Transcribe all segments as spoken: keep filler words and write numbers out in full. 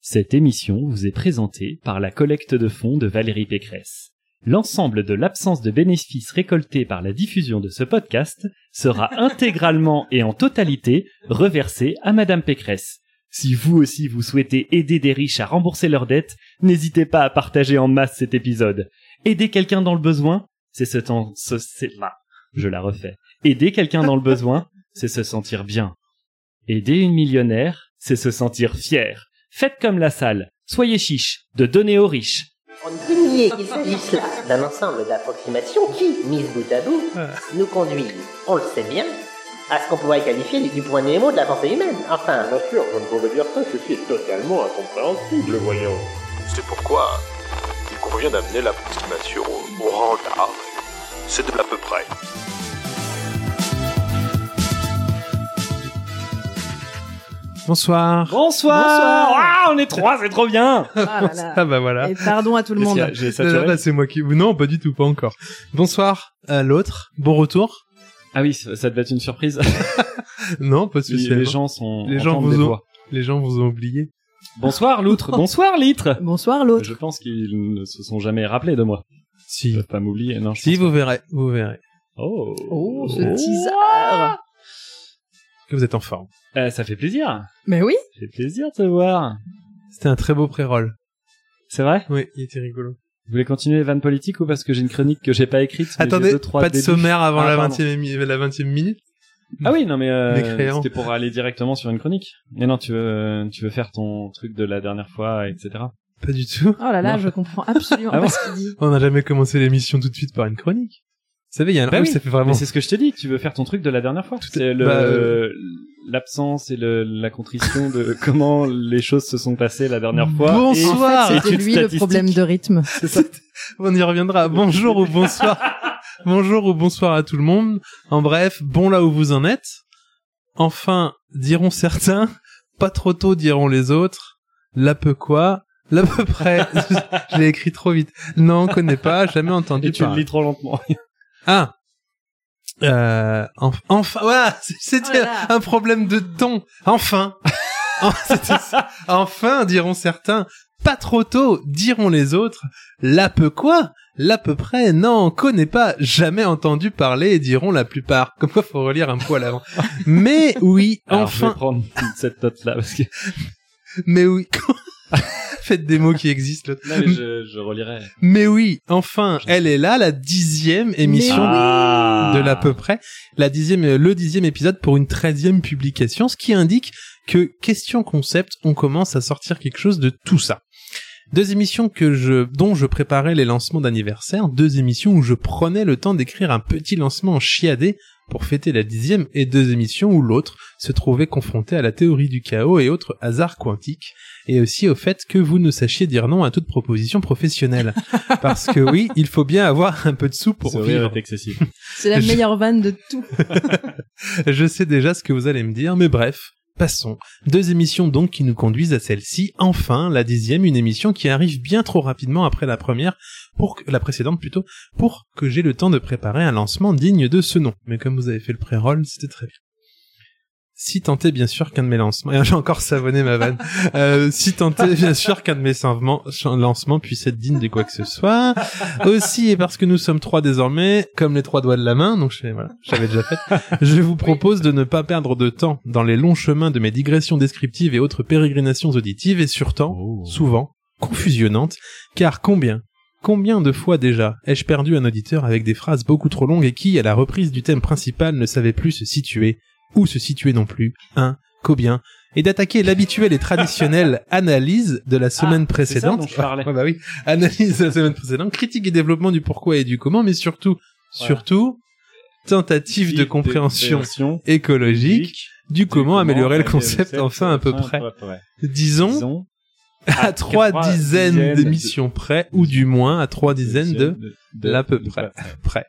Cette émission vous est présentée par la collecte de fonds de Valérie Pécresse. L'ensemble de l'absence de bénéfices récoltés par la diffusion de ce podcast sera intégralement et en totalité reversé à Madame Pécresse. Si vous aussi vous souhaitez aider des riches à rembourser leurs dettes, n'hésitez pas à partager en masse cet épisode. Aider quelqu'un dans le besoin, c'est se temps, ce, c'est là. Je la refais. Aider quelqu'un dans le besoin, c'est se sentir bien. Aider une millionnaire, c'est se sentir fier. Faites comme la salle. Soyez chiche de donner aux riches. On ne peut nier qu'il s'agisse là d'un ensemble d'approximations qui, mises bout à bout, nous conduisent, on le sait bien, à ce qu'on pourrait qualifier du point Nemo de la pensée humaine. Enfin... Bien sûr, je ne pouvais dire ça, ceci est totalement incompréhensible, voyons. C'est pourquoi il convient d'amener l'approximation au, au rang d'art. C'est de l'à peu près. Bonsoir. Bonsoir. Bonsoir. Ah, on est trois, c'est trop bien. Ah, là là. Ah bah voilà. Et pardon à tout le Est-ce monde. qu'il y a- J'ai Là, saturé. là, c'est moi qui... Non, pas du tout, pas encore. Bonsoir à l'autre. Bon retour. Ah oui, ça ça devait être une surprise. Non, pas les, spécialement. les gens sont. Les gens entendent vous des ont- voix. Les gens vous ont oublié. Bonsoir Loutre. Bonsoir Litre. Bonsoir l'autre. Je pense qu'ils ne se sont jamais rappelés de moi. Ils Si. peuvent pas m'oublier. Non, je Si, pense vous verrez. Vous verrez. pas. Oh. Oh, ce teaser. Que vous êtes en forme. Euh, ça fait plaisir. Mais oui. Ça fait plaisir de te voir. C'était un très beau pré-roll. C'est vrai? Oui, il était rigolo. Vous voulez continuer les vannes politiques ou parce que j'ai une chronique que j'ai pas écrite? mais j'ai Attendez, deux, trois pas de débuts. sommaire avant Ah, la pardon. vingtième émi- la vingtième minute. Ah oui, non mais euh, Les créants. c'était pour aller directement sur une chronique. Mais non, tu veux, tu veux faire ton truc de la dernière fois, et cetera. Pas du tout. Oh là là, Non. je comprends absolument Ah pas bon ce qu'il dit. On n'a jamais commencé l'émission tout de suite par une chronique. Vous savez, il y a un... Bah ah oui, oui, ça fait vraiment... Mais c'est ce que je te dis, tu veux faire ton truc de la dernière fois. C'est le, bah, euh, l'absence et le, la contrition de comment les choses se sont passées la dernière fois. Bonsoir. En fait, Études c'était lui le statistiques. problème de rythme. C'est ça. On y reviendra. Bonjour ou bonsoir. Bonjour ou bonsoir à tout le monde. En bref, bon là où vous en êtes. Enfin, diront certains. Pas trop tôt, diront les autres. L'à peu quoi. L'à peu près. Je l'ai écrit trop vite. Non, on connaît pas, jamais entendu Et tu le parler. lis trop lentement. Ah. Euh, enf- enfin, voilà, c'était Oh là là. un problème de ton. Enfin. En- c'était ça. Enfin, diront certains. Pas trop tôt, diront les autres. L'à peu quoi? L'à peu près, non, on connaît pas, jamais entendu parler, diront la plupart. Comme quoi, faut relire un poil avant. Mais oui, Alors, je vais enfin, prendre cette note là parce que mais oui. Faites des mots qui existent, l'autre. non, mais je, je relirai. Mais oui, enfin, elle est là, la dixième émission Mais oui. Ah. de l'à peu près, la dixième, le dixième épisode pour une treizième publication, ce qui indique que, question concept, on commence à sortir quelque chose de tout ça. Deux émissions que je, dont je préparais les lancements d'anniversaire, deux émissions où je prenais le temps d'écrire un petit lancement en chiadé pour fêter la dixième, et deux émissions où l'autre se trouvait confronté à la théorie du chaos et autres hasards quantiques, et aussi au fait que vous ne sachiez dire non à toute proposition professionnelle. Parce que oui, il faut bien avoir un peu de sous pour Ce rire vivre. est excessif. C'est la Je- meilleure vanne de tout. Je sais déjà ce que vous allez me dire, mais bref, passons. Deux émissions donc qui nous conduisent à celle-ci. Enfin, la dixième, une émission qui arrive bien trop rapidement après la première, pour que, la précédente plutôt, pour que j'ai le temps de préparer un lancement digne de ce nom. Mais comme vous avez fait le pré-roll, c'était très bien. Si tant est bien sûr qu'un de mes lancements, et j'ai encore savonné ma vanne, euh, si tant est bien sûr qu'un de mes lancements, lancements puisse être digne de quoi que ce soit, aussi et parce que nous sommes trois désormais, comme les trois doigts de la main, donc je, voilà, j'avais déjà fait, je vous propose de ne pas perdre de temps dans les longs chemins de mes digressions descriptives et autres pérégrinations auditives et surtout, Oh. souvent, confusionnantes, car combien, combien de fois déjà ai-je perdu un auditeur avec des phrases beaucoup trop longues et qui, à la reprise du thème principal, ne savait plus se situer, ou se situer non plus, un, qu'au bien, et d'attaquer l'habituelle et traditionnelle analyse de la semaine Ah, c'est ça précédente. dont je parlais. Ouais, bah oui, analyse de la semaine précédente, critique et développement du pourquoi et du comment, mais surtout, Voilà. surtout, tentative de compréhension compréhension écologique du comment améliorer le concept enfin à peu près. Disons, Disons à trois trois dizaines dizaines d'émissions près, ou du moins à trois dizaines de l'à peu de- près. de- près.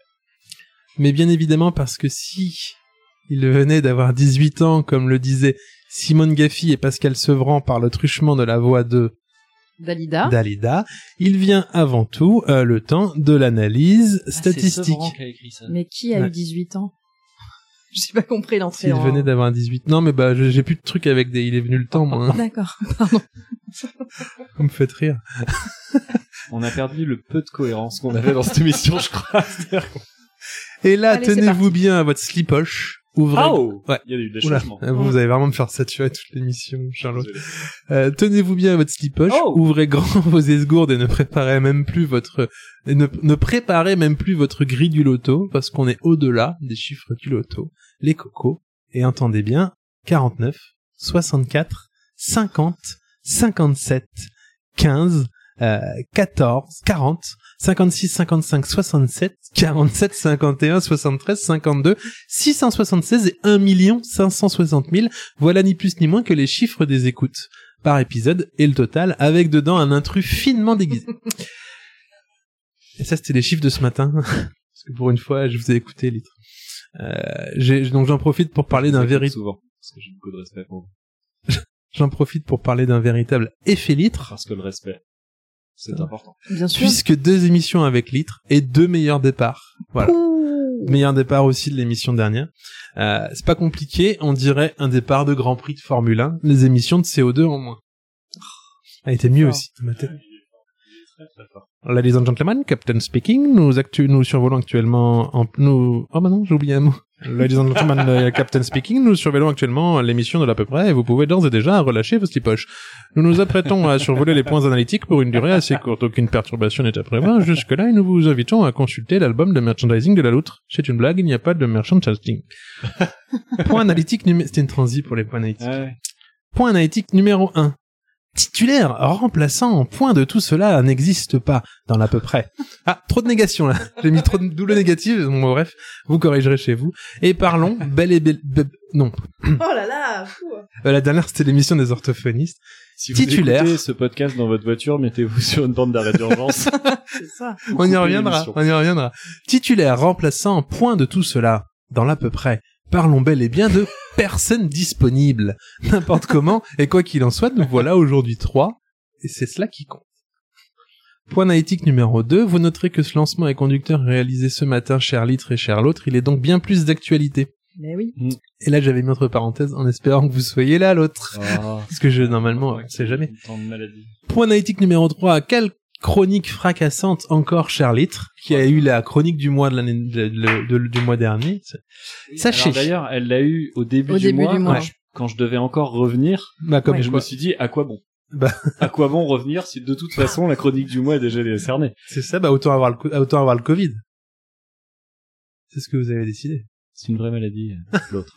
Mais bien évidemment parce que si il venait d'avoir dix-huit ans, comme le disaient Simone Gaffy et Pascal Sevran par le truchement de la voix de Dalida. Dalida, il vient avant tout euh, le temps de l'analyse Ah, statistique. c'est Sevran qui a écrit ça. Mais qui a Ouais. eu dix-huit ans? J'ai pas compris l'entrée S'il en... venait d'avoir dix-huit. Non mais bah je- j'ai plus de trucs avec des il est venu le temps moi. hein. D'accord, pardon. Vous me faites rire. On a perdu le peu de cohérence qu'on avait dans cette émission, je crois. Et là, Allez, c'est tenez-vous parti. bien à votre slipoche. Ouvrez. Oh Ouais. Il y a eu des Oula, changements. vous, vous allez vraiment me faire saturer toute l'émission, Charlotte. Désolé. Euh, tenez-vous bien à votre slipoche, Oh. ouvrez grand vos esgourdes et ne préparez même plus votre, et ne, ne préparez même plus votre grille du loto, parce qu'on est au-delà des chiffres du loto, les cocos, et entendez bien, quarante-neuf, soixante-quatre, cinquante, cinquante-sept, quinze, euh, quatorze, quarante, cinquante-six, cinquante-cinq, soixante-sept, quarante-sept, cinquante et un, soixante-treize, cinquante-deux, six cent soixante-seize et un million cinq cent soixante mille. Voilà ni plus ni moins que les chiffres des écoutes par épisode et le total avec dedans un intrus finement déguisé. Et ça, c'était les chiffres de ce matin. Parce que pour une fois, je vous ai écouté, litre. Euh, j'ai, donc j'en profite pour parler d'un véritable, Souvent, parce que j'ai beaucoup de respect pour vous. j'en profite pour parler d'un véritable effet litre. Parce que le respect, c'est important. Bien sûr. Puisque deux émissions avec litre et deux meilleurs départs. Voilà. Meilleur départ aussi de l'émission dernière. Euh, c'est pas compliqué, on dirait un départ de Grand Prix de Formule un, les émissions de C O deux en moins. Elle était mieux fort. aussi, dans ma tête. Ladies and gentlemen, Captain speaking, nous actu nous survolons actuellement en, nous, oh bah non, j'ai oublié un mot. Ladies and gentlemen, euh, Captain speaking, nous surveillons actuellement l'émission de l'à peu près et vous pouvez d'ores et déjà relâcher vos slipoches. Nous nous apprêtons à survoler les points analytiques pour une durée assez courte. Aucune perturbation n'est à prévoir jusque-là et nous vous invitons à consulter l'album de merchandising de la loutre. C'est une blague, il n'y a pas de merchandising. Point analytique numéro... C'était une transi pour les points analytiques. Ouais. Point analytique numéro un. Titulaire, remplaçant, point de tout cela n'existe pas dans l'à peu près. Ah, trop de négation là. J'ai mis trop de double négative. Bon, bref, vous corrigerez chez vous. Et parlons, bel et bel... be- non. Oh là là, fou. Euh, la dernière, c'était l'émission des orthophonistes. Si vous Titulaire. écoutez ce podcast dans votre voiture, mettez-vous sur une bande d'arrêt d'urgence. C'est ça. On y Coupez reviendra, l'émission. on y reviendra. Titulaire, remplaçant, point de tout cela dans l'à peu près. Parlons bel et bien de personnes disponibles. N'importe comment, et quoi qu'il en soit, nous voilà aujourd'hui trois, et c'est cela qui compte. Point analytique numéro deux, vous noterez que ce lancement est conducteur réalisé ce matin, cher litre et cher l'autre, il est donc bien plus d'actualité. Mais oui. Et là, j'avais mis entre parenthèses en espérant que vous soyez là, l'autre. Oh. Parce que je, normalement, on sait jamais. Tant de maladies. Point analytique numéro trois, quelle chronique fracassante encore, cher litre, qui a eu la chronique du mois de l'année, de- de- de- du mois dernier. Sachez. Alors, d'ailleurs, elle l'a eu au début Au du début mois, du mois. Quand, je, quand je devais encore revenir. Bah, comme Et je quoi. me suis dit, à quoi bon? Bah. À quoi bon revenir si de toute façon la chronique du mois est déjà décernée? C'est ça, bah, autant avoir le, co- autant avoir le Covid. C'est ce que vous avez décidé. C'est une vraie maladie, euh, l'autre.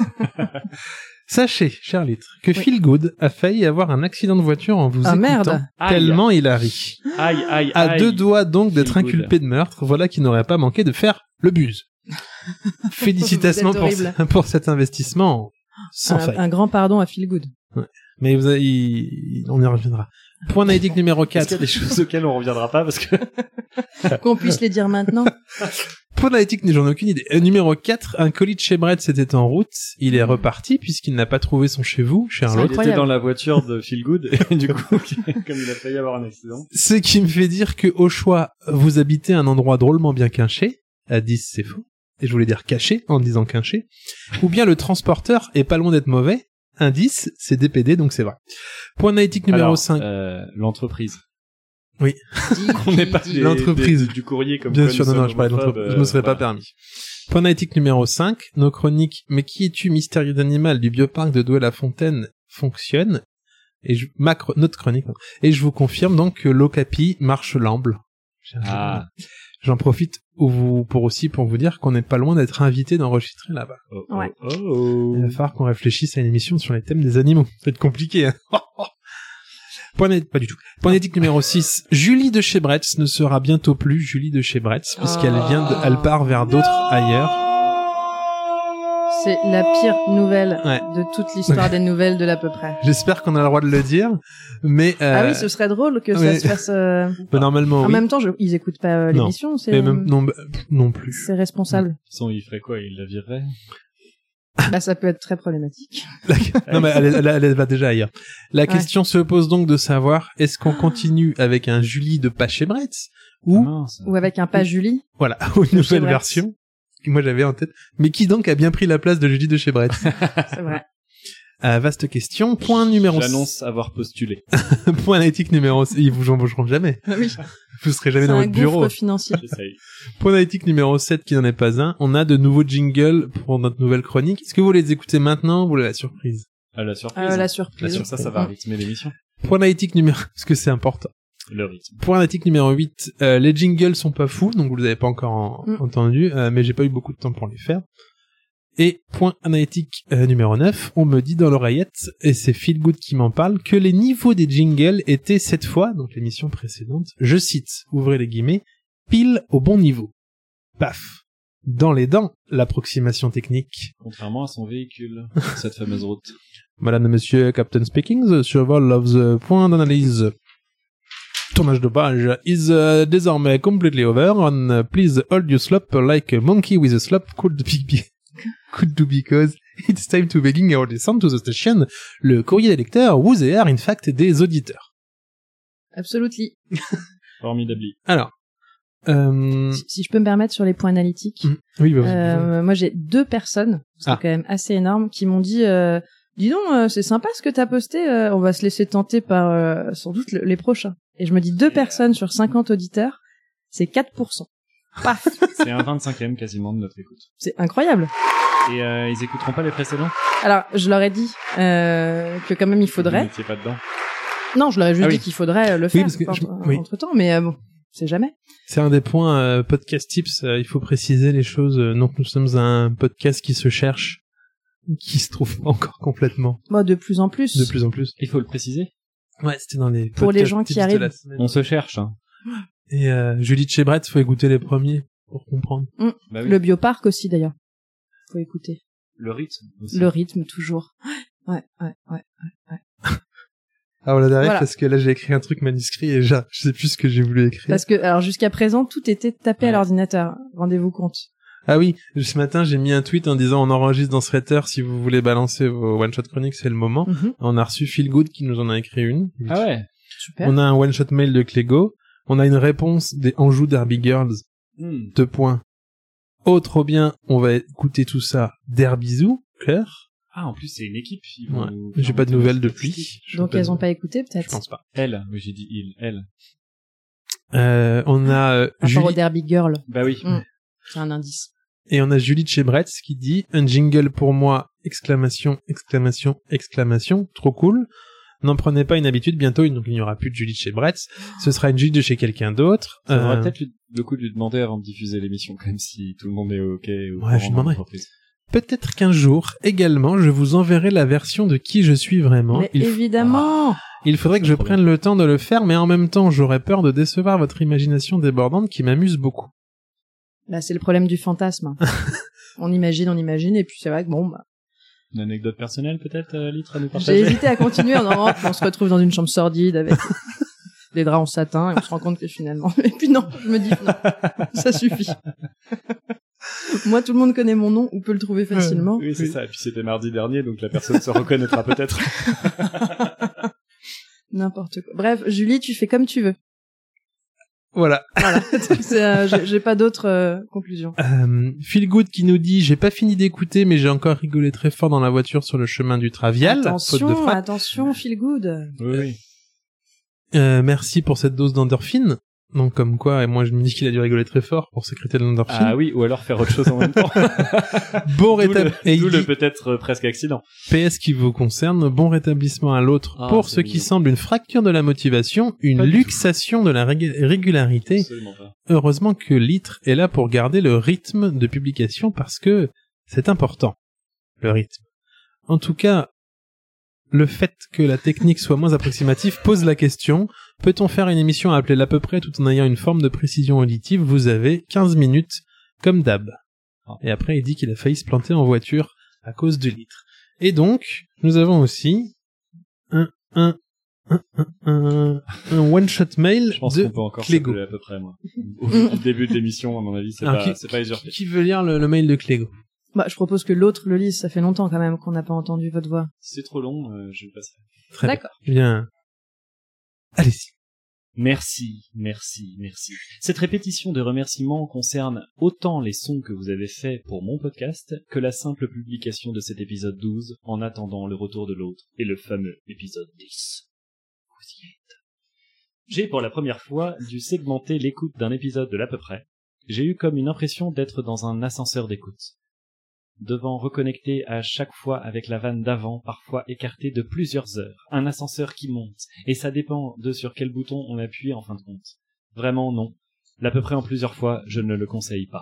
Sachez, cher litre, que Oui. Phil Good a failli avoir un accident de voiture en vous Ah écoutant. merde. Tellement il a ri. Aïe, aïe, À aïe. deux doigts donc d'être Phil Good. inculpé de meurtre, voilà qui n'aurait pas manqué de faire le buse. Félicitations Vous êtes pour, horrible. ce- pour cet investissement sans Un, faille. un grand pardon à Feel Good. Mais vous avez, il- on y reviendra. Point analytique numéro Est-ce qu'il y quatre. a des choses auxquelles on reviendra pas parce que Qu'on puisse les dire maintenant. Point analytique, j'en ai aucune idée. Euh, numéro quatre, un colis de chez Brett était en route. Il est reparti puisqu'il n'a pas trouvé son chez vous, cher C'est l'autre. il était incroyable. dans la voiture de Feel Good et du coup, comme il a failli avoir un accident. Ce qui me fait dire que, au choix, vous habitez un endroit drôlement bien quinché. À dix, c'est faux. Et je voulais dire caché, en disant quinché. Ou bien le transporteur est pas loin d'être mauvais. Indice, c'est D P D, donc c'est vrai. Point analytique numéro Alors, cinq. euh, l'entreprise. Dis, On n'est pas dis, des- L'entreprise. des- du courrier comme Bien quoi sûr, nous non, non, sommes je parlais de homophobes, l'entreprise. Je me serais euh, pas voilà. permis. Point analytique numéro cinq. Nos chroniques, mais qui es-tu, mystérieux animal du bioparc de Douai-la-Fontaine, fonctionnent. Et je, ma chro- notre chronique, pardon. Et je vous confirme donc que l'Ocapi marche l'amble. Ah, J'en profite vous- pour aussi pour vous dire qu'on n'est pas loin d'être invité d'enregistrer là-bas. oh, Ouais. oh, oh. Il va falloir qu'on réfléchisse à une émission sur les thèmes des animaux. Ça va être compliqué, hein. Point net, pas du tout. Point éthique numéro six. Julie de chez Bretz ne sera bientôt plus Julie de chez Bretz, puisqu'elle vient de, elle part vers d'autres ailleurs. C'est la pire nouvelle Ouais. de toute l'histoire des nouvelles de l'à peu près. J'espère qu'on a le droit de le dire, mais, euh, Ah oui, ce serait drôle que ça ouais. se fasse. euh, bah, normalement, En oui. même temps, je... ils écoutent pas euh, Non. l'émission, c'est Mais même, non, bah, non plus. c'est responsable. De toute façon, il ferait quoi? Il la virerait? Bah, ça peut être très problématique. Non, mais elle, elle, elle, elle va déjà ailleurs. La question se pose donc de savoir, est-ce qu'on continue avec un Julie de pas chez Bretz, ou, Ah, mince. Ou avec un pas Julie. voilà, ou une De chez nouvelle Bretz. version, que moi j'avais en tête, mais qui donc a bien pris la place de Julie de chez Bretz? C'est vrai. Euh, vaste question. Point numéro J'annonce avoir postulé. Point analytique numéro sept. Ils vous embaucheront jamais. Ah oui. Vous serez jamais C'est dans un votre bureau. gouffre financier. J'essaye. Point analytique numéro sept qui n'en est pas un. On a de nouveaux jingles pour notre nouvelle chronique. Est-ce que vous voulez les écouter maintenant ou vous voulez la surprise? Ah, la surprise. Euh, la La surprise. sur ça, ça va rythmer l'émission. Point analytique numéro... Parce que c'est important. Le rythme. Point analytique numéro huit. Euh, les jingles sont pas fous, donc vous les avez pas encore en- Mm. entendus, euh, mais j'ai pas eu beaucoup de temps pour les faire. Et point analytique euh, numéro neuf, on me dit dans l'oreillette, et c'est Feel Good qui m'en parle, que les niveaux des jingles étaient cette fois, donc l'émission précédente, je cite, ouvrez les guillemets, pile au bon niveau. Paf. Dans les dents, l'approximation technique. Contrairement à son véhicule, cette fameuse route. Madame et monsieur Captain Speaking, the survol of the point d'analyse. Tournage de page is uh, désormais completely over, and uh, please hold your slop like a monkey with a slop could be, be could do because it's time to begin our descent to the station. Le courrier des lecteurs, vous et are in fact des auditeurs. Absolutely. Formidable. Alors, euh... Si, si je peux me permettre sur les points analytiques, mm, oui, bah, euh, moi j'ai deux personnes, c'est Ah. quand même assez énorme, qui m'ont dit euh, dis donc, euh, c'est sympa ce que t'as posté, euh, on va se laisser tenter par euh, sans doute le- les prochains. Et je me dis deux personnes sur cinquante auditeurs, c'est quatre pour cent. Paf. C'est un vingt-cinquième quasiment de notre écoute. C'est incroyable. Et euh, ils écouteront pas les précédents? Alors, je leur ai dit euh, que quand même il Vous faudrait. n'étiez pas dedans. Non, je leur ai juste Ah dit oui. qu'il faudrait euh, le faire parce que je- entre, oui. entre temps, mais euh, bon, c'est jamais. c'est un des points euh, podcast tips, euh, il faut préciser les choses, euh, donc nous sommes un podcast qui se cherche, qui se trouve pas encore complètement, Moi, de plus en plus. de plus en plus. Il faut le préciser. Ouais, c'était dans les Pour les podcasts gens qui tips de arrivent. la semaine. On se cherche, hein. Et euh, Julie de chez Brett, faut écouter les premiers pour comprendre. Bah oui. Le bioparc aussi d'ailleurs. Faut écouter. Le rythme aussi. Le rythme toujours. Ouais, ouais, ouais. Ah voilà derrière Voilà. parce que là j'ai écrit un truc manuscrit et déjà je sais plus ce que j'ai voulu écrire. Parce que alors jusqu'à présent tout était tapé à Ouais. l'ordinateur. Rendez-vous compte. Ah oui, ce matin j'ai mis un tweet en disant on enregistre dans Threader si vous voulez balancer vos one shot chroniques c'est le moment. Mhm. On a reçu Feel Good qui nous en a écrit une. Ah ouais. Super. On a un one shot mail de Clégo. On a une réponse des Anjou Derby Girls. Hmm. Deux points. Oh trop bien, on va écouter tout ça. Derbizou, cœur. Ah, en plus, c'est une équipe. Ils vont Ouais. nous J'ai faire pas de monter nouvelles nos depuis. statistiques. Je Donc sais elles ont de- pas écouté Je peut-être. pense pas. Elle, oui, j'ai dit il, elle. Euh, on a euh, Par rapport au Julie Derby Girl. Bah oui. Mm. C'est un indice. et on a Julie de chez Bretz qui dit un jingle pour moi exclamation exclamation exclamation trop cool. N'en prenez pas une habitude, bientôt donc il n'y aura plus de Julie de chez Bretz. Ce sera une Julie de chez quelqu'un d'autre. Ça vaudrait Euh, peut-être lui- le coup de lui demander avant de diffuser l'émission, quand même, si tout le monde est OK. Au Ouais, courant je lui dans demanderai. l'entreprise. Peut-être qu'un jour, également, je vous enverrai la version de qui je suis vraiment. Mais Il, f- évidemment. il faudrait que c'est je trop prenne le temps de le faire, mais en même temps, j'aurais peur de décevoir votre imagination débordante qui m'amuse beaucoup. Là c'est le problème du fantasme. on imagine, on imagine et puis c'est vrai que bon bah, Une anecdote personnelle, peut-être, euh, Litre, à nous j'ai partager? hésité à continuer en disant, oh, on se retrouve dans une chambre sordide avec des draps en satin et on se rend compte que finalement et puis non, je me dis non, ça suffit. Moi tout le monde connaît mon nom ou peut le trouver facilement. Oui, c'est ça. Et puis c'était mardi dernier, donc la personne se reconnaîtra peut-être. N'importe quoi. Bref, Julie, tu fais comme tu veux. Voilà. Voilà. C'est, euh, j'ai, j'ai pas d'autres euh, conclusions. Euh, Feel Good qui nous dit j'ai pas fini d'écouter, mais j'ai encore rigolé très fort dans la voiture sur le chemin du Travial. Faute de Attention, frappe. attention, feel good. Oui, oui. Euh, merci pour cette dose d'endorphine. Donc comme quoi, et moi je me dis qu'il a dû rigoler très fort pour sécréter de l'endorphine. Ah oui, ou alors faire autre chose en même temps. Bon D'où le, rétablissement. Et il d'où le dit, peut-être euh, presque accident. P S qui vous concerne, bon rétablissement à l'autre. Ah, pour c'est ce qui mignon. semble une fracture de la motivation, une Pas du luxation de la rég- régularité. Absolument pas. Heureusement que Litre est là pour garder le rythme de publication parce que c'est important, le rythme. En tout cas, le fait que la technique soit moins approximative pose la question, peut-on faire une émission appelée l'à peu près tout en ayant une forme de précision auditive? Vous avez quinze minutes, comme d'hab. Et après, il dit qu'il a failli se planter en voiture à cause de Litre. Et donc, nous avons aussi un, un, un, un, un, un one-shot mail Je pense de qu'on peut encore Clégo. s'appeler à peu près, moi. Au vu du début de l'émission, à mon avis, c'est Alors, pas, qui- c'est pas usurpé. Qui veut lire le, le mail de Clégo? Bah, je propose que l'autre le lise. Ça fait longtemps quand même qu'on n'a pas entendu votre voix. Si c'est trop long, euh, je vais le passer. Très bien. D'accord. Bien. Allez-y. Merci, merci, merci. Cette répétition de remerciements concerne autant les sons que vous avez faits pour mon podcast que la simple publication de cet épisode douze en attendant le retour de l'autre et le fameux épisode dix. Vous y êtes. J'ai pour la première fois dû segmenter l'écoute d'un épisode de l'à peu près. J'ai eu comme une impression d'être dans un ascenseur d'écoute, devant reconnecter à chaque fois avec la vanne d'avant, parfois écartée de plusieurs heures. Un ascenseur qui monte, et ça dépend de sur quel bouton on appuie en fin de compte. Vraiment non. L'à peu près en plusieurs fois, je ne le conseille pas.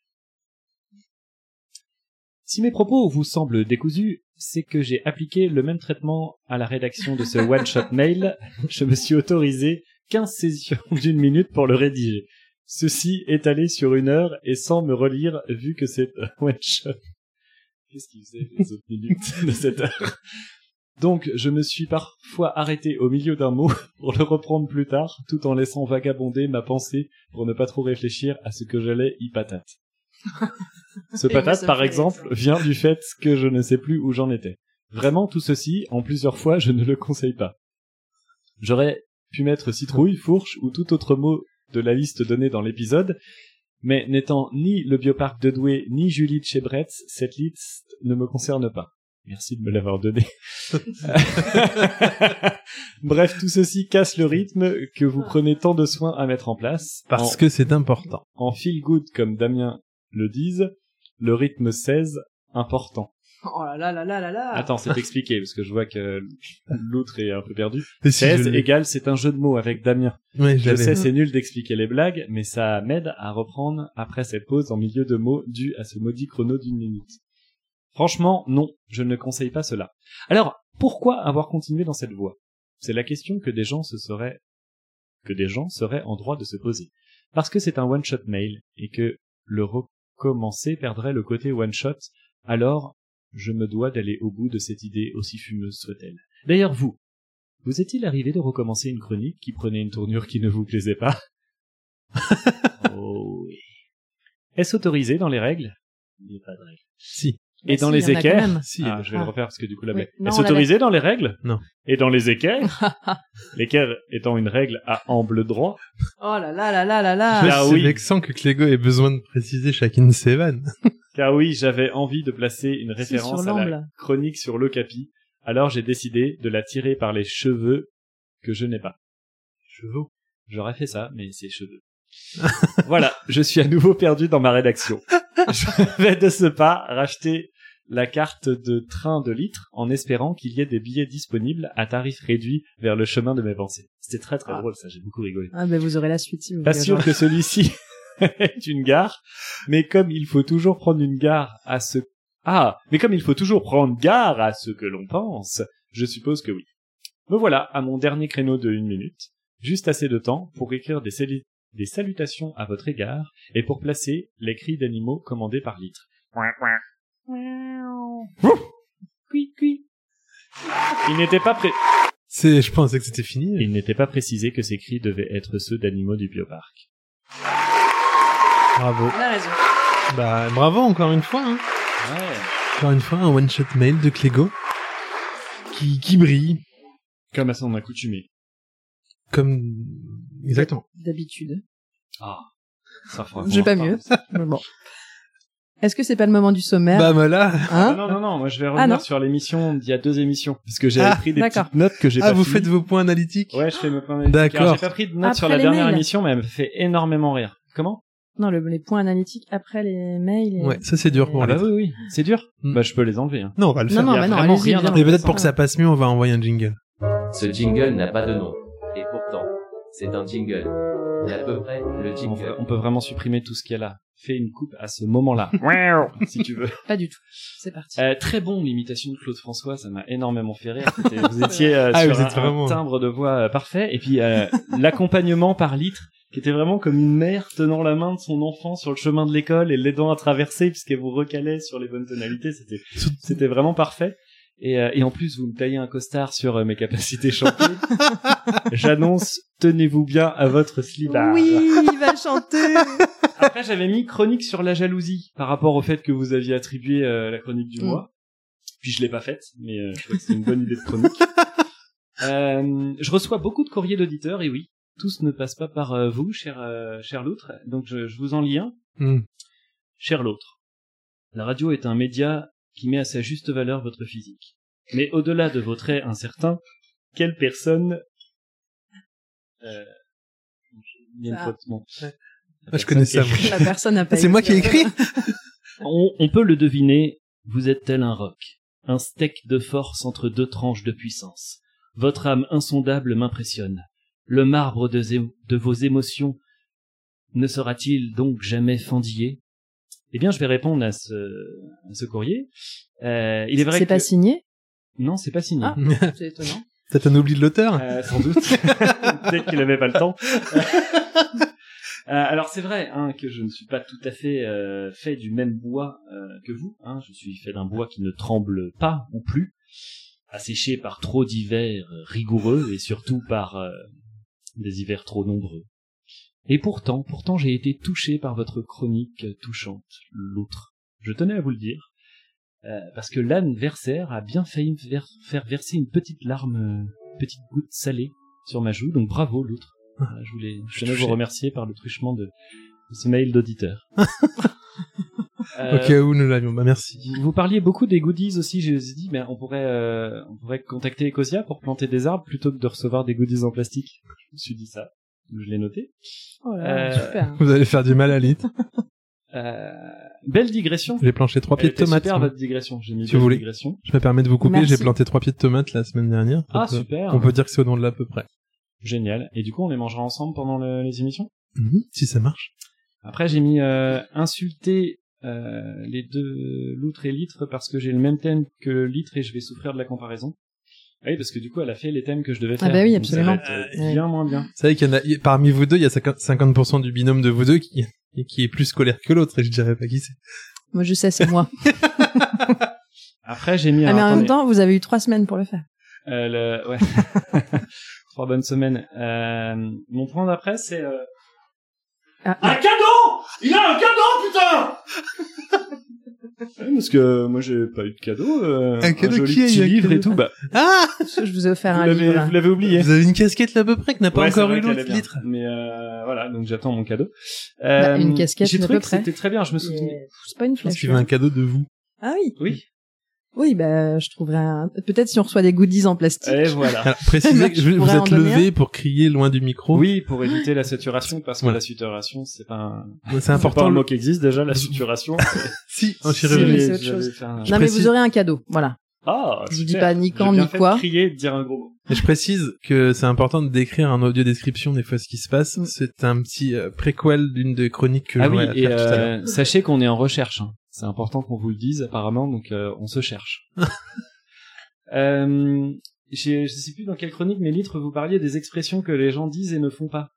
Si mes propos vous semblent décousus, c'est que j'ai appliqué le même traitement à la rédaction de ce one-shot mail. Je me suis autorisé quinze sessions d'une minute pour le rédiger. Ceci étalé sur une heure et sans me relire vu que c'est un one-shot. Qu'est-ce qu'il faisait les autres minutes de cette heure? Donc, je me suis parfois arrêté au milieu d'un mot pour le reprendre plus tard, tout en laissant vagabonder ma pensée pour ne pas trop réfléchir à ce que j'allais y patate. Ce patate, moi, par exemple, rire, vient du fait que je ne sais plus où j'en étais. Vraiment, tout ceci, en plusieurs fois, je ne le conseille pas. J'aurais pu mettre citrouille, fourche ou tout autre mot de la liste donnée dans l'épisode, mais n'étant ni le bioparc de Douai, ni Julie de chez Bretz, cette liste ne me concerne pas. Merci de me l'avoir donné. Bref, tout ceci casse le rythme que vous prenez tant de soin à mettre en place. Parce en, que c'est important. En feel good, comme Damien le dise, le rythme seize, important. Oh là là là là là là. Attends, c'est expliqué, parce que je vois que l'autre est un peu perdu. Si seize égale, c'est un jeu de mots avec Damien. Oui, je sais, c'est nul d'expliquer les blagues, mais ça m'aide à reprendre après cette pause en milieu de mots due à ce maudit chrono d'une minute. Franchement, non, je ne conseille pas cela. Alors, pourquoi avoir continué dans cette voie? C'est la question que des gens se seraient, que des gens seraient en droit de se poser. Parce que c'est un one-shot mail, et que le recommencer perdrait le côté one-shot, alors je me dois d'aller au bout de cette idée aussi fumeuse soit-elle. D'ailleurs, vous, vous est-il arrivé de recommencer une chronique qui prenait une tournure qui ne vous plaisait pas? Oh oui. Est-ce autorisé dans les règles? Il n'y a pas de règles. Si. Et bah dans si, les équerres? Si. Ah, je vais ah. le refaire parce que du coup la Oui. blague. Non, Est-ce on l'avait. autorisé dans les règles? Non. Et dans les équerres? L'équerre étant une règle à amble droit. Oh là là là là là là. Ah c'est oui. vexant que Clégo ait besoin de préciser chacune de ses vannes. Car oui, j'avais envie de placer une référence sur à la l'amble. chronique sur l'Ocapi. Alors j'ai décidé de la tirer par les cheveux que je n'ai pas. Chevaux. J'aurais fait ça, mais c'est cheveux. Voilà, je suis à nouveau perdu dans ma rédaction. Je vais de ce pas racheter la carte de train de litre en espérant qu'il y ait des billets disponibles à tarif réduit vers le chemin de mes pensées. C'était très très Ah. drôle ça, j'ai beaucoup rigolé. Ah ben vous aurez la suite si vous Pas voulez. sûr que celui-ci est une gare, mais comme il faut toujours prendre une gare à ce... Ah, mais comme il faut toujours prendre gare à ce que l'on pense, je suppose que oui. Me voilà à mon dernier créneau de une minute, juste assez de temps pour écrire des, sali- des salutations à votre égard et pour placer les cris d'animaux commandés par litre. Cui, cui. Il n'était pas pré... C'est, je pensais que c'était fini. Il n'était pas précisé que ces cris devaient être ceux d'animaux du bioparc. Bravo. On a raison. Bah, bravo encore une fois, hein. Ouais. Encore une fois, un one-shot mail de Clégo. Qui, qui brille. Comme à son accoutumé. Comme, exactement. D'habitude. Ah. Ça fera J'ai pas mieux. Mais bon. Est-ce que c'est pas le moment du sommaire? Bah, voilà. Ah Hein? non, non, non, moi je vais Ah, revenir non. sur l'émission d'il y a deux émissions. Parce que j'avais Ah, pris des d'accord. petites notes que j'ai Ah, pas vous finies. faites vos points analytiques? Ouais, je fais mes points analytiques. D'accord. Alors, j'ai pas pris de notes Après sur la les dernière mails. émission, mais elle me fait énormément rire. Comment? Non, le- les points analytiques après les mails. Et... Ouais, ça c'est dur pour Ah les... bah oui, oui. C'est dur. Mm. Bah je peux les enlever. Hein. Non, on va le Non, faire. non, Il y a mais non, vraiment allez-y, rien évidemment. Et peut-être pour que ça passe mieux, on va envoyer un jingle. Ce jingle n'a pas de nom. Et pourtant, c'est un jingle. Et à peu près le On, jingle. va- on peut vraiment supprimer tout ce qu'il y a là. Fais une coupe à ce moment-là. Si tu veux. Pas du tout. C'est parti. Euh, très bon l'imitation de Claude François, ça m'a énormément fait rire. C'était- Vous étiez euh, Ah, sur vous un, êtes vraiment- un timbre de voix euh, parfait, et puis euh, l'accompagnement par litre, qui était vraiment comme une mère tenant la main de son enfant sur le chemin de l'école et l'aidant à traverser puisqu'elle vous recalait sur les bonnes tonalités. C'était c'était vraiment parfait. Et, euh, et en plus, vous me taillez un costard sur euh, mes capacités chantées. J'annonce, tenez-vous bien à votre slibard. Oui, il va chanter. Après, j'avais mis chronique sur la jalousie par rapport au fait que vous aviez attribué euh, la chronique du Mm. mois. Puis je l'ai pas faite, mais euh, je crois que c'était une bonne idée de chronique. Euh, je reçois beaucoup de courriers d'auditeurs, et oui, tous ne passent pas par euh, vous, cher, euh, cher Loutre, donc je, je vous en lis un. Mm. Cher Loutre, la radio est un média qui met à sa juste valeur votre physique. Mais au-delà de vos traits incertains, quelle personne... Euh... Il y a une Ah. faute, bon. Ouais. Ah, je connais ça, moi. La personne n'a pas C'est moi qui ai écrit. On, on peut le deviner, vous êtes tel un roc, un steak de force entre deux tranches de puissance. Votre âme insondable m'impressionne. Le marbre de, zé- de vos émotions ne sera-t-il donc jamais fendillé? Eh bien, je vais répondre à ce, à ce courrier. Euh, il est vrai C'est que... pas signé? Non, c'est pas signé. Ah. C'est étonnant. Peut-être un oubli de l'auteur. Euh, sans doute. Peut-être qu'il avait pas le temps. Euh, alors c'est vrai hein, que je ne suis pas tout à fait euh, fait du même bois euh, que vous. Hein. Je suis fait d'un bois qui ne tremble pas ou plus, asséché par trop d'hivers euh, rigoureux et surtout par euh, des hivers trop nombreux. Et pourtant, pourtant j'ai été touché par votre chronique touchante, l'autre. Je tenais à vous le dire, euh, parce que l'anniversaire a bien failli me ver- faire verser une petite larme, euh, une petite goutte salée sur ma joue, donc bravo l'autre. Voilà, je voulais, je tenais à vous remercier par le truchement de, de ce mail d'auditeur. euh, Au cas où nous l'avions. Bah, merci. vous, vous parliez beaucoup des goodies aussi. Je me suis dit, mais on pourrait, euh, on pourrait contacter Ecosia pour planter des arbres plutôt que de recevoir des goodies en plastique. Je me suis dit ça. Je l'ai noté. Oh là, Euh, super. Vous allez faire du mal à Lith. Euh, belle digression. J'ai planché trois pieds Elle de était tomates. super moi. votre digression. J'ai mis Si belle vous voulez. digression. Je me permets de vous couper. Merci. J'ai planté trois pieds de tomates la semaine dernière. Ah Donc, euh, super. On peut dire que c'est au nom de là à peu près. Génial. Et du coup, on les mangera ensemble pendant le- les émissions. Mhm, si ça marche. Après, j'ai mis euh, insulter euh, les deux loutres et litres parce que j'ai le même thème que litre et je vais souffrir de la comparaison. Ah oui, parce que du coup, elle a fait les thèmes que je devais Ah faire. bah oui, Donc, ça va absolument. être, euh, bien moins bien. C'est vrai qu'il y en a, y- parmi vous deux, il y a cinquante cinquante pour cent du binôme de vous deux qui, qui est plus scolaire que l'autre, et je dirais pas qui c'est. Moi, je sais, c'est moi. Après, j'ai mis... Ah, un- mais en attendez, même temps, vous avez eu trois semaines pour le faire. euh, le... ouais. Trois bonnes semaines. Euh, mon point d'après, c'est... euh, Ah, Un cadeau! Il a un cadeau, putain! ouais, parce que moi, j'ai pas eu de cadeau. Euh, Un cadeau joli qui a eu petit un livre cadeau et tout. Bah, Ah! je vous ai offert vous un l'avez, livre. là. vous l'avez oublié. Vous avez une casquette là à peu près que n'a pas Ouais, c'est encore vrai eu qu'elle est l'autre bien. litre. Mais euh, voilà, donc j'attends mon cadeau. Bah, Euh, une casquette, j'ai à trouvé peu que près. c'était très bien. Je me souviens. Et- C'est pas une Je pense flèche. qu'il veut un cadeau de vous. Ah oui. Oui. Oui, bah, je trouverais un... Peut-être si on reçoit des goodies en plastique. Et voilà. Alors, précisez Moi, que je je- vous pourrais en êtes donner levé pour crier loin du micro. Oui, pour éviter la saturation, parce que Voilà. la saturation, c'est pas un, C'est c'est pas important. un le- mot qui existe déjà, la saturation. Si, en mais chirurgie. c'est autre j'avais chose. fait un- Non, mais précise- vous aurez un cadeau. Voilà. Ah, Je vous dis super. pas ni quand, J'ai bien ni fait quoi. de crier et de dire un gros mot. Et je précise que c'est important de décrire en audio description des fois ce qui se passe. Mm. C'est un petit euh, préquel d'une des chroniques que Ah oui, j'aurai à et faire tout à l'heure. euh, sachez qu'on est en recherche. Hein. C'est important qu'on vous le dise, apparemment, donc euh, on se cherche. euh, j'ai- je sais plus dans quelle chronique, mais Litre, vous parliez des expressions que les gens disent et ne font pas.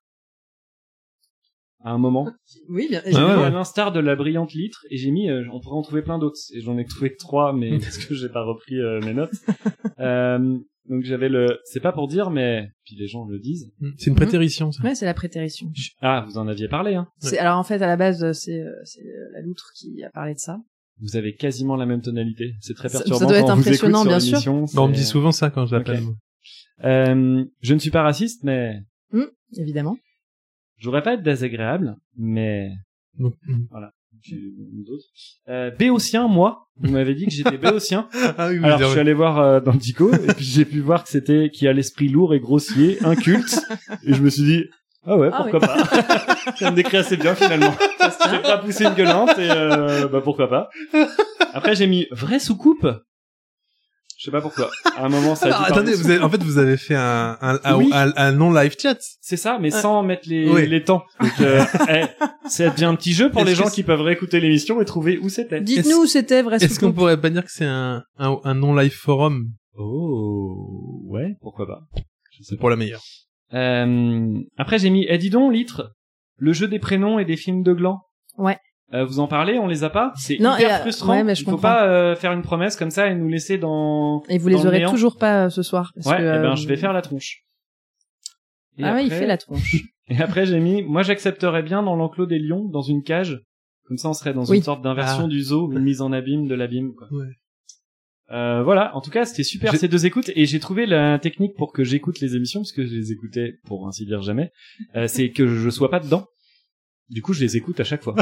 À un moment. Oui, bien. J'ai Ah mis ouais, ouais. à l'instar de la brillante Litre, et j'ai mis, euh, on pourrait en trouver plein d'autres. Et j'en ai trouvé que trois, mais parce que j'ai pas repris euh, mes notes. euh, donc j'avais le, c'est pas pour dire, mais puis les gens le disent. Mm. C'est une prétérition, ça. Ouais, c'est la prétérition. Ah, vous en aviez parlé, hein. C'est, alors en fait, à la base, euh, c'est, euh, c'est euh, la loutre qui a parlé de ça. Vous avez quasiment la même tonalité. C'est très Ça- ça perturbant. doit être quand on vous impressionnant, écoute bien sur sûr. l'émission, Bah, on me c'est- dit souvent ça quand je l'appelle. Ok. moi. Euh, je ne suis pas raciste, mais Hum, évidemment. je voudrais pas être désagréable, mais Donc, mm. j'ai d'autres. Euh, béotien, moi, vous m'avez dit que j'étais béotien. Ah oui, oui, Alors, oui. je suis allé voir euh, dans le Dico, et puis j'ai pu voir que c'était qui a l'esprit lourd et grossier, inculte, et je me suis dit, ah ouais, Ah pourquoi pas. Ça me décrit assez bien, finalement. J'ai pas poussé une gueulante, et euh, bah pourquoi pas. Après, j'ai mis vraie soucoupe. Je sais pas pourquoi. À un moment, ça a Alors, dû attendez, parler vous avez, en fait, vous avez fait un, un, un, Oui. un- un non live chat. C'est ça, mais sans mettre les, Oui. les temps. Donc, euh, eh, c'est bien un petit jeu pour Est-ce les gens que qui peuvent réécouter l'émission et trouver où c'était. Dites-nous où c'était, vrai Est-ce qu'on soucoupe. pourrait pas dire que c'est un, un, un non live forum? Oh, ouais, pourquoi pas. Je sais C'est pour la meilleure. Euh, après, j'ai mis, eh, dis donc, Litre, le jeu des prénoms et des films de gland. Ouais. Euh, vous en parlez, on les a pas? C'est Non, hyper et, euh, frustrant. ouais, mais je Il faut comprends. pas euh, faire une promesse comme ça et nous laisser dans... Et vous dans les le aurez néant. toujours pas euh, ce soir. Parce Ouais, que, eh ben, euh, je vais faire la tronche. Et Ah ouais, il après- fait la tronche. Et après, j'ai mis, moi, j'accepterais bien dans l'enclos des lions, dans une cage. Comme ça, on serait dans Oui. une sorte d'inversion Ah. du zoo, une mise en abîme de l'abîme, quoi. Ouais. Euh, voilà, en tout cas, c'était super J'ai- ces deux écoutes et j'ai trouvé la technique pour que j'écoute les émissions parce que je les écoutais pour ainsi dire jamais. Euh, c'est que je sois pas dedans. Du coup, je les écoute à chaque fois.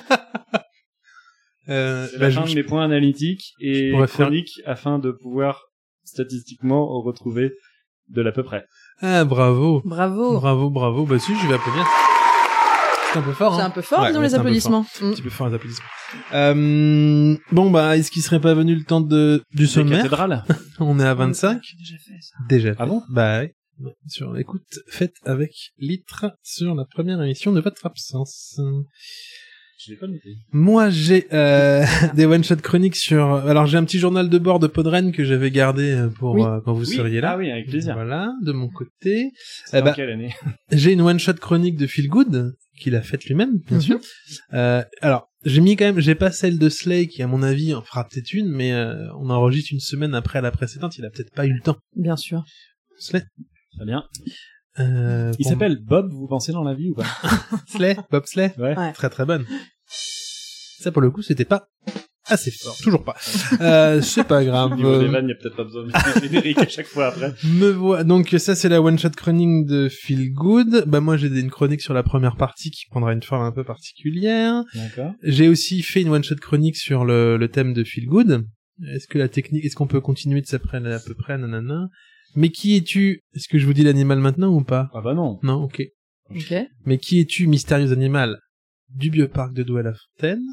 Euh, C'est bah, la je- fin de mes points analytiques et pourrais faire- chroniques afin de pouvoir statistiquement retrouver de l'à peu près. Ah, bravo. Bravo. Bravo, bravo. Bah si, je vais applaudir. C'est un peu fort, C'est hein. un peu fort, Ouais, disons, ouais, les c'est un peu applaudissements. Un Mm. petit peu fort, les applaudissements. Euh, bon, bah, est-ce qu'il serait pas venu le temps de, du Les sommaire? cathédrales. On est à vingt-cinq. Déjà fait ça. Déjà. Ah bon? Bah, oui. Ouais. Sur l'écoute faite avec Litre sur la première émission de votre absence. Je l'ai pas noté. Moi, j'ai euh, des one-shot chroniques sur... Alors, j'ai un petit journal de bord de Podren que j'avais gardé euh, pour Oui. euh, quand vous Oui. seriez là. Ah oui, avec plaisir. Voilà, de mon côté. C'est Eh en bah, quelle année? J'ai une one-shot chronique de Feel Good qu'il a faite lui-même, bien Mhm. sûr. Euh, alors, j'ai mis quand même, j'ai pas celle de Slay qui, à mon avis, en fera peut-être une, mais euh, on enregistre une semaine après la précédente, il a peut-être pas eu le temps. Bien sûr. Slay. Très bien. Euh, Il pour- s'appelle Bob, vous pensez dans la vie ou pas? Slay, Bob Slay. Ouais. Ouais. Très très bonne. Ça, pour le coup, c'était pas assez fort. Toujours pas. Euh, c'est pas grave. Au niveau des Euh, vannes, il y a peut-être pas besoin de mettre le générique à chaque fois après. Me vois. Donc ça c'est la one shot chronique de Feel Good. Bah moi j'ai des- une chronique sur la première partie qui prendra une forme un peu particulière. D'accord. J'ai aussi fait une one shot chronique sur le, le thème de Feel Good. Est-ce que la technique, est-ce qu'on peut continuer de s'apprendre à peu près, nanana. Mais qui es-tu? Est-ce que je vous dis l'animal maintenant ou pas? Ah bah non. Non, ok. Ok. Mais qui es-tu, mystérieux animal du bioparc de Douai-la-Fontaine?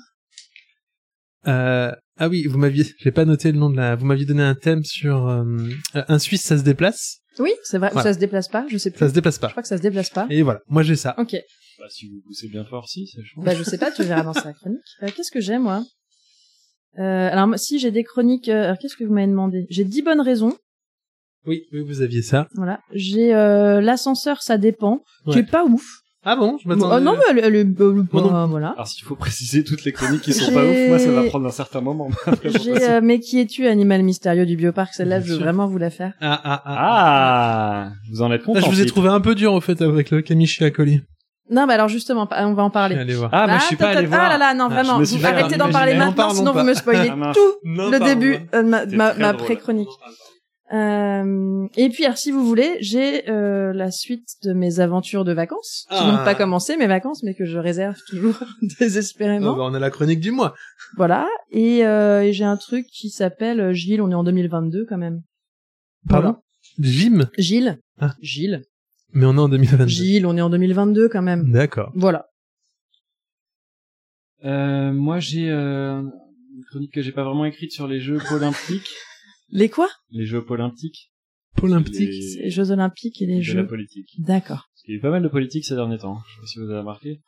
Euh, ah oui, vous m'aviez, j'ai pas noté le nom de la, vous m'aviez donné un thème sur euh, un Suisse, ça se déplace. Oui, c'est vrai. Ou Voilà. ça se déplace pas, je sais plus. Ça se déplace Je pas. crois que ça se déplace pas. Et voilà, moi j'ai ça. Ok. Bah si vous poussez bien fort, si, c'est chaud. Bah je sais pas, tu verras dans sa chronique. Euh, qu'est-ce que j'ai moi euh, Alors moi, si j'ai des chroniques. Euh, alors qu'est-ce que vous m'avez demandé? J'ai dix bonnes raisons. Oui, oui, vous aviez ça. Voilà. J'ai euh, l'ascenseur, ça dépend. Ouais. Qui est pas ouf. Ah bon, je m'attendais. Oh non, mais elle, elle est euh, Moi non pas- voilà. Alors s'il faut préciser toutes les chroniques qui sont J'ai- pas ouf, moi ça va prendre un certain moment. Après, j'en J'ai passe. euh, mais qui es-tu, animal mystérieux du bioparc? Celle-là, Bien je veux sûr. vraiment vous la faire. Ah ah ah. Ah, vous en êtes Ah, content. je vous ai Philippe. trouvé un peu dur au fait avec le Kamichi à colis. Non, bah alors justement, on va en parler. Allez voir. Ah, moi je suis pas ta- allé ta- voir. Ah là là, non, Ah, vraiment. je me suis Vous fait arrêtez d'en imaginer. parler N'en maintenant, parlons sinon pas. vous me spoilez Ah, mince. tout Non, le pardon. début euh, de ma, C'était ma, très ma drôle. pré-chronique. Euh, et puis, alors, si vous voulez, j'ai euh, la suite de mes aventures de vacances, qui Ah. n'ont pas commencé, mes vacances, mais que je réserve toujours Ah, désespérément. bah, on a la chronique du mois. Voilà. Et, euh, et j'ai un truc qui s'appelle euh, Gilles, on est en deux mille vingt-deux quand même. Pardon. Jim. Gilles. Ah. Gilles. Mais on est en deux mille vingt-deux. Gilles, on est en deux mille vingt-deux quand même. D'accord. Voilà. Euh, moi j'ai euh, une chronique que j'ai pas vraiment écrite sur les Jeux olympiques. Les quoi? Les Jeux olympiques. Olympique. Les- C'est les Jeux Olympiques et les de Jeux. la politique. D'accord. Parce qu'il y a eu pas mal de politique ces derniers temps. Je sais pas si vous avez remarqué.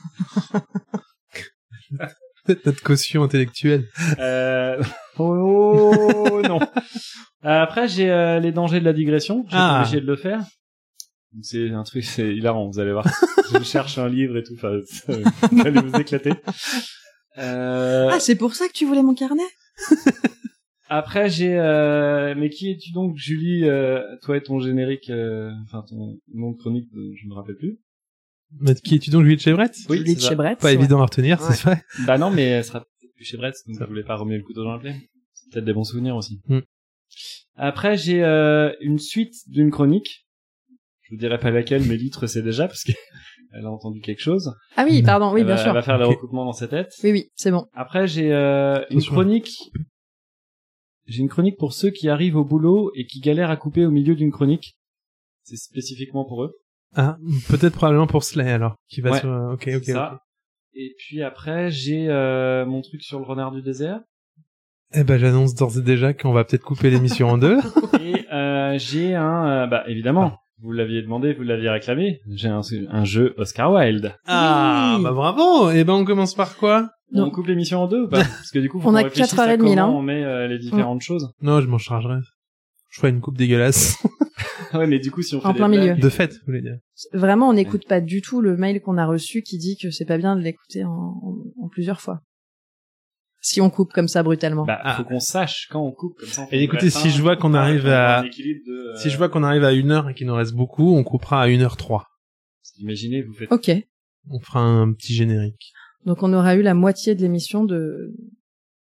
Peut-être notre caution intellectuelle. Euh... Oh non. Euh, Après j'ai euh, les dangers de la digression. J'ai Ah. été obligé de le faire. C'est un truc, c'est hilarant, vous allez voir. Je cherche un livre et tout, enfin, ça- vous allez vous éclater. Euh... Ah, c'est pour ça que tu voulais mon carnet? Après j'ai, euh... mais qui es-tu donc, Julie, euh, toi et ton générique, euh... enfin ton nom de chronique, euh, je me rappelle plus. Mais qui es-tu donc, Julie de Chevrette? Oui, Julie c'est de ça. Chebrette. Pas ouais. évident à retenir, Ouais. c'est vrai. Bah non, mais elle sera peut-être plus chez Brett, donc Ça. vous voulez pas remuer le couteau dans la plaie. C'est peut-être des bons souvenirs aussi. Hmm. Après, j'ai euh, une suite d'une chronique. Je vous dirai pas laquelle, mais Litre sait déjà, parce qu'elle a entendu quelque chose. Ah oui, pardon, oui, elle bien va, sûr. Elle va faire le Ok. recoupement dans sa tête. Oui, oui, c'est bon. Après, j'ai euh, une Attention. chronique. J'ai une chronique pour ceux qui arrivent au boulot et qui galèrent à couper au milieu d'une chronique. C'est spécifiquement pour eux. Ah, peut-être probablement pour Slay alors, qui va Ouais. sur. euh, Ok, ok, ça. ok. Et puis après, j'ai euh, mon truc sur le renard du désert. Eh ben, j'annonce d'ores et déjà qu'on va peut-être couper l'émission en deux. Et euh, j'ai un, euh, bah évidemment, vous l'aviez demandé, vous l'aviez réclamé. J'ai un, un jeu Oscar Wilde. Ah, Oui. bah bravo. Eh ben, on commence par quoi? Non. On coupe l'émission en deux ou pas? Parce que du coup, faut On qu'on a réfléchisse quatre heures et à demie, comment là. on met euh, les différentes choses. Non, je m'en chargerai. Je ferai une coupe dégueulasse. Ouais, mais du coup, si on fait En des plein blagues- milieu. De fait, vous voulez dire. Vraiment, on n'écoute pas du tout le mail qu'on a reçu qui dit que c'est pas bien de l'écouter en, en, en plusieurs fois. Si on coupe comme ça brutalement. Bah, Ah. faut qu'on sache quand on coupe comme ça. on fait Et une écoutez, vraie si fin. je vois qu'on Ah, arrive on va avoir à- un équilibre de, euh, Si je vois qu'on arrive à une heure et qu'il nous reste beaucoup, on coupera à une heure trois. Imaginez, vous faites. Ok. On fera un petit générique. Donc on aura eu la moitié de l'émission de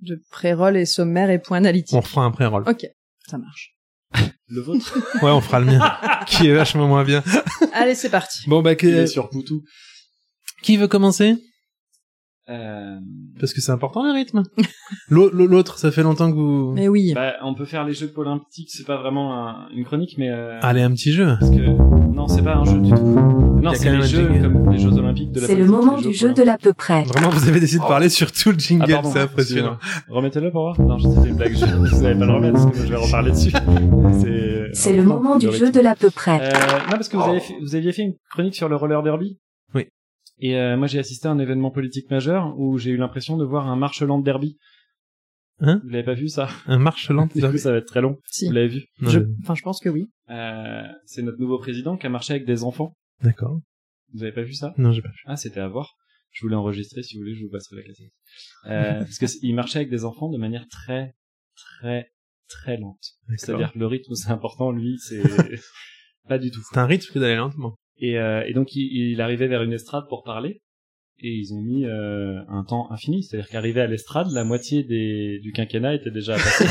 de pré-roll et sommaire et point analytique. On refera un pré-roll. Ok, ça marche. Le vôtre. Ouais, on fera le mien, qui est vachement moins bien. Allez, c'est parti. Bon, bah, Il que- est sur Poutou. qui veut commencer? Euh... Parce que c'est important, le rythme. L'au- L'autre, ça fait longtemps que vous... Mais oui. Bah, on peut faire les Jeux olympiques, c'est pas vraiment un- une chronique, mais... Euh... Allez, un petit jeu. Parce que... Non, c'est pas un jeu du tout. Il y Non, a c'est quand même les un Jeux jingle. comme les Jeux olympiques de la C'est le politique, moment les du Jeux jeu olympiques. de l'à peu près. Vraiment, vous avez décidé de parler sur tout le jingle, Ah, pardon, c'est impressionnant. excusez-moi. Remettez-le pour voir. Non, c'était une blague, je... vous allez pas le remettre, parce que moi, je vais reparler dessus. C'est... C'est le moment du jeu de l'à peu près. Euh, non, parce que vous, avez fait, vous aviez fait une chronique sur le roller derby. Oui. Et euh, moi, j'ai assisté à un événement politique majeur où j'ai eu l'impression de voir un marche-land derby. Hein? Vous l'avez pas vu, ça? Un marche lente. Du coup, ça va être très long. Si. Vous l'avez vu? Non, Je... je- Enfin, je pense que oui. Euh, c'est notre nouveau président qui a marché avec des enfants. D'accord. Vous avez pas vu ça? Non, j'ai pas vu. Ah, c'était à voir. Je voulais enregistrer, si vous voulez, je vous passerai la cassette. Euh, parce que c- il marchait avec des enfants de manière très, très, très lente. C'est-à-dire que le rythme, c'est important, lui, c'est pas du tout. C'est un rythme que d'aller lentement. Et, euh, et donc, il, il arrivait vers une estrade pour parler. Et ils ont mis euh, un temps infini. C'est-à-dire qu'arrivé à l'estrade, la moitié des, du quinquennat était déjà passé.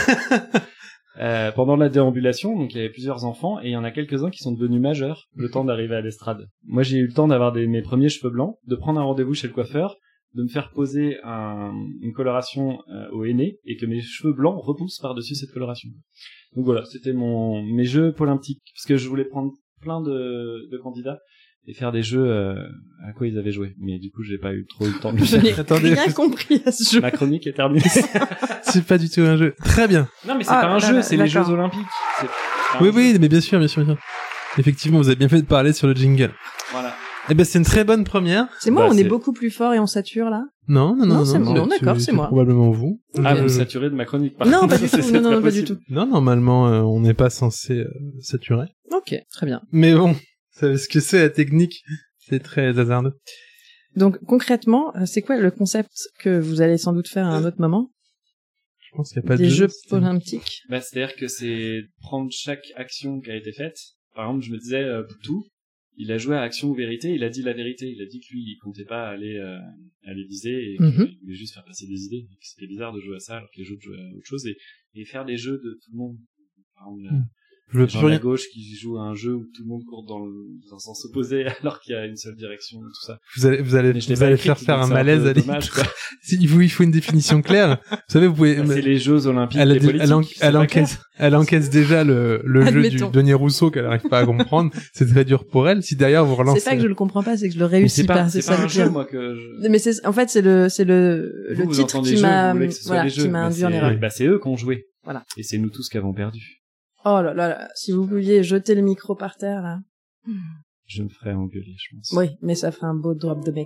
euh, pendant la déambulation, donc il y avait plusieurs enfants, et il y en a quelques-uns qui sont devenus majeurs le temps d'arriver à l'estrade. Moi, j'ai eu le temps d'avoir des, mes premiers cheveux blancs, de prendre un rendez-vous chez le coiffeur, de me faire poser un, une coloration euh, au henné, et que mes cheveux blancs repoussent par-dessus cette coloration. Donc voilà, c'était mon mes jeux olympiques, parce que je voulais prendre plein de, de candidats et faire des jeux euh, à quoi ils avaient joué. Mais du coup, j'ai pas eu trop eu le temps de le Je faire. n'ai Attendez. rien compris à ce jeu. Ma chronique est terminée. C'est pas du tout un jeu. Très bien. Non, mais c'est Ah, pas un là, jeu, là, c'est les Jeux d'accord. olympiques. C'est pas un Oui, jeu. oui, mais bien sûr, bien sûr, bien sûr. Effectivement, vous avez bien fait de parler sur le jingle. Voilà. Eh ben, c'est une très bonne première. C'est moi, Bah, on est c'est- beaucoup plus fort et on sature là. Non, non, non, Non, non. c'est bon, non, d'accord, c'est moi. Probablement vous. Ah, Euh, vous saturez de ma chronique, par Non, contre. pas du C'est- tout. c'est Non, non, très non, pas du possible. tout. Non, normalement, euh, on n'est pas censé euh, saturer. Ok, très bien. Mais bon, vous savez ce que c'est la technique. C'est très hasardeux. Donc concrètement, euh, c'est quoi le concept que vous allez sans doute faire à un autre moment Je pense qu'il n'y a pas des de Jeux c'est- olympiques? Bah, c'est-à-dire que c'est prendre chaque action qui a été faite. Par exemple, je me disais, euh, Poutou, il a joué à action ou vérité, il a dit la vérité. Il a dit que lui, il comptait pas aller euh, à l'Élysée et qu'il Mhm. voulait juste faire passer des idées. Et que c'était bizarre de jouer à ça alors que les autres jouaient à autre chose. Et, et faire des jeux de tout le monde. Par exemple, la- Mhm. Je veux les gens plus de la rien. gauche qui jouent à un jeu où tout le monde court dans le, dans le sens opposé alors qu'il y a une seule direction et tout ça. Vous allez, vous allez, Mais je l'ai vous pas allez écrite, faire faire donc un c'est malaise peu à l'île. dommage, quoi. Il vous, il faut une définition claire. Vous savez, vous pouvez, Bah, c'est les Jeux olympiques elle, a des dit- politiques. elle, en- c'est elle pas encaisse, elle encaisse déjà le, le jeu du Admettons. Denis Rousseau qu'elle n'arrive pas à comprendre. C'est très dur pour elle. Si derrière vous relancez. C'est pas que je le comprends pas, c'est que je le Mais réussis c'est pas, pas. c'est C'est pas ça un le jeu, pire. moi, que je... Mais c'est, en fait, c'est le, c'est le, Vous, le vous titre entendez qui jeux, m'a, vous voulez que ce soit voilà, des jeux. qui m'a Bah, induit en c'est- erreur. Bah, c'est eux qui ont joué. Voilà. Et c'est nous tous qui avons perdu. Oh là là là, si vous pouviez jeter le micro par terre, là. Je me ferais engueuler, je pense. Oui, mais ça ferait un beau drop de mec.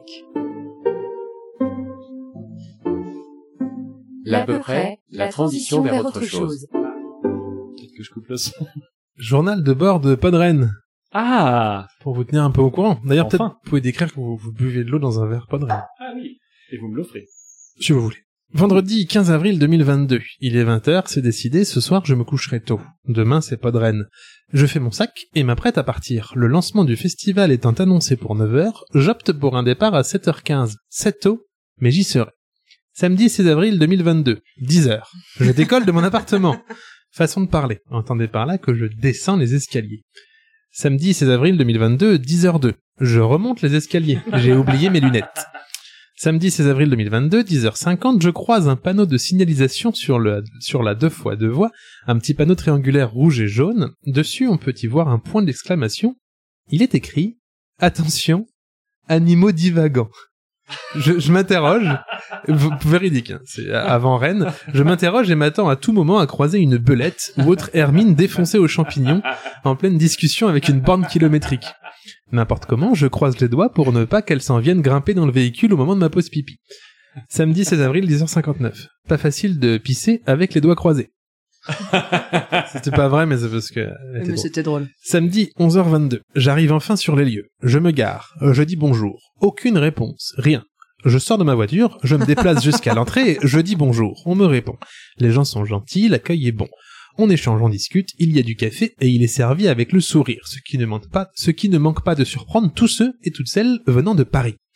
L'à peu près, la transition vers autre chose. Peut-être que je coupe le son. Journal de bord de Podren. Ah! Pour vous tenir un peu au courant. D'ailleurs, Enfin. peut-être vous pouvez décrire que vous, vous buvez de l'eau dans un verre Podren. Ah oui. Et vous me l'offrez. Si vous voulez. Vendredi quinze avril deux mille vingt-deux. Il est vingt heures, c'est décidé, ce soir je me coucherai tôt. Demain c'est Podren. Je fais mon sac et m'apprête à partir. Le lancement du festival étant annoncé pour neuf heures, j'opte pour un départ à sept heures quinze. C'est tôt, mais j'y serai. Samedi seize avril deux mille vingt-deux. dix heures. Je décolle de mon appartement. Façon de parler. Entendez par là que je descends les escaliers. Samedi seize avril deux mille vingt-deux, dix heures deux. Je remonte les escaliers. J'ai oublié mes lunettes. Samedi seize avril deux mille vingt-deux, dix heures cinquante, je croise un panneau de signalisation sur, le, sur la deux fois deux voies, un petit panneau triangulaire rouge et jaune. Dessus, on peut y voir un point d'exclamation. Il est écrit « Attention, animaux divagants ». Je, je m'interroge, v- véridique, hein, c'est avant Rennes, je m'interroge et m'attends à tout moment à croiser une belette ou autre hermine défoncée aux champignons en pleine discussion avec une borne kilométrique. N'importe comment, je croise les doigts pour ne pas qu'elle s'en vienne grimper dans le véhicule au moment de ma pause pipi. Samedi seize avril, dix heures cinquante-neuf. Pas facile de pisser avec les doigts croisés. C'était pas vrai, mais c'est parce que... elle était Mais drôle. c'était drôle. Samedi, onze heures vingt-deux. J'arrive enfin sur les lieux. Je me gare. Je dis bonjour. Aucune réponse. Rien. Je sors de ma voiture, je me déplace jusqu'à l'entrée, je dis bonjour. On me répond. Les gens sont gentils, l'accueil est bon. On échange, on discute, il y a du café et il est servi avec le sourire, ce qui ne manque pas, ce qui ne manque pas de surprendre tous ceux et toutes celles venant de Paris.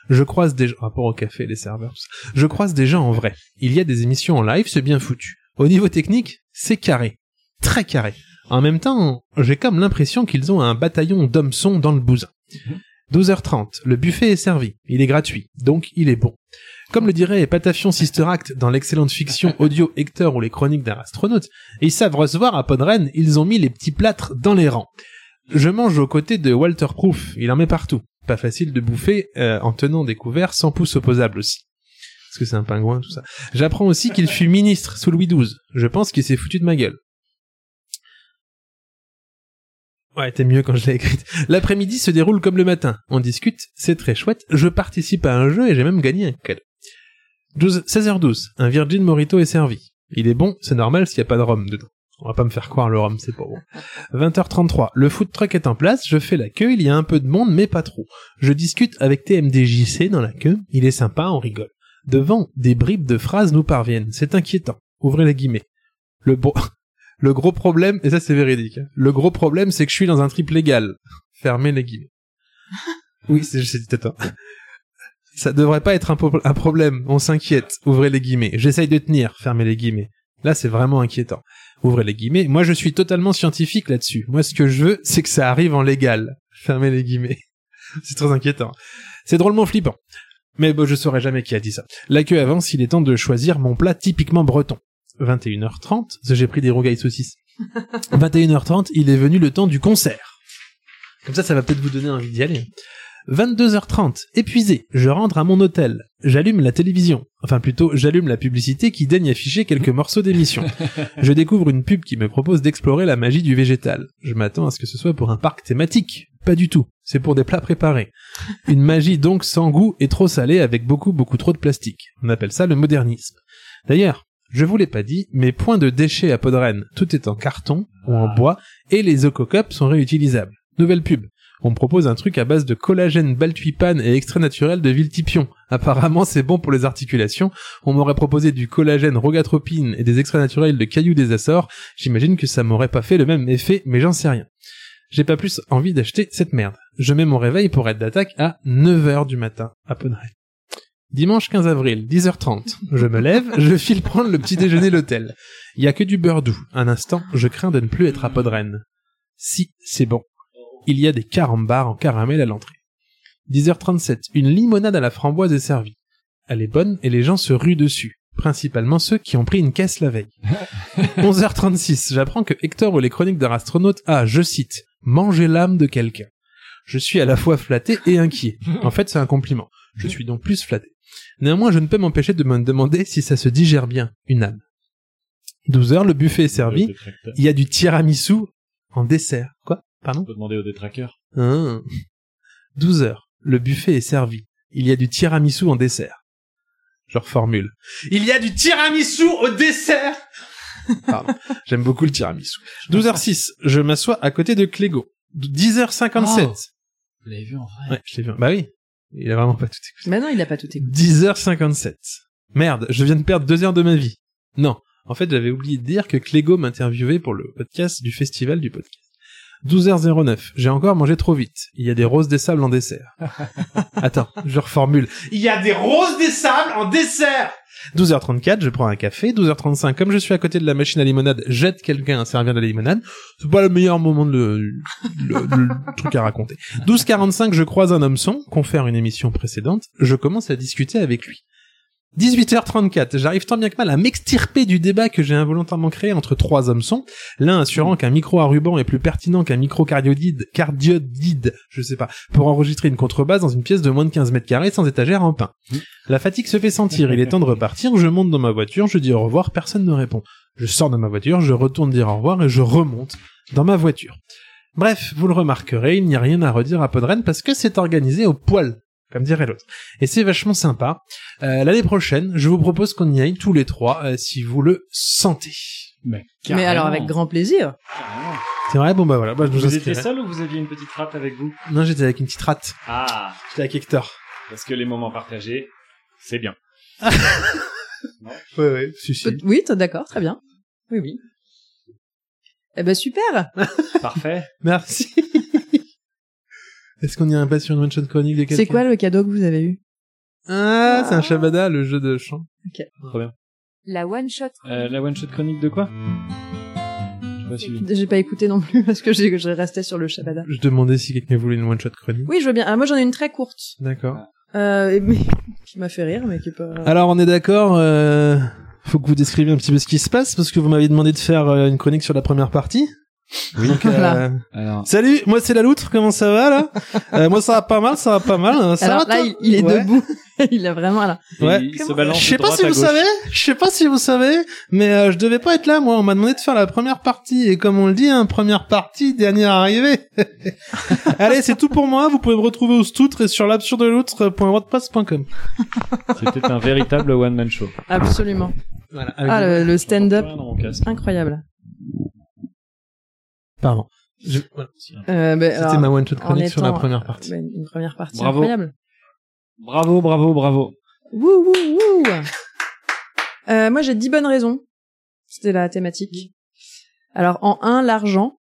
Je croise des gens, rapport au café, les serveurs, tout ça. Je croise des gens en vrai. Il y a des émissions en live, c'est bien foutu. Au niveau technique, c'est carré. Très carré. En même temps, j'ai comme l'impression qu'ils ont un bataillon d'hommes-sons dans le bousin. douze heures trente, le buffet est servi. Il est gratuit, donc il est bon. Comme le dirait Patafion Sister Act dans l'excellente fiction audio Hector ou les chroniques d'un astronaute, ils savent recevoir à Podren, ils ont mis les petits plâtres dans les rangs. Je mange aux côtés de Walter Proof, il en met partout. Pas facile de bouffer euh, en tenant des couverts sans pouce opposable aussi. Parce que c'est un pingouin, tout ça. J'apprends aussi qu'il fut ministre sous Louis douze. Je pense qu'il s'est foutu de ma gueule. Ouais, t'es mieux quand je l'ai écrite. L'après-midi se déroule comme le matin. On discute, c'est très chouette. Je participe à un jeu et j'ai même gagné un cadeau. douze, seize heures douze, un Virgin Morito est servi. Il est bon, c'est normal s'il n'y a pas de rhum dedans. On va pas me faire croire le rhum, c'est pas bon. vingt heures trente-trois, le food truck est en place, je fais la queue, il y a un peu de monde, mais pas trop. Je discute avec T M D J C dans la queue, il est sympa, on rigole. Devant, des bribes de phrases nous parviennent, c'est inquiétant. Ouvrez les guillemets. Le bon... Le gros problème, et ça c'est véridique, hein, le gros problème c'est que je suis dans un trip légal. Fermez les guillemets. Oui, c'est, c'est peut-être un... Ça devrait pas être un, po- un problème, on s'inquiète. Ouvrez les guillemets. J'essaye de tenir, fermez les guillemets. Là c'est vraiment inquiétant. Ouvrez les guillemets. Moi je suis totalement scientifique là-dessus. Moi ce que je veux, c'est que ça arrive en légal. Fermez les guillemets. C'est très inquiétant. C'est drôlement flippant. Mais bon, je saurais jamais qui a dit ça. La queue avance, il est temps de choisir mon plat typiquement breton. vingt et une heures trente, j'ai pris des rougailles saucisses. vingt et une heures trente, il est venu le temps du concert. Comme ça, ça va peut-être vous donner envie d'y aller. vingt-deux heures trente, épuisé, je rentre à mon hôtel. J'allume la télévision. Enfin plutôt, j'allume la publicité qui daigne afficher quelques morceaux d'émission. Je découvre une pub qui me propose d'explorer la magie du végétal. Je m'attends à ce que ce soit pour un parc thématique. Pas du tout. C'est pour des plats préparés. Une magie donc sans goût et trop salée avec beaucoup beaucoup trop de plastique. On appelle ça le modernisme. D'ailleurs, je vous l'ai pas dit, mais point de déchets à Podren. Tout est en carton ou en bois et les Eco-Cups sont réutilisables. Nouvelle pub. On me propose un truc à base de collagène baltuipane et extrait naturel de Viltipion. Apparemment, c'est bon pour les articulations. On m'aurait proposé du collagène rogatropine et des extraits naturels de cailloux des Açores. J'imagine que ça m'aurait pas fait le même effet, mais j'en sais rien. J'ai pas plus envie d'acheter cette merde. Je mets mon réveil pour être d'attaque à neuf heures du matin à Podren. Dimanche quinze avril, dix heures trente. Je me lève, je file prendre le petit déjeuner à l'hôtel. Il y a que du beurre doux. Un instant, je crains de ne plus être à Podren. Si, c'est bon. Il y a des carambars en caramel à l'entrée. dix heures trente-sept, une limonade à la framboise est servie. Elle est bonne et les gens se ruent dessus. Principalement ceux qui ont pris une caisse la veille. onze heures trente-six, j'apprends que Hector ou les chroniques d'un astronaute a, je cite, mangé l'âme de quelqu'un. Je suis à la fois flatté et inquiet. En fait, c'est un compliment. Je suis donc plus flatté. Néanmoins, je ne peux m'empêcher de me demander si ça se digère bien, une âme. douze heures, le buffet est servi. Il y a du tiramisu en dessert. Quoi? Pardon? On peut demander aux détraqueurs. Ah. douze heures, le buffet est servi. Il y a du tiramisu en dessert. Je reformule. Il y a du tiramisu au dessert! Pardon. J'aime beaucoup le tiramisu. douze heures six, je m'assois à côté de Clégo. dix heures cinquante-sept. Oh, vous l'avez vu en vrai? Ouais, je l'ai vu. Bah oui. Il a vraiment pas tout écouté. Bah non, il a pas tout écouté. dix heures cinquante-sept. Merde, je viens de perdre deux heures de ma vie. Non. En fait, j'avais oublié de dire que Clégo m'interviewait pour le podcast du festival du podcast. douze heures zéro neuf. J'ai encore mangé trop vite. Il y a des roses des sables en dessert. Attends, je reformule. Il y a des roses des sables en dessert! douze heures trente-quatre, je prends un café. douze heures trente-cinq, comme je suis à côté de la machine à limonade, j'aide quelqu'un à servir de la limonade. C'est pas le meilleur moment de le, le, le truc à raconter. douze heures quarante-cinq, je croise un homme son, confère une émission précédente. Je commence à discuter avec lui. dix-huit heures trente-quatre, j'arrive tant bien que mal à m'extirper du débat que j'ai involontairement créé entre trois hommes sons, l'un assurant qu'un micro à ruban est plus pertinent qu'un micro cardiodide, cardiodide, je sais pas, pour enregistrer une contrebasse dans une pièce de moins de quinze mètres carrés sans étagère en pin. La fatigue se fait sentir, il est temps de repartir, je monte dans ma voiture, je dis au revoir, personne ne répond. Je sors de ma voiture, je retourne dire au revoir et je remonte dans ma voiture. Bref, vous le remarquerez, il n'y a rien à redire à Podren parce que c'est organisé au poil, comme dirait l'autre. Et c'est vachement sympa. Euh, l'année prochaine, je vous propose qu'on y aille tous les trois, euh, si vous le sentez. Mais, Mais alors avec grand plaisir. Carrément. C'est vrai? Bon bah voilà, bah, je vous Vous étiez inscrirai. seul ou vous aviez une petite rate avec vous? Non, j'étais avec une petite rate. Ah, J'étais avec Hector. parce que les moments partagés, c'est bien. Non? Ouais, ouais, si, si. Peut- Oui, t'es d'accord, très bien. Oui, oui. Eh ben super. Parfait. Merci. Est-ce qu'on irait pas sur une one-shot chronique de quelqu'un? C'est quoi le cadeau que vous avez eu? Ah, c'est un Shabada, le jeu de chant. Trop bien. La one-shot. Euh, la one-shot chronique de quoi? J'ai pas suivi. J'ai pas écouté non plus parce que j'ai, je restais sur le Shabada. Je demandais si quelqu'un voulait une one-shot chronique. Oui, je veux bien. Ah, moi, j'en ai une très courte. D'accord. Euh, et- mais, qui m'a fait rire, mais qui est pas... Alors, on est d'accord, euh, faut que vous décriviez un petit peu ce qui se passe, parce que vous m'avez demandé de faire euh, une chronique sur la première partie. Oui. Donc, euh, Voilà. Alors, salut, moi c'est la loutre, comment ça va là? euh, Moi ça va pas mal, ça va pas mal. hein. Ça Alors va, là, toi il, il est Ouais. debout. Il a vraiment, là. Ouais. il se balance Je sais de pas droite si à vous gauche. savez, je sais pas si vous savez, mais euh, je devais pas être là, moi. On m'a demandé de faire la première partie, et comme on le dit, hein, première partie, dernière arrivée. Allez, c'est tout pour moi. Vous pouvez me retrouver au Stoutre et sur l'absurdeloutre point wordpress point com. C'était un véritable one-man show. Absolument. Voilà. Ah, le, le stand-up. Dans mon casque. Incroyable. Pardon. Je- voilà. Euh, ben, C'était alors, ma one shot en chronique sur la étant- première partie. ben, une première partie Bravo. incroyable. Bravo, bravo, bravo. Wouh, wouh, wouh. Euh, moi, j'ai dix bonnes raisons. C'était la thématique. Alors, en un, l'argent.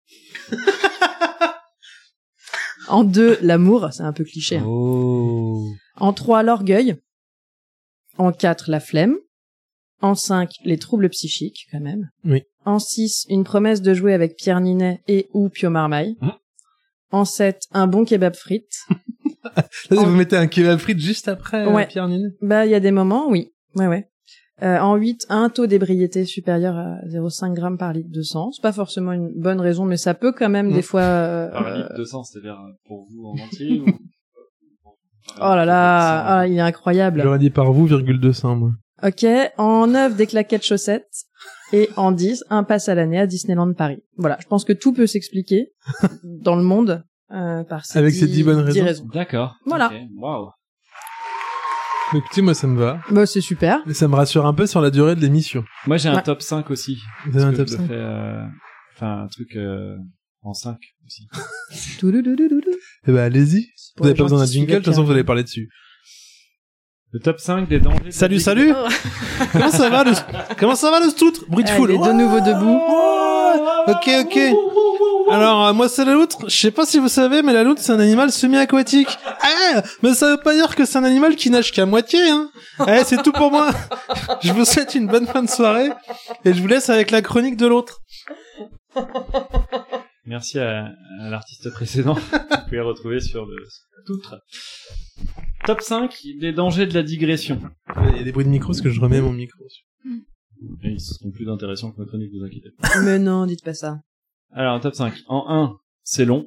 En deux, l'amour. C'est un peu cliché. hein. Oh. En trois, l'orgueil. En quatre, la flemme. En cinq, les troubles psychiques, quand même. Oui. En six, une promesse de jouer avec Pierre Ninet et ou Pio Marmaille. Hein En sept, un bon kebab frites. Là, En- vous mettez un kebab frites juste après euh, Ouais. Pierre Ninet. Bah, il y a des moments, oui. Ouais, ouais. Euh, en huit, un taux d'ébriété supérieur à zéro virgule cinq grammes par litre de sang. C'est pas forcément une bonne raison, mais ça peut quand même Mm. des fois... euh, Par litre de sang, c'est-à-dire pour vous en entier ou... Oh là là, ah, il est incroyable. J'aurais dit par vous, virgule deux cents, moi. Ok, en neuf, des claquettes chaussettes. Et en dix, un pass à l'année à Disneyland Paris. Voilà, je pense que tout peut s'expliquer dans le monde euh, par ces Avec dix, ces dix bonnes dix raisons. D'accord. Voilà. Ok. Waouh. Écoutez, moi ça me va. Bah, c'est super. Et ça me rassure un peu sur la durée de l'émission. Moi, j'ai un Ouais. top cinq aussi. Vous avez un Parce top que je cinq le fais, euh, enfin, un truc euh, en cinq aussi. Toulouloulouloulou. Eh ben allez-y. Pour Vous avez les pas gens besoin d'un qui jingle, de suivent toute façon le vous allez parler dessus. Le top cinq des dangers... de la Salut, big- salut. Oh. Comment ça va le Comment ça va le Stoutre? Bruit de Ah, foule. il est de nouveau debout. Ok, ok. Alors, euh, moi, c'est la loutre. Je sais pas si vous savez, mais la loutre, c'est un animal semi-aquatique. Ah, mais ça veut pas dire que c'est un animal qui nage qu'à moitié, hein. Eh, c'est tout pour moi. Je vous souhaite une bonne fin de soirée. Et je vous laisse avec la chronique de l'autre. Merci à, à l'artiste précédent. Vous pouvez le retrouver sur le Toutre. Top cinq des dangers de la digression. Il y a des bruits de micro, parce que je remets mon micro. Et ils sont plus intéressants que ma chronique, vous inquiétez pas. Mais non, dites pas ça. Alors, top cinq. En un, c'est long.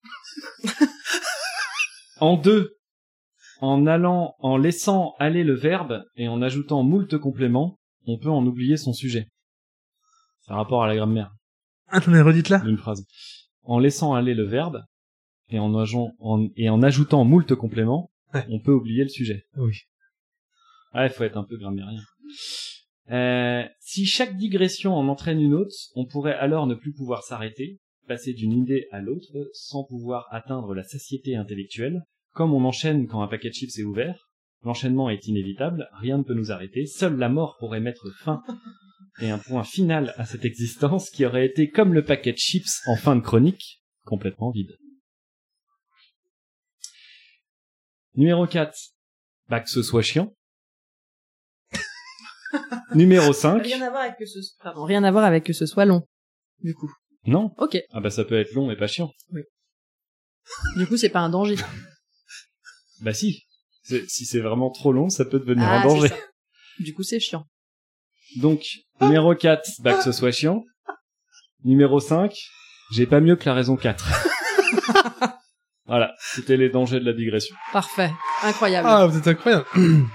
En deux, en allant, en laissant aller le verbe et en ajoutant moult compléments, on peut en oublier son sujet. C'est un rapport à la grammaire Attendez, redites là. d'une phrase. En laissant aller le verbe et en, ajon- en- et en ajoutant moult compléments, Ouais. on peut oublier le sujet. Oui. Ouais, faut être un peu grammairien. Euh, si chaque digression en entraîne une autre, on pourrait alors ne plus pouvoir s'arrêter, passer d'une idée à l'autre, sans pouvoir atteindre la satiété intellectuelle. Comme on enchaîne quand un paquet de chips est ouvert, l'enchaînement est inévitable, rien ne peut nous arrêter, seule la mort pourrait mettre fin et un point final à cette existence qui aurait été comme le paquet de chips en fin de chronique, complètement vide. Numéro quatre. Bah que ce soit chiant. Numéro cinq. Rien à voir avec que ce soit... Pardon, rien à voir avec que ce soit long. Du coup. Non. Ok. Ah bah ça peut être long mais pas chiant. Du coup, c'est pas un danger. Bah si. C'est- si c'est vraiment trop long, ça peut devenir Ah, un danger. c'est ça. Du coup, c'est chiant. Donc, numéro quatre, bah que ce soit chiant. Numéro cinq, j'ai pas mieux que la raison quatre. Voilà, c'était les dangers de la digression. Parfait. Incroyable. Ah, vous êtes incroyable.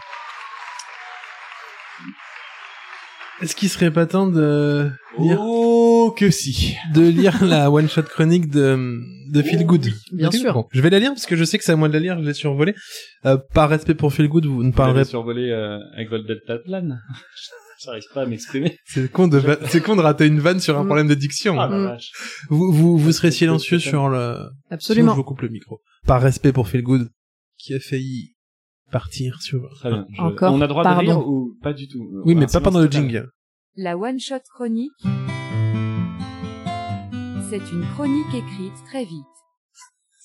Est-ce qu'il serait pas temps de lire, Oh, que si. de lire la one-shot chronique de, de Feel Good? Bien sûr. Bon, je vais la lire parce que je sais que c'est à moi de la lire, je l'ai survolée. Euh, par respect pour Feel Good, vous ne Vous parlerez l'avez survolé euh, avec votre delta plan. J'arrive pas à m'exprimer. C'est con de, va- c'est con de rater une vanne sur un Mm. problème de diction. Ah la Mm. vache. Vous, vous, vous serez C'est- silencieux c'est- sur le, sinon Absolument. je vous coupe le micro. Par respect pour Feel Good, qui a failli partir sur... Très bien. Je- Encore On a droit pardon. de lire ou pas du tout? Oui, mais Un pas silence pendant le total. jingle. La one-shot chronique. C'est une chronique écrite très vite.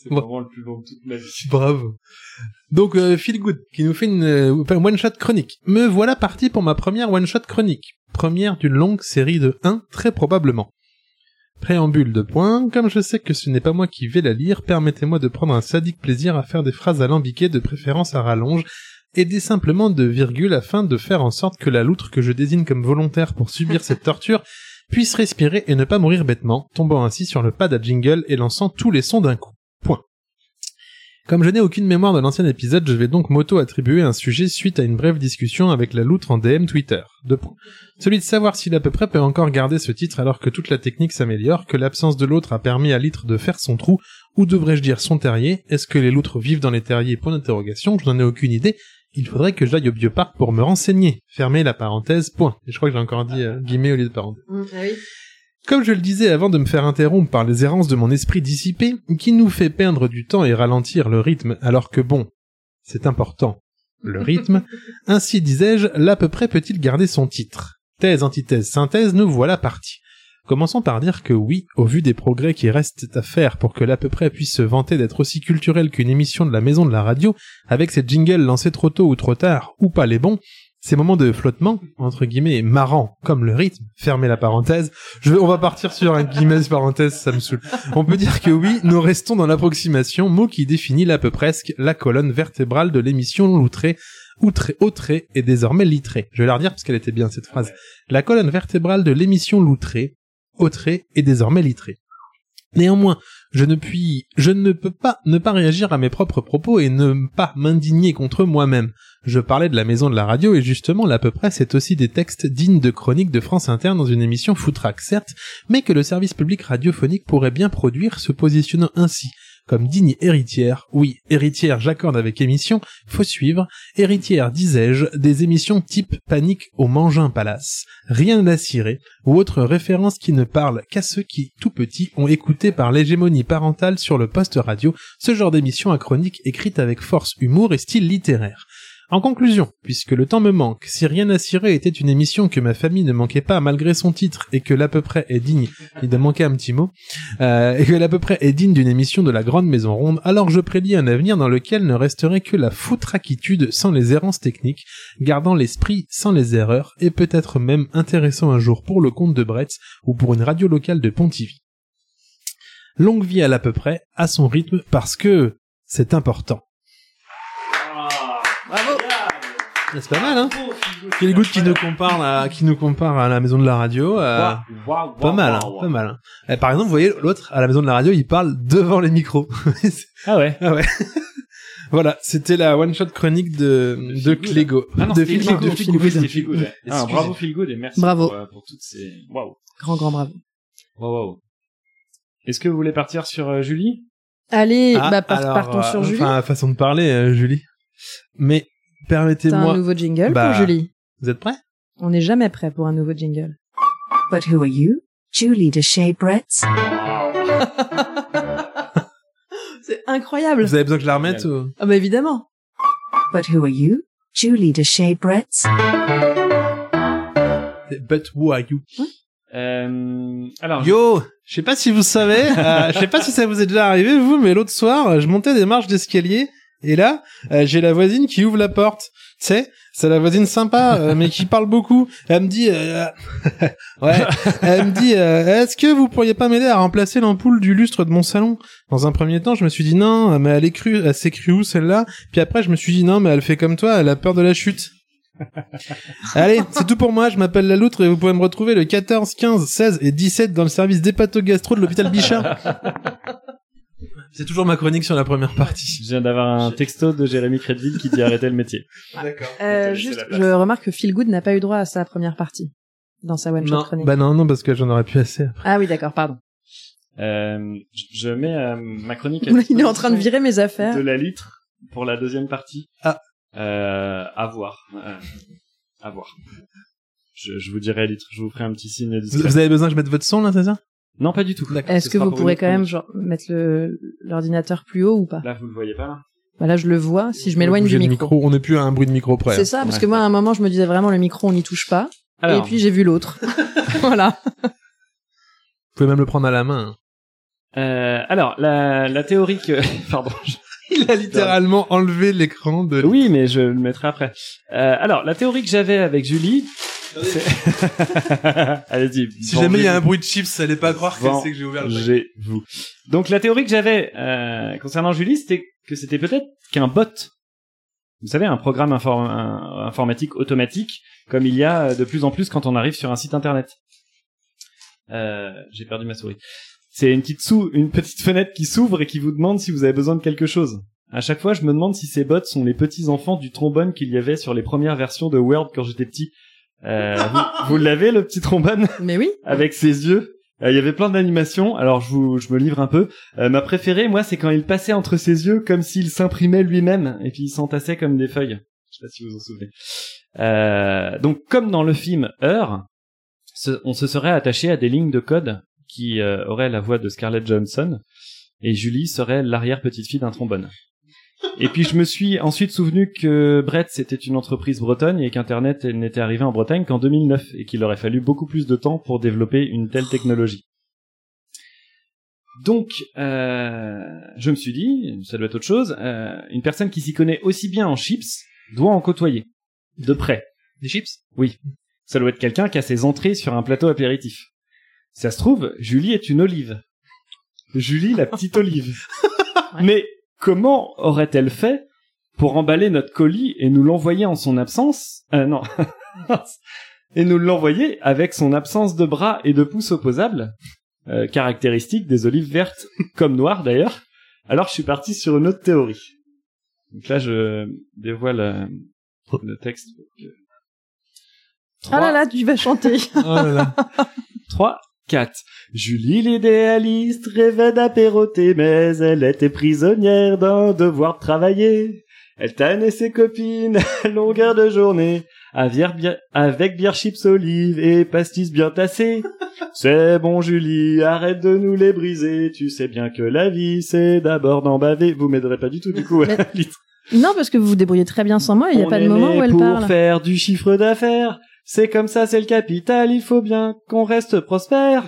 C'est Bon. vraiment le plus long de toute ma vie. Bravo. Donc, euh, Feel Good, qui nous fait une euh, one-shot chronique. Me voilà parti pour ma première one-shot chronique. Première d'une longue série de un, très probablement. Préambule de points, comme je sais que ce n'est pas moi qui vais la lire, permettez-moi de prendre un sadique plaisir à faire des phrases alambiquées, de préférence à rallonge, et des simplement de virgule afin de faire en sorte que la loutre que je désigne comme volontaire pour subir cette torture puisse respirer et ne pas mourir bêtement, tombant ainsi sur le pad à jingle et lançant tous les sons d'un coup. Point. Comme je n'ai aucune mémoire de l'ancien épisode, je vais donc m'auto-attribuer un sujet suite à une brève discussion avec la loutre en D M Twitter. Deux points. Celui de savoir s'il à peu près peut encore garder ce titre alors que toute la technique s'améliore, que l'absence de l'autre a permis à l'itre de faire son trou, ou devrais-je dire son terrier. Est-ce que les loutres vivent dans les terriers? Point d'interrogation, je n'en ai aucune idée. Il faudrait que j'aille au bioparc pour me renseigner. Fermez la parenthèse, point. Et je crois que j'ai encore dit euh, guillemets au lieu de parenthèse. Mmh, ah oui. Comme je le disais avant de me faire interrompre par les errances de mon esprit dissipé, qui nous fait perdre du temps et ralentir le rythme, alors que bon, c'est important, le rythme, ainsi disais-je, l'à peu près peut-il garder son titre. Thèse, antithèse, synthèse, nous voilà partis. Commençons par dire que oui, au vu des progrès qui restent à faire pour que l'à peu près puisse se vanter d'être aussi culturel qu'une émission de la maison de la radio, avec ses jingles lancés trop tôt ou trop tard, ou pas les bons, ces moments de flottement, entre guillemets, marrants, comme le rythme, fermez la parenthèse, je vais, on va partir sur un guillemets parenthèse, ça me saoule. On peut dire que oui, nous restons dans l'approximation, mot qui définit l'à peu presque la colonne vertébrale de l'émission loutrée, outré, autré et désormais litrée. Je vais la redire parce qu'elle était bien cette phrase. La colonne vertébrale de l'émission loutrée, autré et désormais litrée. Néanmoins, je ne puis, je ne peux pas ne pas réagir à mes propres propos et ne pas m'indigner contre moi-même. Je parlais de la maison de la radio et justement, l'à peu près, c'est aussi des textes dignes de chroniques de France Inter dans une émission foutraque, certes, mais que le service public radiophonique pourrait bien produire, se positionnant ainsi. Comme digne héritière, oui, héritière, j'accorde avec émission, faut suivre, héritière, disais-je, des émissions type Panique au Mangin Palace, Rien à cirer, ou autre référence qui ne parle qu'à ceux qui, tout petits, ont écouté par l'hégémonie parentale sur le poste radio, ce genre d'émission à chronique écrite avec force, humour et style littéraire. En conclusion, puisque le temps me manque, si Rien à cirer était une émission que ma famille ne manquait pas malgré son titre et que l'à peu près est digne, il doit manquer un petit mot, euh, et que l'à peu près est digne d'une émission de la Grande Maison Ronde, alors je prédis un avenir dans lequel ne resterait que la foutraquitude sans les errances techniques, gardant l'esprit sans les erreurs, et peut-être même intéressant un jour pour le comte de Bretz ou pour une radio locale de Pontivy. Longue vie à l'à peu près, à son rythme, parce que c'est important. Bravo. C'est pas mal, hein? Feel Good qui nous compare à, qui nous compare à la maison de la radio. Euh, Wow, wow, pas wow, mal, wow, hein, wow. pas mal. Hein. Eh, par exemple, vous voyez, l'autre, à la maison de la radio, il parle devant les micros. Ah ouais. Ah ouais. Voilà, c'était la one-shot chronique de, de, Feel Good. Clégo. Ah non, de c'était Feel Feel Good, de Good, Feel Feel Good. Good, Feel Good. Ah, Excusez. bravo Feel Good et merci Bravo. pour, euh, pour toutes ces... Waouh. Grand, grand bravo. Waouh, waouh. Est-ce que vous voulez partir sur euh, Julie? Allez, Ah, bah, part- alors, partons euh, sur Julie. Enfin, façon de parler, euh, Julie. Mais, T'as permettez-moi... un nouveau jingle Bah, pour Julie. Vous êtes prêts? On n'est jamais prêt pour un nouveau jingle. But who are you? Julie de chez Bretz. C'est incroyable. Vous avez besoin que je la remette ou... Ah bah évidemment. But who are you? Julie de chez Bretz. But who are you? Euh, alors, Yo, je sais pas si vous savez, euh, je sais pas si ça vous est déjà arrivé vous, mais l'autre soir, je montais des marches d'escalier et là, euh, j'ai la voisine qui ouvre la porte. Tu sais, c'est la voisine sympa, euh, mais qui parle beaucoup. Elle me dit, euh, ouais, elle me dit, euh, est-ce que vous pourriez pas m'aider à remplacer l'ampoule du lustre de mon salon? Dans un premier temps, je me suis dit non, mais elle est crue, elle s'est crue où celle-là? Puis après, je me suis dit non, mais elle fait comme toi, elle a peur de la chute. Allez, c'est tout pour moi, je m'appelle la loutre et vous pouvez me retrouver le quatorze, quinze, seize et dix-sept dans le service d'hépatogastro de l'hôpital Bichat. C'est toujours ma chronique sur la première partie. je viens d'avoir un texto de Jérémy Crédville qui dit arrêtez le métier. D'accord. Euh, laisser juste, la place. je remarque que Feel Good n'a pas eu droit à sa première partie dans sa one shot Non, chronique. bah non, non, parce que j'en aurais pu assez. Ah oui, d'accord, pardon. Euh, je- je mets euh, ma chronique à Il est en train de virer mes affaires. de la litre pour la deuxième partie. Ah. Euh, à voir. Euh, à voir. Je, je vous dirai litre, je vous ferai un petit signe Vous, discret. vous avez besoin que je mette votre son là, c'est ça? Non, pas du tout. Est-ce Ce que sera vous pour pourrez une quand même chronique. genre mettre le l'ordinateur plus haut ou pas? Là, vous le voyez pas là? Bah là, je le vois. Si je m'éloigne Bouger du le micro. On n'est plus à un bruit de micro près. C'est ça, parce Ouais. que moi, à un moment, je me disais vraiment le micro, on n'y touche pas. Alors, Et puis j'ai vu l'autre. Voilà. Vous pouvez même le prendre à la main. Euh, alors, la, la théorie que... Pardon. Je... Il a littéralement enlevé l'écran de... Oui, mais je le mettrai après. Euh, alors, la théorie que j'avais avec Julie... Allez-y. Si jamais il y a un bruit de chips, allez pas croire que c'est que j'ai ouvert le j'ai vous. Donc, la théorie que j'avais euh, concernant Julie, c'était que c'était peut-être qu'un bot. Vous savez, un programme infor- un, informatique automatique, comme il y a de plus en plus quand on arrive sur un site internet. Euh, j'ai perdu ma souris. C'est une petite sou, une petite fenêtre qui s'ouvre et qui vous demande si vous avez besoin de quelque chose. À chaque fois, je me demande si ces bots sont les petits enfants du trombone qu'il y avait sur les premières versions de Word quand j'étais petit. Euh, vous, vous l'avez, le petit trombone? Mais oui. Avec ses yeux. Il euh, y avait plein d'animations. Alors, je vous, je me livre un peu. Euh, ma préférée, moi, c'est quand il passait entre ses yeux comme s'il s'imprimait lui-même et puis il s'entassait comme des feuilles. Je sais pas si vous vous en souvenez. Euh, donc, comme dans le film Heure, ce, on se serait attaché à des lignes de code qui euh, auraient la voix de Scarlett Johansson et Julie serait l'arrière-petite-fille d'un trombone. Et puis je me suis ensuite souvenu que Brett c'était une entreprise bretonne et qu'Internet n'était arrivé en Bretagne qu'en deux mille neuf et qu'il aurait fallu beaucoup plus de temps pour développer une telle technologie. Donc, euh, je me suis dit, ça doit être autre chose, euh, une personne qui s'y connaît aussi bien en chips doit en côtoyer, de près. Des chips ? Oui. Ça doit être quelqu'un qui a ses entrées sur un plateau apéritif. Ça se trouve, Julie est une olive. Julie, la petite olive. Ouais. Mais comment aurait-elle fait pour emballer notre colis et nous l'envoyer en son absence ? Euh, non. Et nous l'envoyer avec son absence de bras et de pouces opposables, euh, caractéristique des olives vertes, comme noires d'ailleurs. Alors je suis parti sur une autre théorie. Donc là, je dévoile euh, le texte. Ah là là, tu vas chanter. Oh là là. trois, quatre. Julie l'idéaliste rêvait d'apéroter, mais elle était prisonnière d'un devoir de travailler. Elle tannait ses copines à longueur de journée, avec bière, chips, olives et pastis bien tassés. C'est bon Julie, arrête de nous les briser, tu sais bien que la vie c'est d'abord d'en baver. Vous m'aiderez pas du tout du coup. Mais... non, parce que vous vous débrouillez très bien sans moi, il n'y a On pas de moment où elle pour parle. Pour faire du chiffre d'affaires. C'est comme ça, c'est le capital, il faut bien qu'on reste prospère.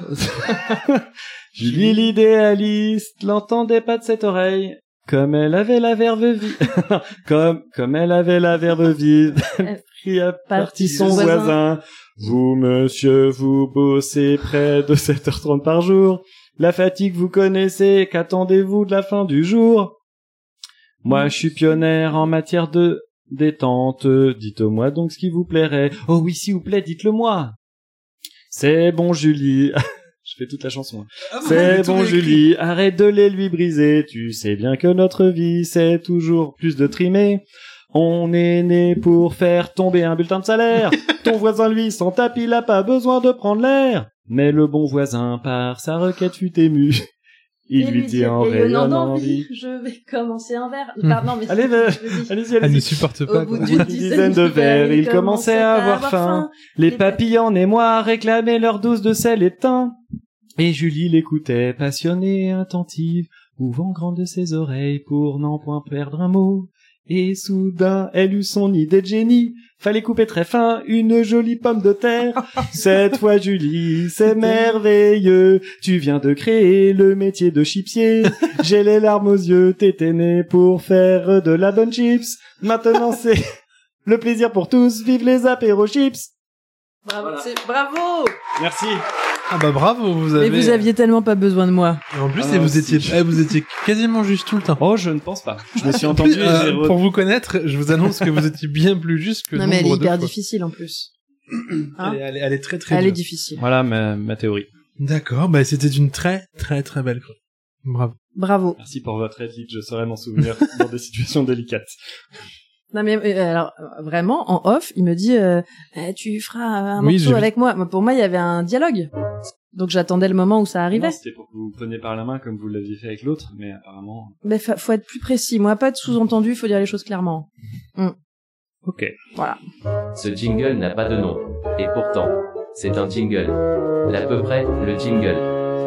Julie l'idéaliste l'entendait pas de cette oreille. Comme elle avait la verve vive, comme, comme elle avait la verve vive, elle prit à partie son voisin. voisin. Vous, monsieur, vous bossez près de sept heures trente par jour. La fatigue, vous connaissez, qu'attendez-vous de la fin du jour? Moi, je suis pionnière en matière de détente. Dites-moi donc ce qui vous plairait. Oh oui, s'il vous plaît, dites-le moi. C'est bon, Julie. Je fais toute la chanson. Ah, c'est bon, Julie, arrête de les lui briser. Tu sais bien que notre vie, c'est toujours plus de trimer. On est né pour faire tomber un bulletin de salaire. Ton voisin, lui, s'en tape, il a pas besoin de prendre l'air. Mais le bon voisin, par sa requête, fut ému. Il et lui dit, dit en rayonnant d'envie, je vais commencer un verre. Pardon, mais allez, allez-y, allez-y. Elle ne supporte pas. Au bout d'une dizaine de verres, il commençait à avoir faim. Les papilles en émoi réclamaient leur dose de sel et de thym. Et Julie l'écoutait, passionnée et attentive, ouvrant grand de ses oreilles pour n'en point perdre un mot. Et soudain, elle eut son idée de génie. Fallait couper très fin une jolie pomme de terre. Cette fois, Julie, c'est merveilleux. Tu viens de créer le métier de chipsier. J'ai les larmes aux yeux, t'étais né pour faire de la bonne chips. Maintenant, c'est le plaisir pour tous. Vive les apéros chips. Bravo, voilà. C'est... Bravo. Merci. Ah bah bravo, vous avez... Mais vous aviez tellement pas besoin de moi. Et en plus, ah, et vous, si étiez... je... eh, vous étiez quasiment juste tout le temps. Oh, je ne pense pas. Je me suis entendu... Plus, euh, re... Pour vous connaître, je vous annonce que vous étiez bien plus juste que non, mais elle est hyper difficile en plus. Hein elle, est, elle, est, elle est très très Elle dure. est difficile. Voilà ma, ma théorie. D'accord, bah c'était une très très très belle fois. Bravo. Bravo. Merci pour votre aide, je saurai m'en souvenir dans des situations délicates. Non mais euh, alors vraiment en off, il me dit euh, eh, tu feras un oui, morceau avec moi. Pour moi, il y avait un dialogue. Donc j'attendais le moment où ça arrivait. Non, c'était pour que vous vous preniez par la main comme vous l'aviez fait avec l'autre, mais apparemment... Mais fa- faut être plus précis. Moi, pas de sous-entendu, il faut dire les choses clairement. Mm. Ok. Voilà. Ce jingle n'a pas de nom. Et pourtant, c'est un jingle. D'à peu près, le jingle.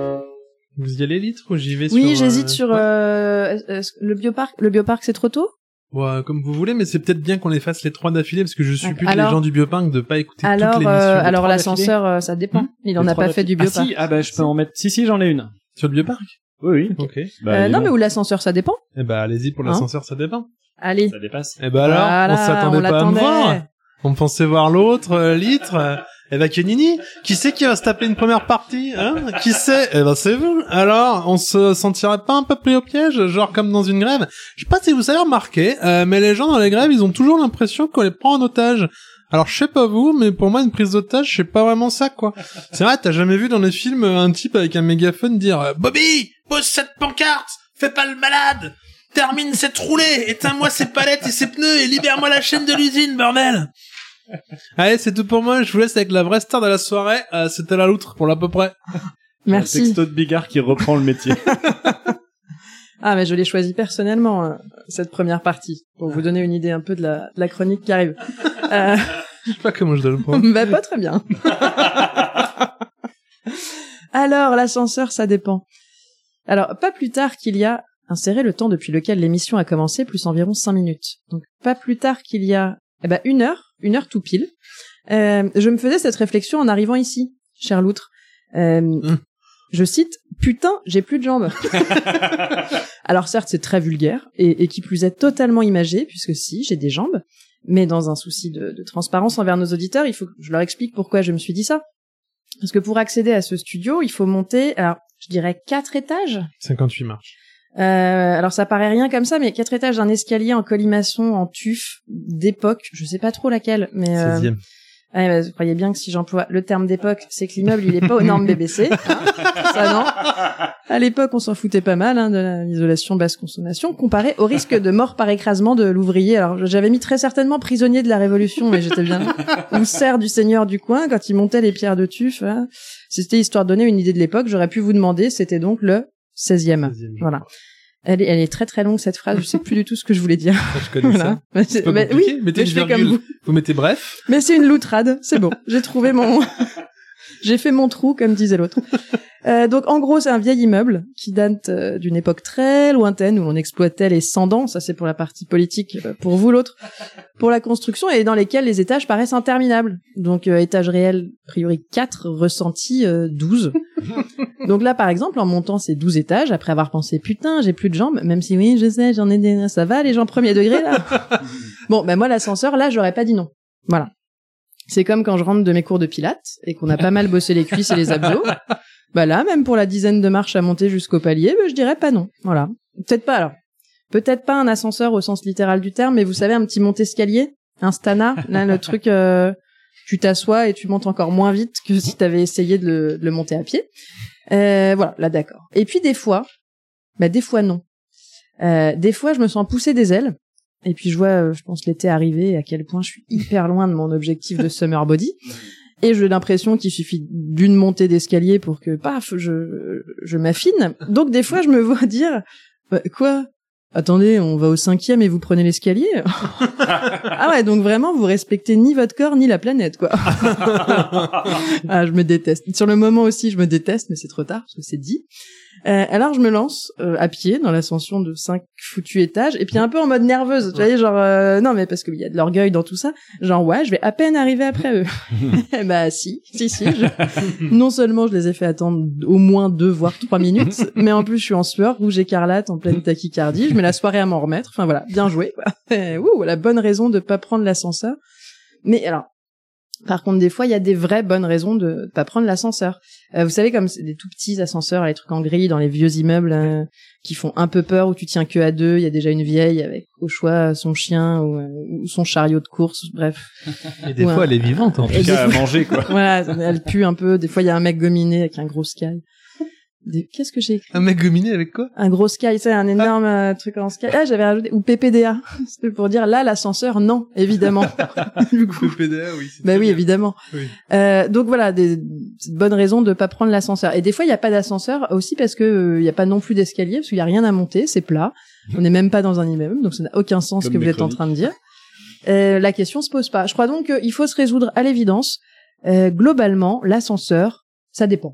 Vous y allez, Litre, ou j'y vais oui, sur... j'hésite euh... sur euh, le bioparc. Le bioparc, c'est trop tôt? Ouais, comme vous voulez, mais c'est peut-être bien qu'on les fasse les trois d'affilée, parce que je supplie les gens du bioparc de pas écouter alors, toute l'émission. Euh, alors l'ascenseur, euh, ça dépend. Mmh. Il en a pas fait du bioparc. Ah si, ah bah je peux en mettre... Si, si, j'en ai une. Sur le bioparc? Oui, oui. Ok. Bah, Euh, dis non, donc. mais où l'ascenseur, ça dépend. Eh ben, allez-y pour Hein l'ascenseur, ça dépend. Allez. Ça dépasse. Eh ben alors, Voilà, on s'attendait on pas à me l'attendait. voir. On pensait voir l'autre, euh, litre. Euh, eh ben, Kenini, qui c'est qui va se taper une première partie, hein? Qui c'est? Eh ben, c'est vous. Alors, on se sentirait pas un peu pris au piège, genre comme dans une grève? Je sais pas si vous avez remarqué, euh, mais les gens dans les grèves, ils ont toujours l'impression qu'on les prend en otage. Alors, je sais pas vous, mais pour moi, une prise d'otage, c'est pas vraiment ça, quoi. C'est vrai, t'as jamais vu dans les films un type avec un mégaphone dire euh, « Bobby, pose cette pancarte! Fais pas le malade! Termine cette roulée! Éteins-moi ces palettes et ces pneus et libère-moi la chaîne de l'usine, bordel !» Allez, c'est tout pour moi, je vous laisse avec la vraie star de la soirée, euh, c'était la loutre pour l'à peu près. Merci. Un texto de Bigard qui reprend le métier. Ah, mais je l'ai choisi personnellement, euh, cette première partie, pour vous donner une idée un peu de la, de la chronique qui arrive. Euh... Je sais pas comment je dois le prendre. bah, pas très bien. Alors, l'ascenseur, ça dépend. Alors, pas plus tard qu'il y a, inséré le temps depuis lequel l'émission a commencé, plus environ cinq minutes. Donc, pas plus tard qu'il y a, eh ben, une heure, une heure tout pile, euh, je me faisais cette réflexion en arrivant ici, cher loutre. Euh, mmh. Je cite, putain, j'ai plus de jambes. Alors certes, c'est très vulgaire, et, et qui plus est totalement imagé, puisque si, j'ai des jambes, mais dans un souci de, de transparence envers nos auditeurs, il faut que je leur explique pourquoi je me suis dit ça. Parce que pour accéder à ce studio, il faut monter, alors, je dirais quatre étages. cinquante-huit marches. Euh, alors ça paraît rien comme ça, mais quatre étages d'un escalier en colimaçon, en tuf, d'époque, je sais pas trop laquelle, mais... Euh... seizième. Ah, bah, vous croyez bien que si j'emploie le terme d'époque, c'est que l'immeuble, il est pas aux normes B B C. Hein, ça, non. À l'époque, on s'en foutait pas mal, hein, de l'isolation basse consommation, comparé au risque de mort par écrasement de l'ouvrier. Alors, j'avais mis très certainement prisonnier de la Révolution, mais j'étais bien ou serf du seigneur du coin quand il montait les pierres de tuf. Hein. C'était histoire de donner une idée de l'époque. J'aurais pu vous demander, c'était donc le seizième. seizième voilà. Elle est, elle est très très longue cette phrase, je sais plus du tout ce que je voulais dire. Je connais voilà. ça. C'est pas compliqué. Oui, mettez mais une je fais comme virgule. vous. Vous mettez bref. Mais c'est une loutrade, c'est bon. J'ai trouvé mon... J'ai fait mon trou, comme disait l'autre. Euh, donc en gros, c'est un vieil immeuble qui date euh, d'une époque très lointaine où on exploitait les cendants, ça c'est pour la partie politique, euh, pour vous l'autre, pour la construction, et dans lesquels les étages paraissent interminables. Donc euh, étage réel, a priori quatre, ressenti euh, douze. Donc là, par exemple, en montant ces douze étages, après avoir pensé, putain, j'ai plus de jambes, même si oui, je sais, j'en ai des... Ça va, les gens premier degré, là? Bon, ben moi, l'ascenseur, là, j'aurais pas dit non. Voilà. C'est comme quand je rentre de mes cours de pilates et qu'on a pas mal bossé les cuisses et les abdos. Bah là, même pour la dizaine de marches à monter jusqu'au palier, bah, je dirais pas non. Voilà. Peut-être pas, alors. Peut-être pas un ascenseur au sens littéral du terme, mais vous savez, un petit monte-escalier, un stana, là, le truc, euh, tu t'assois et tu montes encore moins vite que si t'avais essayé de le, de le monter à pied. Euh, voilà, là, d'accord. Et puis, des fois, bah, des fois, non. Euh, des fois, je me sens pousser des ailes. Et puis, je vois, euh, je pense, l'été arriver et à quel point je suis hyper loin de mon objectif de summer body. Et j'ai l'impression qu'il suffit d'une montée d'escalier pour que, paf, je, je m'affine. Donc, des fois, je me vois dire, bah, quoi? Attendez, on va au cinquième et vous prenez l'escalier? Ah ouais, donc vraiment, vous respectez ni votre corps, ni la planète, quoi. Ah, je me déteste. Sur le moment aussi, je me déteste, mais c'est trop tard, parce que c'est dit. Euh, alors je me lance euh, à pied dans l'ascension de cinq foutus étages, et puis un peu en mode nerveuse, tu vois, genre euh, non mais parce qu'il y a de l'orgueil dans tout ça, genre ouais, je vais à peine arriver après eux. Bah si, si si. Je... Non seulement je les ai fait attendre au moins deux voire trois minutes, mais en plus je suis en sueur, rouge écarlate, en pleine tachycardie. Je mets la soirée à m'en remettre. Enfin voilà, bien joué. Ouh, la bonne raison de pas prendre l'ascenseur. Mais alors. Par contre, des fois, il y a des vraies bonnes raisons de, de pas prendre l'ascenseur. Euh, vous savez, comme c'est des tout petits ascenseurs, les trucs en grille dans les vieux immeubles euh, qui font un peu peur, où tu tiens que à deux, il y a déjà une vieille avec au choix son chien ou, ou son chariot de course, bref. Et des ou fois, un... elle est vivante, en tout cas, à manger, quoi. Voilà, elle pue un peu. Des fois, il y a un mec gominé avec un gros sky. Des... Qu'est-ce que j'ai écrit? Un mec gominé avec quoi? Un gros sky, c'est un énorme ah. euh, truc en sky. Ah, j'avais rajouté, ou P P D A. C'était pour dire, là, l'ascenseur, non, évidemment. Du coup. P P D A, oui. Bah oui, bien. Évidemment. Oui. Euh, donc voilà, des, c'est de bonnes raisons de pas prendre l'ascenseur. Et des fois, il y a pas d'ascenseur aussi parce que il euh, y a pas non plus d'escalier, parce qu'il y a rien à monter, c'est plat. On n'est même pas dans un immeuble, donc ça n'a aucun sens ce que vous êtes chroniques. En train de dire. Euh, la question se pose pas. Je crois donc qu'il faut se résoudre à l'évidence. Euh, globalement, l'ascenseur, ça dépend.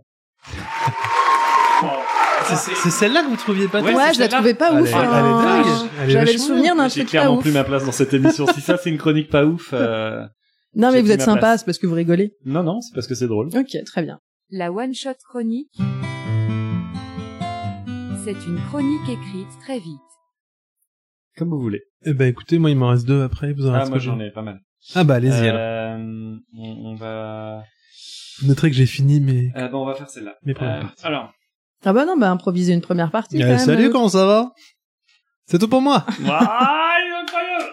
C'est, c'est celle-là que vous trouviez pas? Ouais, ouais je la trouvais pas elle ouf. Est, hein. elle est dingue. Elle est J'avais le souvenir d'un truc pas ouf. J'ai clairement plus ma place dans cette émission. Si ça, c'est une chronique pas ouf. Euh... Non, mais vous êtes sympa, c'est parce que vous rigolez. Non, non, c'est parce que c'est drôle. Ok, très bien. La one shot chronique. C'est une chronique écrite très vite. Comme vous voulez. Eh ben écoutez, moi il m'en reste deux après. Vous en Ah, reste moi quoi, j'en j'ai- ai pas mal. Ah bah allez-y alors. Euh, on, on va... Vous noterez que j'ai fini mes... Euh, bon, on va faire celle-là. Mes premières Euh, parties. alors. Ah bah non, bah improviser une première partie. Eh, quand même. salut, comment ça va? C'est tout pour moi. Ah, il est incroyable.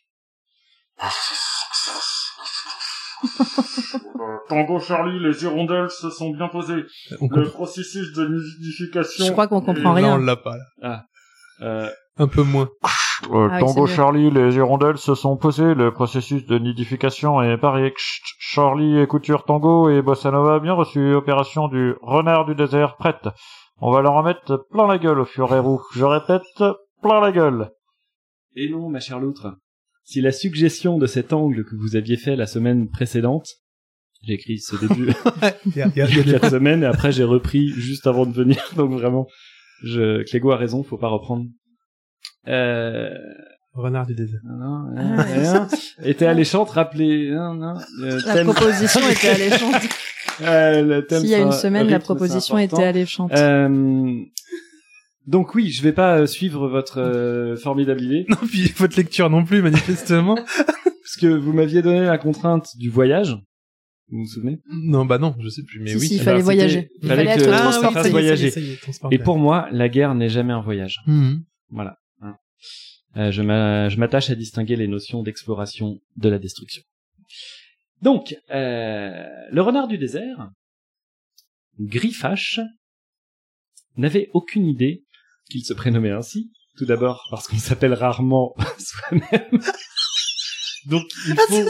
Tango Charlie, les hirondelles se sont bien posées. On Le comprend... processus de nidification... Je crois qu'on comprend est- rien. Non, on l'a pas là. Ah. Euh, Un peu moins. Euh, Ah oui, Tango c'est mieux. Charlie, les hirondelles se sont posées. Le processus de nidification est pareil. Chut, Charlie et Couture Tango et Bossa Nova bien reçu. Opération du renard du désert prête. On va leur en mettre plein la gueule au fur et à mesure. Je répète, plein la gueule. Et non, ma chère loutre. Si la suggestion de cet angle que vous aviez fait la semaine précédente, j'ai écrit ce début Il y a, il y a- il y a il y a des... quatre semaines et après j'ai repris juste avant de venir. Donc vraiment, je, Clégo a raison, faut pas reprendre. Euh, Renard du désert. non, non, Ah, rien. Était alléchante, rappelez, non, non, le La thème- proposition était alléchante. Euh, le thème, S'il y a c'est une un semaine, la rythme, c'est proposition important. était alléchante. Euh, donc oui, je vais pas euh, suivre votre euh, formidable idée, Non, puis votre lecture non plus, manifestement. parce que vous m'aviez donné la contrainte du voyage. Vous vous souvenez? Non, bah non, je sais plus, mais Si, oui. si, il Eh fallait ben, voyager. c'était- Il fallait fallait que- être Ah, oui, transporté. ça se voyager. Ça y est, transporté. Et pour moi, la guerre n'est jamais un voyage. Mhm. Voilà. Hein. Euh, je m'a- je m'attache à distinguer les notions d'exploration de la destruction. Donc, euh, le renard du désert, Griffache, n'avait aucune idée qu'il se prénommait ainsi. Tout d'abord parce qu'on s'appelle rarement soi-même. Donc, il faut...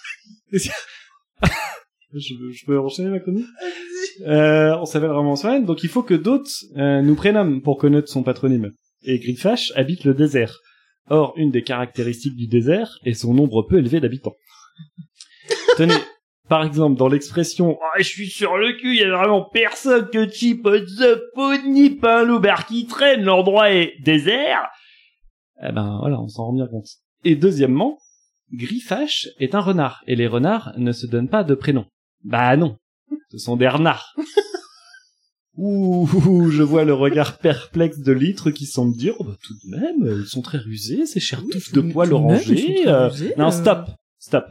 je, je peux enchaîner ma chronique euh, On s'appelle rarement soi-même, donc il faut que d'autres euh, nous prénomment pour connaître son patronyme. Et Griffache habite le désert. Or, une des caractéristiques du désert est son nombre peu élevé d'habitants. Tenez, par exemple, dans l'expression « Ah, je suis sur le cul, il y a vraiment personne que tu peux se ni pas un loupard qui traîne, l'endroit est désert », eh ben voilà, on s'en rend bien compte. Et deuxièmement, Griffache est un renard, et les renards ne se donnent pas de prénom. Bah non, ce sont des renards. Ouh, ouh, je vois le regard perplexe de Litre qui semble dire oh, bah, tout de même, euh, ils sont très rusés, ces chères touffes de poils tout de même, ils sont orangés. très euh, rusés, Non, euh. stop, stop.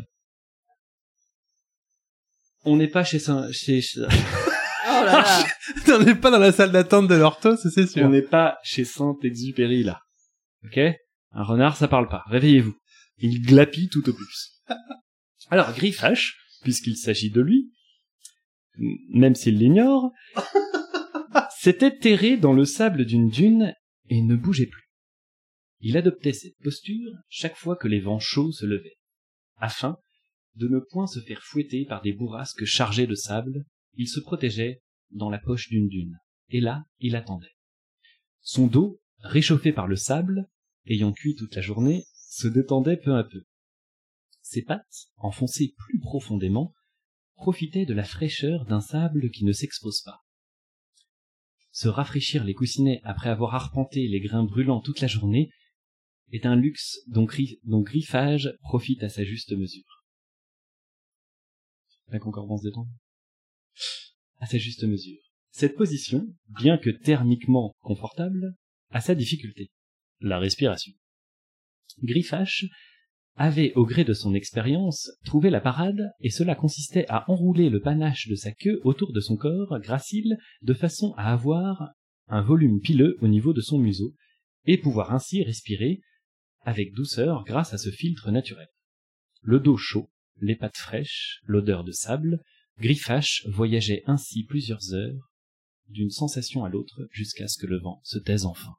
On n'est pas chez Saint... Chez... chez- Oh là là. On n'est pas dans la salle d'attente de l'ortho, ça, c'est sûr. On n'est pas chez Saint-Exupéry, là. Ok? Un renard, ça parle pas. Réveillez-vous. Il glapit tout au plus. Alors, Griffache, puisqu'il s'agit de lui, m- même s'il l'ignore, s'était terré dans le sable d'une dune et ne bougeait plus. Il adoptait cette posture chaque fois que les vents chauds se levaient, afin de ne point se faire fouetter par des bourrasques chargées de sable. Il se protégeait dans la poche d'une dune, et là, il attendait. Son dos, réchauffé par le sable, ayant cuit toute la journée, se détendait peu à peu. Ses pattes, enfoncées plus profondément, profitaient de la fraîcheur d'un sable qui ne s'expose pas. Se rafraîchir les coussinets après avoir arpenté les grains brûlants toute la journée est un luxe dont, gri- dont Griffache profite à sa juste mesure. La concordance des temps. À sa juste mesure. Cette position, bien que thermiquement confortable, a sa difficulté, la respiration. Griffache avait, au gré de son expérience, trouvé la parade, et cela consistait à enrouler le panache de sa queue autour de son corps gracile, de façon à avoir un volume pileux au niveau de son museau, et pouvoir ainsi respirer avec douceur grâce à ce filtre naturel. Le dos chaud, les pattes fraîches, l'odeur de sable, Griffache voyageait ainsi plusieurs heures, d'une sensation à l'autre, jusqu'à ce que le vent se taise enfin.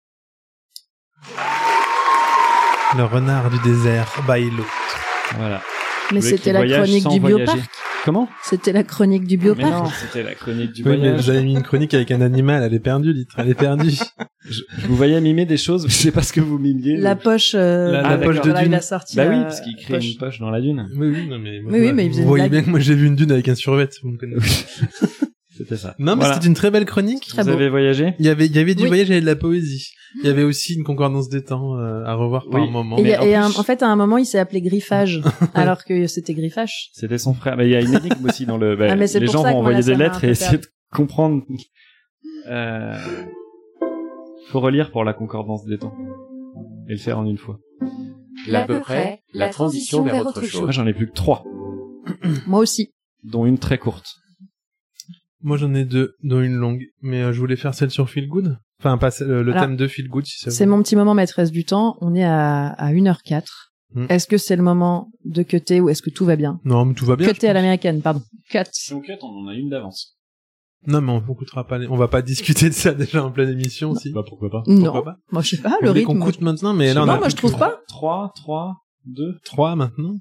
Le renard du désert, by l'autre. Voilà. Mais Je voulais c'était qu'il la voyage chronique sans du voyager. bioparc. Comment? C'était la chronique du Mais bioparc. non, c'était la chronique du Oui, mais voyage. vous avez mis une chronique avec un animal, elle est perdue, Litre, elle est perdue. Je, je vous voyais mimer des choses, je sais pas ce que vous mimiez. La donc- poche, euh, La- la voilà, poche de il dune. a sorti Bah oui, la parce qu'il crée poche. une poche dans la dune. Oui, oui, non, mais... Oui, oui, mais il faisait Vous une voyez blague. bien que moi j'ai vu une dune avec un survêt, vous me connaissez. C'était ça. Non, mais Voilà. c'était une très belle chronique. Très Vous beau. avez voyagé? Il y avait, il y avait du Oui. voyage, il y avait de la poésie. Il y avait aussi une concordance des temps euh, à revoir par Oui. moment. Et, il y a- en et un- plus- en fait, à un moment, il s'est appelé Griffage, alors que c'était Griffache. C'était son frère. Mais il y a une énigme aussi dans le. bah, Ah, mais c'est les pour gens ça vont que moi, envoyer là, ça des m'a lettres un peu et essayer perdu. de comprendre. Euh... Faut relire pour la concordance des temps. Et le faire en une fois. L'à peu près, la transition vers autre chose. Moi, j'en ai plus que trois. Moi aussi. Dont une très courte. Moi, j'en ai deux, dont une longue. Mais euh, je voulais faire celle sur Feel Good. Enfin, pas celle- le, le Alors, thème de Feel Good, si ça C'est vous... mon petit moment maîtresse du temps. On est à, à une heure quatre. Hmm. Est-ce que c'est le moment de cutter ou est-ce que tout va bien? Non, mais tout va bien. je Cutter à pense. l'américaine, pardon. Cut. Si on cut, on en a une d'avance. Non, mais on on coûtera pas les... On va pas discuter de ça déjà en pleine émission, si. Bah, pourquoi pas. Non. Pourquoi pas Moi, je sais pas, Vous le voulez rythme. qu'on coûte maintenant, mais là, on Non, a moi, je trouve pas. trois, trois, deux. trois maintenant.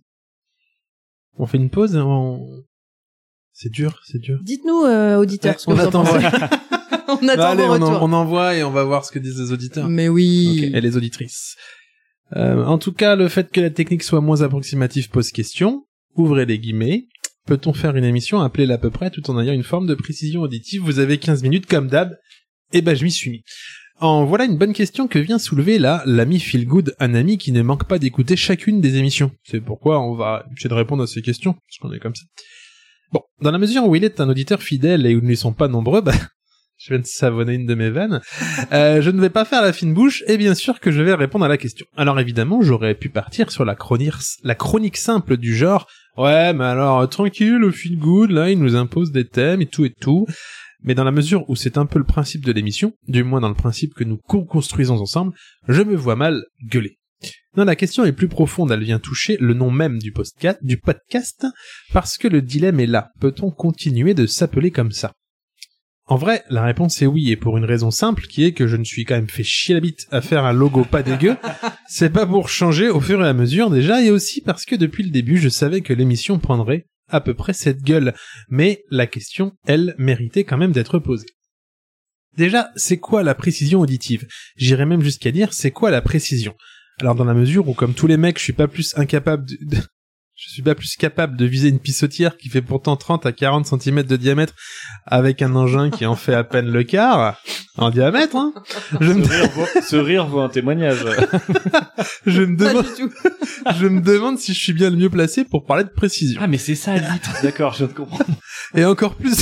On fait une pause, on... C'est dur, c'est dur. Dites-nous, euh, auditeurs, ce que on vous en attend. pensez. On attend Allez, vos on, en- retours. on envoie et on va voir ce que disent les auditeurs. Mais oui. Ok, et les auditrices. Euh, en tout cas, le fait que la technique soit moins approximative pose question. Ouvrez les guillemets. Peut-on faire une émission appelée à peu près tout en ayant une forme de précision auditive? Vous avez quinze minutes comme d'hab. Eh ben, je m'y suis mis. En voilà une bonne question que vient soulever là l'ami Feel Good, un ami qui ne manque pas d'écouter chacune des émissions. C'est pourquoi on va essayer de répondre à ces questions, parce qu'on est comme ça. Bon, dans la mesure où il est un auditeur fidèle et où nous ne sont pas nombreux, bah, je viens de savonner une de mes vannes, euh, je ne vais pas faire la fine bouche, et bien sûr que je vais répondre à la question. Alors évidemment, j'aurais pu partir sur la chronique, la chronique simple du genre, ouais, mais alors, euh, tranquille, le Feel Good, là, il nous impose des thèmes et tout et tout. Mais dans la mesure où c'est un peu le principe de l'émission, du moins dans le principe que nous co-construisons ensemble, je me vois mal gueuler. Non, la question est plus profonde, elle vient toucher le nom même du podcast, du podcast, parce que le dilemme est là. Peut-on continuer de s'appeler comme ça? En vrai, la réponse est oui, et pour une raison simple, qui est que je ne suis quand même fait chier la bite à faire un logo pas dégueu. C'est pas pour changer au fur et à mesure déjà, et aussi parce que depuis le début, je savais que l'émission prendrait à peu près cette gueule. Mais la question, elle, méritait quand même d'être posée. Déjà, c'est quoi la précision auditive? J'irais même jusqu'à dire, c'est quoi la précision? Alors dans la mesure où, comme tous les mecs, je suis pas plus incapable de... de- je suis pas plus capable de viser une pissotière qui fait pourtant trente à quarante centimètres de diamètre avec un engin qui en fait à peine le quart en diamètre, hein. Je me, Ce rire vaut, ce rire vaut un témoignage. je me Pas demande, du tout. je me demande si je suis bien le mieux placé pour parler de précision. Ah, mais c'est ça, litre. D'accord, je viens de comprendre. Et encore plus,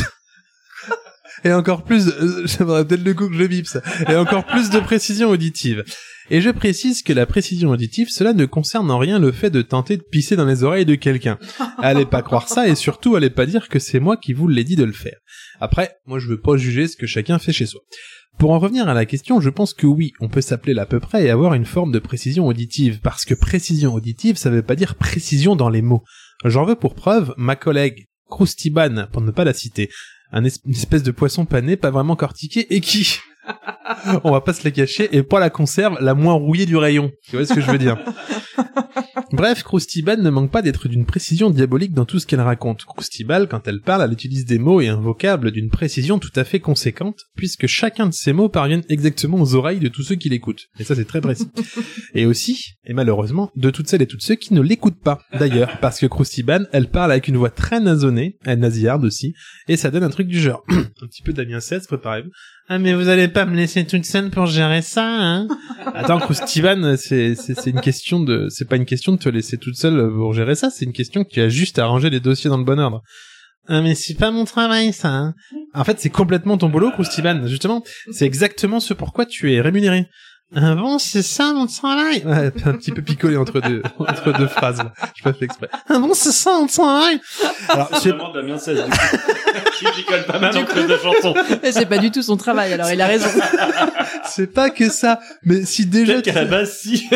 et encore plus, euh, j'aimerais peut-être le coup que je bip ça, et encore plus de précision auditive. Et je précise que la précision auditive, cela ne concerne en rien le fait de tenter de pisser dans les oreilles de quelqu'un. Allez pas croire ça, et surtout allez pas dire que c'est moi qui vous l'ai dit de le faire. Après, moi je veux pas juger ce que chacun fait chez soi. Pour en revenir à la question, je pense que oui, on peut s'appeler l'à peu près et avoir une forme de précision auditive, parce que précision auditive, ça veut pas dire précision dans les mots. J'en veux pour preuve ma collègue Croustiban, pour ne pas la citer, un es- une espèce de poisson pané pas vraiment cortiqué et qui, on va pas se la cacher, est pas la conserve la moins rouillée du rayon. Tu vois ce que je veux dire? Bref, Croustiban ne manque pas d'être d'une précision diabolique dans tout ce qu'elle raconte. Croustibal, quand elle parle, elle utilise des mots et un vocable d'une précision tout à fait conséquente, puisque chacun de ces mots parviennent exactement aux oreilles de tous ceux qui l'écoutent. Et ça, c'est très précis. Et aussi, et malheureusement, de toutes celles et tous ceux qui ne l'écoutent pas. D'ailleurs, parce que Croustiban, elle parle avec une voix très nasonnée, elle nasillarde aussi, et ça donne un truc du genre. Un petit peu Damien Seize, préparez-vous. Ah, mais vous allez pas me laisser toute seule pour gérer ça, hein? Attends, Croustiban, c'est, c'est, c'est une question de, c'est pas une question de te laisser toute seule pour gérer ça, c'est une question que tu as juste à ranger les dossiers dans le bon ordre. Ah, mais c'est pas mon travail, ça, hein. En fait, c'est complètement ton boulot, Croustiban. Justement, c'est exactement ce pourquoi tu es rémunéré. Ah bon, c'est ça mon travail? Ouais, un petit peu picolé entre deux, entre deux phrases, là. Je pas fait exprès. Ah bon, c'est ça mon travail? Alors, C'est vraiment Damien Seize, du coup. Qui picole pas mal entre deux chansons. Et c'est pas du tout son travail, alors il a raison. c'est pas que ça. Mais si déjà, Peut-être tu qu'à la fais- base, si.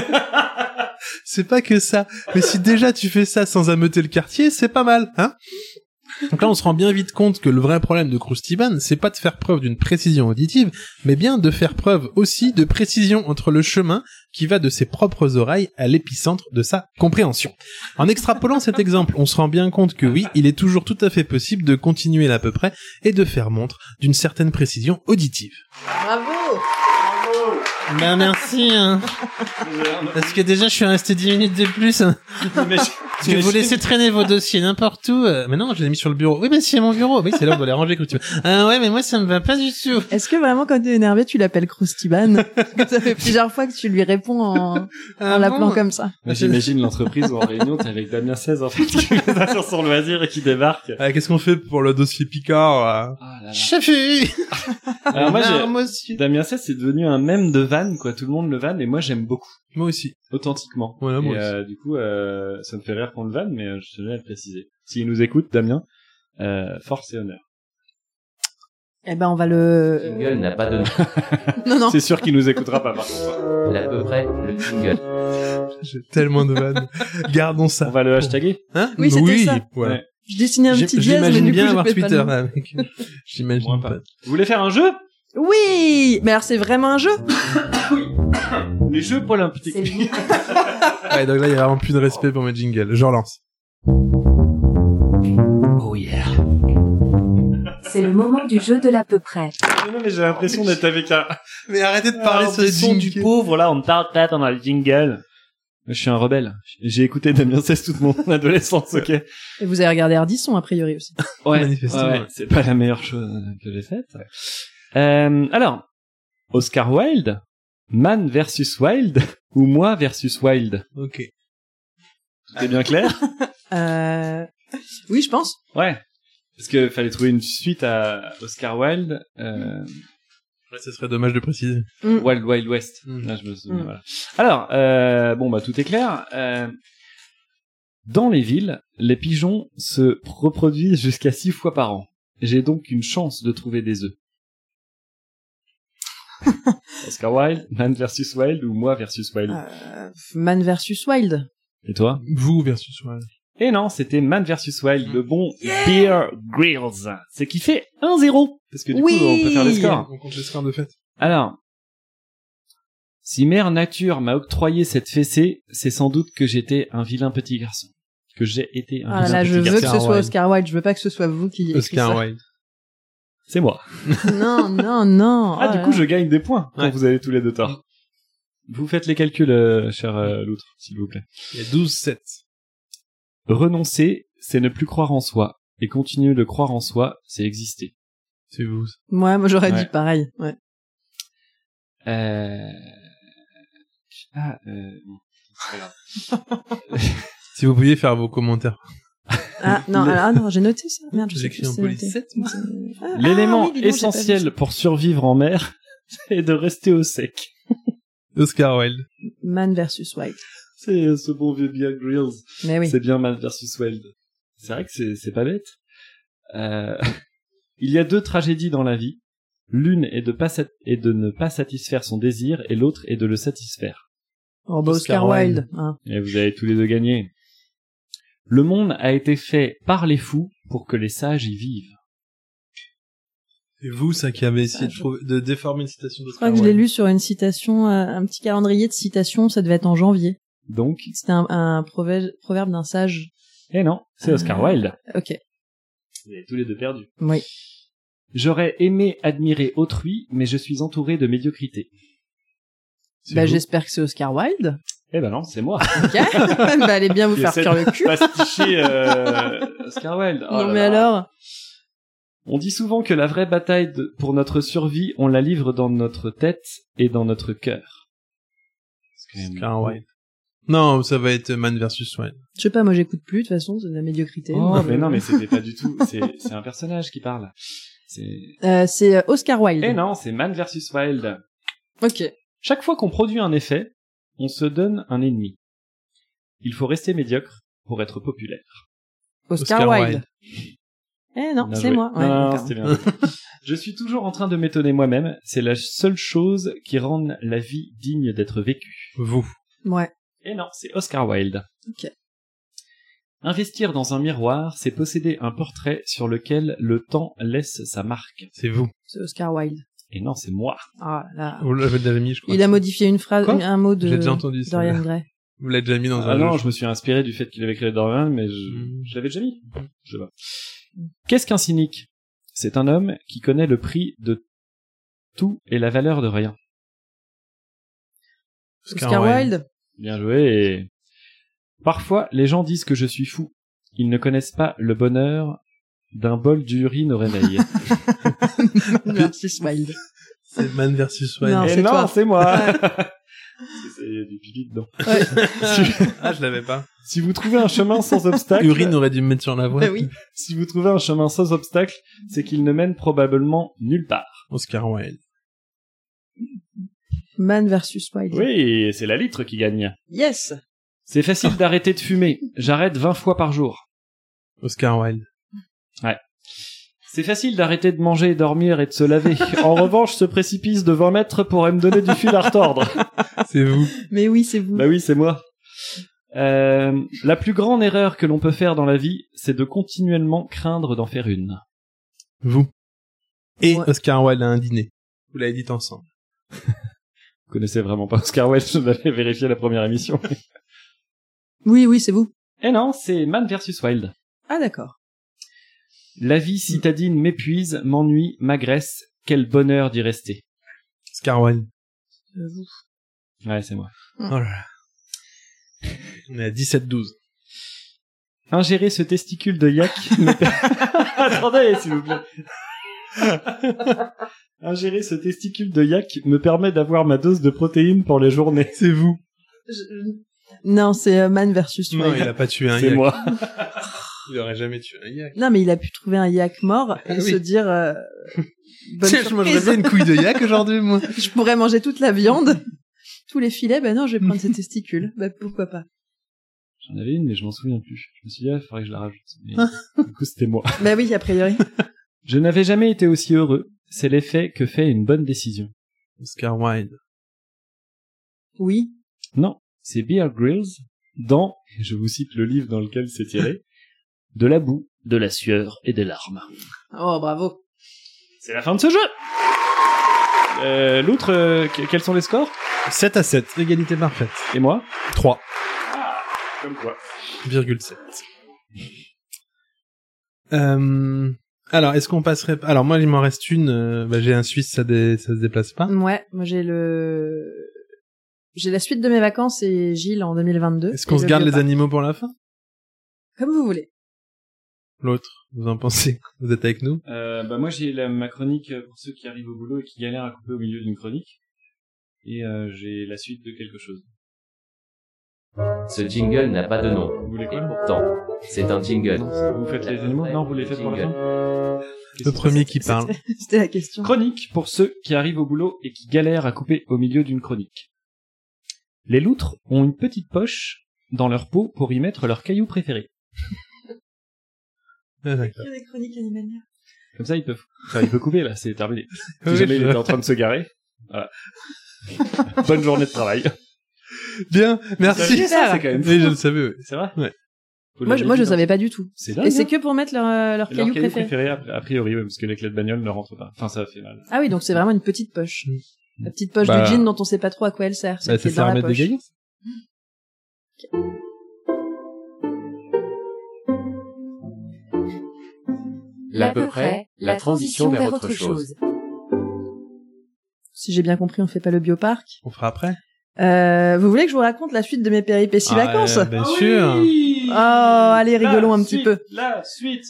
c'est pas que ça. Mais si déjà tu fais ça sans ameuter le quartier, c'est pas mal, hein? Donc là, on se rend bien vite compte que le vrai problème de Croustiban, c'est pas de faire preuve d'une précision auditive, mais bien de faire preuve aussi de précision entre le chemin qui va de ses propres oreilles à l'épicentre de sa compréhension. En extrapolant cet exemple, on se rend bien compte que oui, il est toujours tout à fait possible de continuer l'à peu près et de faire montre d'une certaine précision auditive. Bravo! Ben merci, hein. Parce que déjà, je suis resté dix minutes de plus. Hein. Mais Parce que vous laissez traîner vos dossiers n'importe où. Euh, mais non, je les ai mis sur le bureau. Oui, mais c'est mon bureau. Oui, c'est là où on doit les ranger quand tu veux. Ah ouais, mais moi, ça me va pas du tout. Est-ce que vraiment, quand t'es énervé, tu l'appelles Croustiban? Parce que ça fait plusieurs fois que tu lui réponds en, Ah en l'appelant bon comme ça. Moi, j'imagine l'entreprise où en réunion, t'es avec Damien seize, en fait, qui est sur son loisir et qui débarque. Ah, qu'est-ce qu'on fait pour le dossier Picard là Ah là là. Chafu. Alors moi, j'ai- Non, moi aussi. Damien seize, c'est devenu un mème de vanne, quoi. Tout le monde le vanne et moi, j'aime beaucoup. Moi aussi. Authentiquement. Voilà, moi et euh, du coup, euh, ça me fait rire qu'on le vanne, mais euh, je tenais à le préciser. S'il nous écoute, Damien, euh, force et honneur. Eh ben, on va le... Jingle n'a pas de nom. Non, non. C'est sûr qu'il nous écoutera pas, par contre. D'à peu près, le jingle. J'ai tellement de vannes. Gardons ça. On va le hashtaguer. Hein Oui, c'était oui, ça. Voilà. Ouais. Je dessinais un J'ai- petit dièse, mais J'imagine du bien coup, avoir je fais pas Twitter le nom. là, mec. J'imagine Moi, pas. pas. Vous voulez faire un jeu? Oui! Mais alors, c'est vraiment un jeu? Les jeux olympiques. C'est Ouais, donc là, il y a vraiment plus de respect pour mes jingles. Je relance. Oh yeah. C'est le moment du jeu de l'à peu près. Non, mais j'ai l'impression d'être avec un... Mais arrêtez de parler Ah, sur les son jingles. du pauvre, là, on me parle tête, on a le jingle. Je suis un rebelle. J'ai écouté Damien seize toute mon adolescence, ok? Et vous avez regardé Ardisson, a priori, aussi. Ouais, Manifestement, ouais, ouais. ouais. C'est pas la meilleure chose que j'ai faite. Euh, alors, Oscar Wilde, Man versus Wilde, ou moi versus Wilde. Ok. Tout est bien clair? Euh... Oui, je pense. Ouais. Parce que fallait trouver une suite à Oscar Wilde, euh, Ouais, ça serait dommage de préciser. Wild Wild West. Mm. Là, je me souviens, Mm. voilà. Alors, euh, bon, bah, tout est clair. Euh, dans les villes, les pigeons se reproduisent jusqu'à six fois par an. J'ai donc une chance de trouver des œufs. Oscar Wilde, Man versus Wilde ou moi versus Wilde. Euh, Man versus Wild. Et toi? Vous versus moi. Et non, c'était Man versus Wild, le bon Bear Grylls. C'est qui fait un zéro. Parce que du Oui. coup, on peut faire les scores. On compte les scores de fête. Alors, si Mère Nature m'a octroyé cette fessée, c'est sans doute que j'étais un vilain petit garçon. Que j'ai été un Ah là vilain là, petit je veux garçon. que ce soit Oscar Wilde. Je veux pas que ce soit vous qui écrivez Oscar ça. Wilde. C'est moi. Non, non, non. Ah, Oh du là coup, là. je gagne des points quand Ouais. vous avez tous les deux tort. Vous faites les calculs, euh, cher euh, Loutre, s'il vous plaît. Il y a douze sept. Renoncer, c'est ne plus croire en soi. Et continuer de croire en soi, c'est exister. C'est vous. Ouais, moi j'aurais Ouais. dit pareil. Ouais. Euh... Ah, euh... bon, c'est pas grave. Si vous pouviez faire vos commentaires. Ah non, Le- alors, ah, non, j'ai noté ça. Merde, je sais J'ai plus écrit en si c'est police noté. sept, moi. Ah, L'élément ah oui, dis donc, j'ai pas vu essentiel ça. pour survivre en mer, c'est de rester au sec. Oscar Wilde. Man versus Wild. C'est euh, ce bon vieux Bear Grylls. Mais oui. C'est bien Man versus Wild. C'est vrai que c'est, c'est pas bête. Euh... Il y a deux tragédies dans la vie. L'une est de, pas sat- est de ne pas satisfaire son désir et l'autre est de le satisfaire. Oh, bah, Oscar, Oscar Wilde. Wilde. Hein. Et vous avez tous les deux gagné. Le monde a été fait par les fous pour que les sages y vivent. C'est vous, ça, qui avez essayé de, trouver, de déformer une citation Je crois d'Oscar que je l'ai Wilde. lu sur une citation, euh, un petit calendrier de citations, ça devait être en janvier. Donc, C'était un, un proverbe, proverbe d'un sage. eh non, c'est Oscar Euh, Wilde. Ok. Vous avez tous les deux perdu. Oui. J'aurais aimé admirer autrui, mais je suis entouré de médiocrité. C'est Bah, vous. j'espère que c'est Oscar Wilde. Eh ben non, c'est moi. Ok. bah, allez bien vous Qui faire essaie cuire de le cul. pasticher, euh, Oscar Wilde. Oh non, là mais là. alors. On dit souvent que la vraie bataille de- pour notre survie, on la livre dans notre tête et dans notre cœur. C'est quand même Oscar beau. Wilde. Non, ça va être Man versus Wilde. Je sais pas, moi j'écoute plus, de toute façon, c'est de la médiocrité. Oh, Donc, mais euh, non, mais c'était pas du tout. C'est, c'est un personnage qui parle. C'est. Euh, c'est euh, Oscar Wilde. Eh non, c'est Man versus Wild. Ok. Chaque fois qu'on produit un effet, on se donne un ennemi. Il faut rester médiocre pour être populaire. Oscar, Oscar Wilde. Wilde. Eh non, Bien c'est joué. moi. Ouais, non, non, d'accord. c'était bien. Je suis toujours en train de m'étonner moi-même. C'est la seule chose qui rend la vie digne d'être vécue. Vous. Ouais. Et non, c'est Oscar Wilde. Ok. Investir dans un miroir, c'est posséder un portrait sur lequel le temps laisse sa marque. C'est vous. C'est Oscar Wilde. Et non, c'est moi. Ah là. Vous l'avez déjà mis, je crois. Il a modifié une phrase, Quoi un mot de J'ai déjà entendu ça. Dorian Gray. Vous l'avez déjà mis dans Ah un non, jeu. je me suis inspiré du fait qu'il avait créé Dorian, mais je, Mm. je l'avais déjà mis. Je sais pas. Qu'est-ce qu'un cynique? C'est un homme qui connaît le prix de tout et la valeur de rien. Oscar Wilde. Bien joué et Parfois, les gens disent que je suis fou. Ils ne connaissent pas le bonheur d'un bol d'urine au réveil. versus Wild. C'est Man versus Wild. Non, Et c'est non, toi. c'est moi. C'est du pipi dedans. Ouais. Ah, je l'avais pas. Si vous trouvez un chemin sans obstacle, Urine aurait dû me mettre sur la voie. Bah oui. si vous trouvez un chemin sans obstacle, c'est qu'il ne mène probablement nulle part. Oscar Wilde. Man versus Wild. Oui, c'est la litre qui gagne. Yes. C'est facile d'arrêter de fumer. J'arrête vingt fois par jour. Oscar Wilde. C'est facile d'arrêter de manger, dormir et de se laver. En revanche, ce précipice de vingt mètres pourrait me donner du fil à retordre. C'est vous. Mais oui, c'est vous. Bah oui, c'est moi. Euh, la plus grande erreur que l'on peut faire dans la vie, c'est de continuellement craindre d'en faire une. Vous. Et Ouais. Oscar Wilde a un dîner. Vous l'avez dit ensemble. Vous connaissez vraiment pas Oscar Wilde, je l'avais vérifié la première émission. Oui, oui, c'est vous. Eh non, c'est Man versus Wild. Ah, d'accord. La vie citadine m'épuise, m'ennuie, m'agresse. Quel bonheur d'y rester. Oscar Wilde. Euh, vous. Ouais, c'est moi. Oh là là. On est à dix-sept douze. Ingérer ce testicule de yak me per- Attendez, s'il vous plaît. Ingérer ce testicule de yak me permet d'avoir ma dose de protéines pour les journées. C'est vous. Je- Non, c'est euh, Man versus Non, Wild. il a pas tué un C'est yak. moi. Il aurait jamais tué un yak. Non, mais il a pu trouver un yak mort et Ah oui. se dire euh, bonne Tiens, je mangerais surprise. bien une couille de yak aujourd'hui, moi. Je pourrais manger toute la viande, tous les filets. Ben non, je vais prendre ses testicules. Ben pourquoi pas. J'en avais une, mais je m'en souviens plus. Je me suis dit, ah, il faudrait que je la rajoute. Mais du coup, c'était moi. Ben oui, a priori. Je n'avais jamais été aussi heureux. C'est l'effet que fait une bonne décision. Oscar Wilde. Oui. Non, c'est Bear Grylls dans, je vous cite le livre dans lequel c'est tiré, de la boue, de la sueur et des larmes. Oh, bravo. C'est la fin de ce jeu. Euh, L'autre, euh, que- quels sont les scores? sept à sept. Égalité parfaite. Et moi? trois Comme quoi. virgule sept. Euh, alors, est-ce qu'on passerait... Alors, moi, il m'en reste une. euh, bah, j'ai un Suisse, ça, dé... ça se déplace pas. Ouais, moi j'ai le... J'ai la suite de mes vacances et Gilles en deux mille vingt-deux. Est-ce qu'on Et se le garde les bioparc. animaux pour la fin? Comme vous voulez. L'autre, vous en pensez? Vous êtes avec nous? Euh, bah moi j'ai la, ma chronique pour ceux qui arrivent au boulot et qui galèrent à couper au milieu d'une chronique. Et euh, j'ai la suite de quelque chose. Ce jingle n'a pas de nom. Vous voulez Et quoi? pourtant, c'est un jingle. Non, c'est- vous faites les animaux? Non, vous les faites pour la fin? Le premier qui parle. C'était la question. Chronique pour ceux qui arrivent au boulot et qui galèrent à couper au milieu d'une chronique. Les loutres ont une petite poche dans leur peau pour y mettre leurs cailloux préférés. Ah, d'accord. des chroniques animalières. Comme ça, ils peuvent, enfin, il peut couper, là, c'est terminé. Si Oui, jamais il je- était en train de se garer. Voilà. Bonne journée de travail. Bien, merci. C'est ça, c'est quand même fou. Oui, je le savais, oui. C'est vrai? Ouais. Faut Moi, je, le moi, je dire. savais pas du tout. C'est dingue. Et c'est hein. que pour mettre leur, euh, leur Leur caillou caillou préféré. préféré, a, a priori, oui, parce que les clés de bagnole ne rentrent pas. Enfin, ça fait mal. Ah oui, donc c'est vraiment une petite poche. Mm. La petite poche Bah, du jean dont on sait pas trop à quoi elle sert. Celle Bah, qui ça est dans sert à la mettre des poche. gaillons. L'à peu près, la transition vers autre chose. Si j'ai bien compris, on fait pas le bioparc. On fera après. Euh, vous voulez que je vous raconte la suite de mes péripéties Ah, vacances? euh, bien sûr. Oh, allez, rigolons un petit peu. La suite.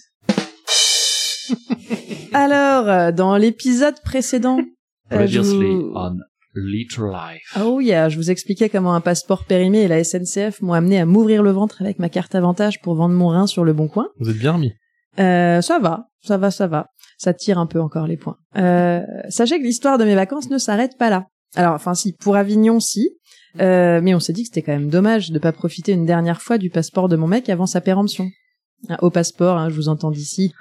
Alors, euh, dans l'épisode précédent, euh, je vous- on Little Life. oh yeah, je vous expliquais comment un passeport périmé et la S N C F m'ont amené à m'ouvrir le ventre avec ma carte avantage pour vendre mon rein sur le bon coin. Vous êtes bien remis. Euh, ça va, ça va, ça va. Ça tire un peu encore les points. Euh, sachez que l'histoire de mes vacances ne s'arrête pas là. Alors, enfin si, pour Avignon, si. Euh, mais on s'est dit que c'était quand même dommage de pas profiter une dernière fois du passeport de mon mec avant sa péremption. Ah, au passeport, hein, je vous entends d'ici.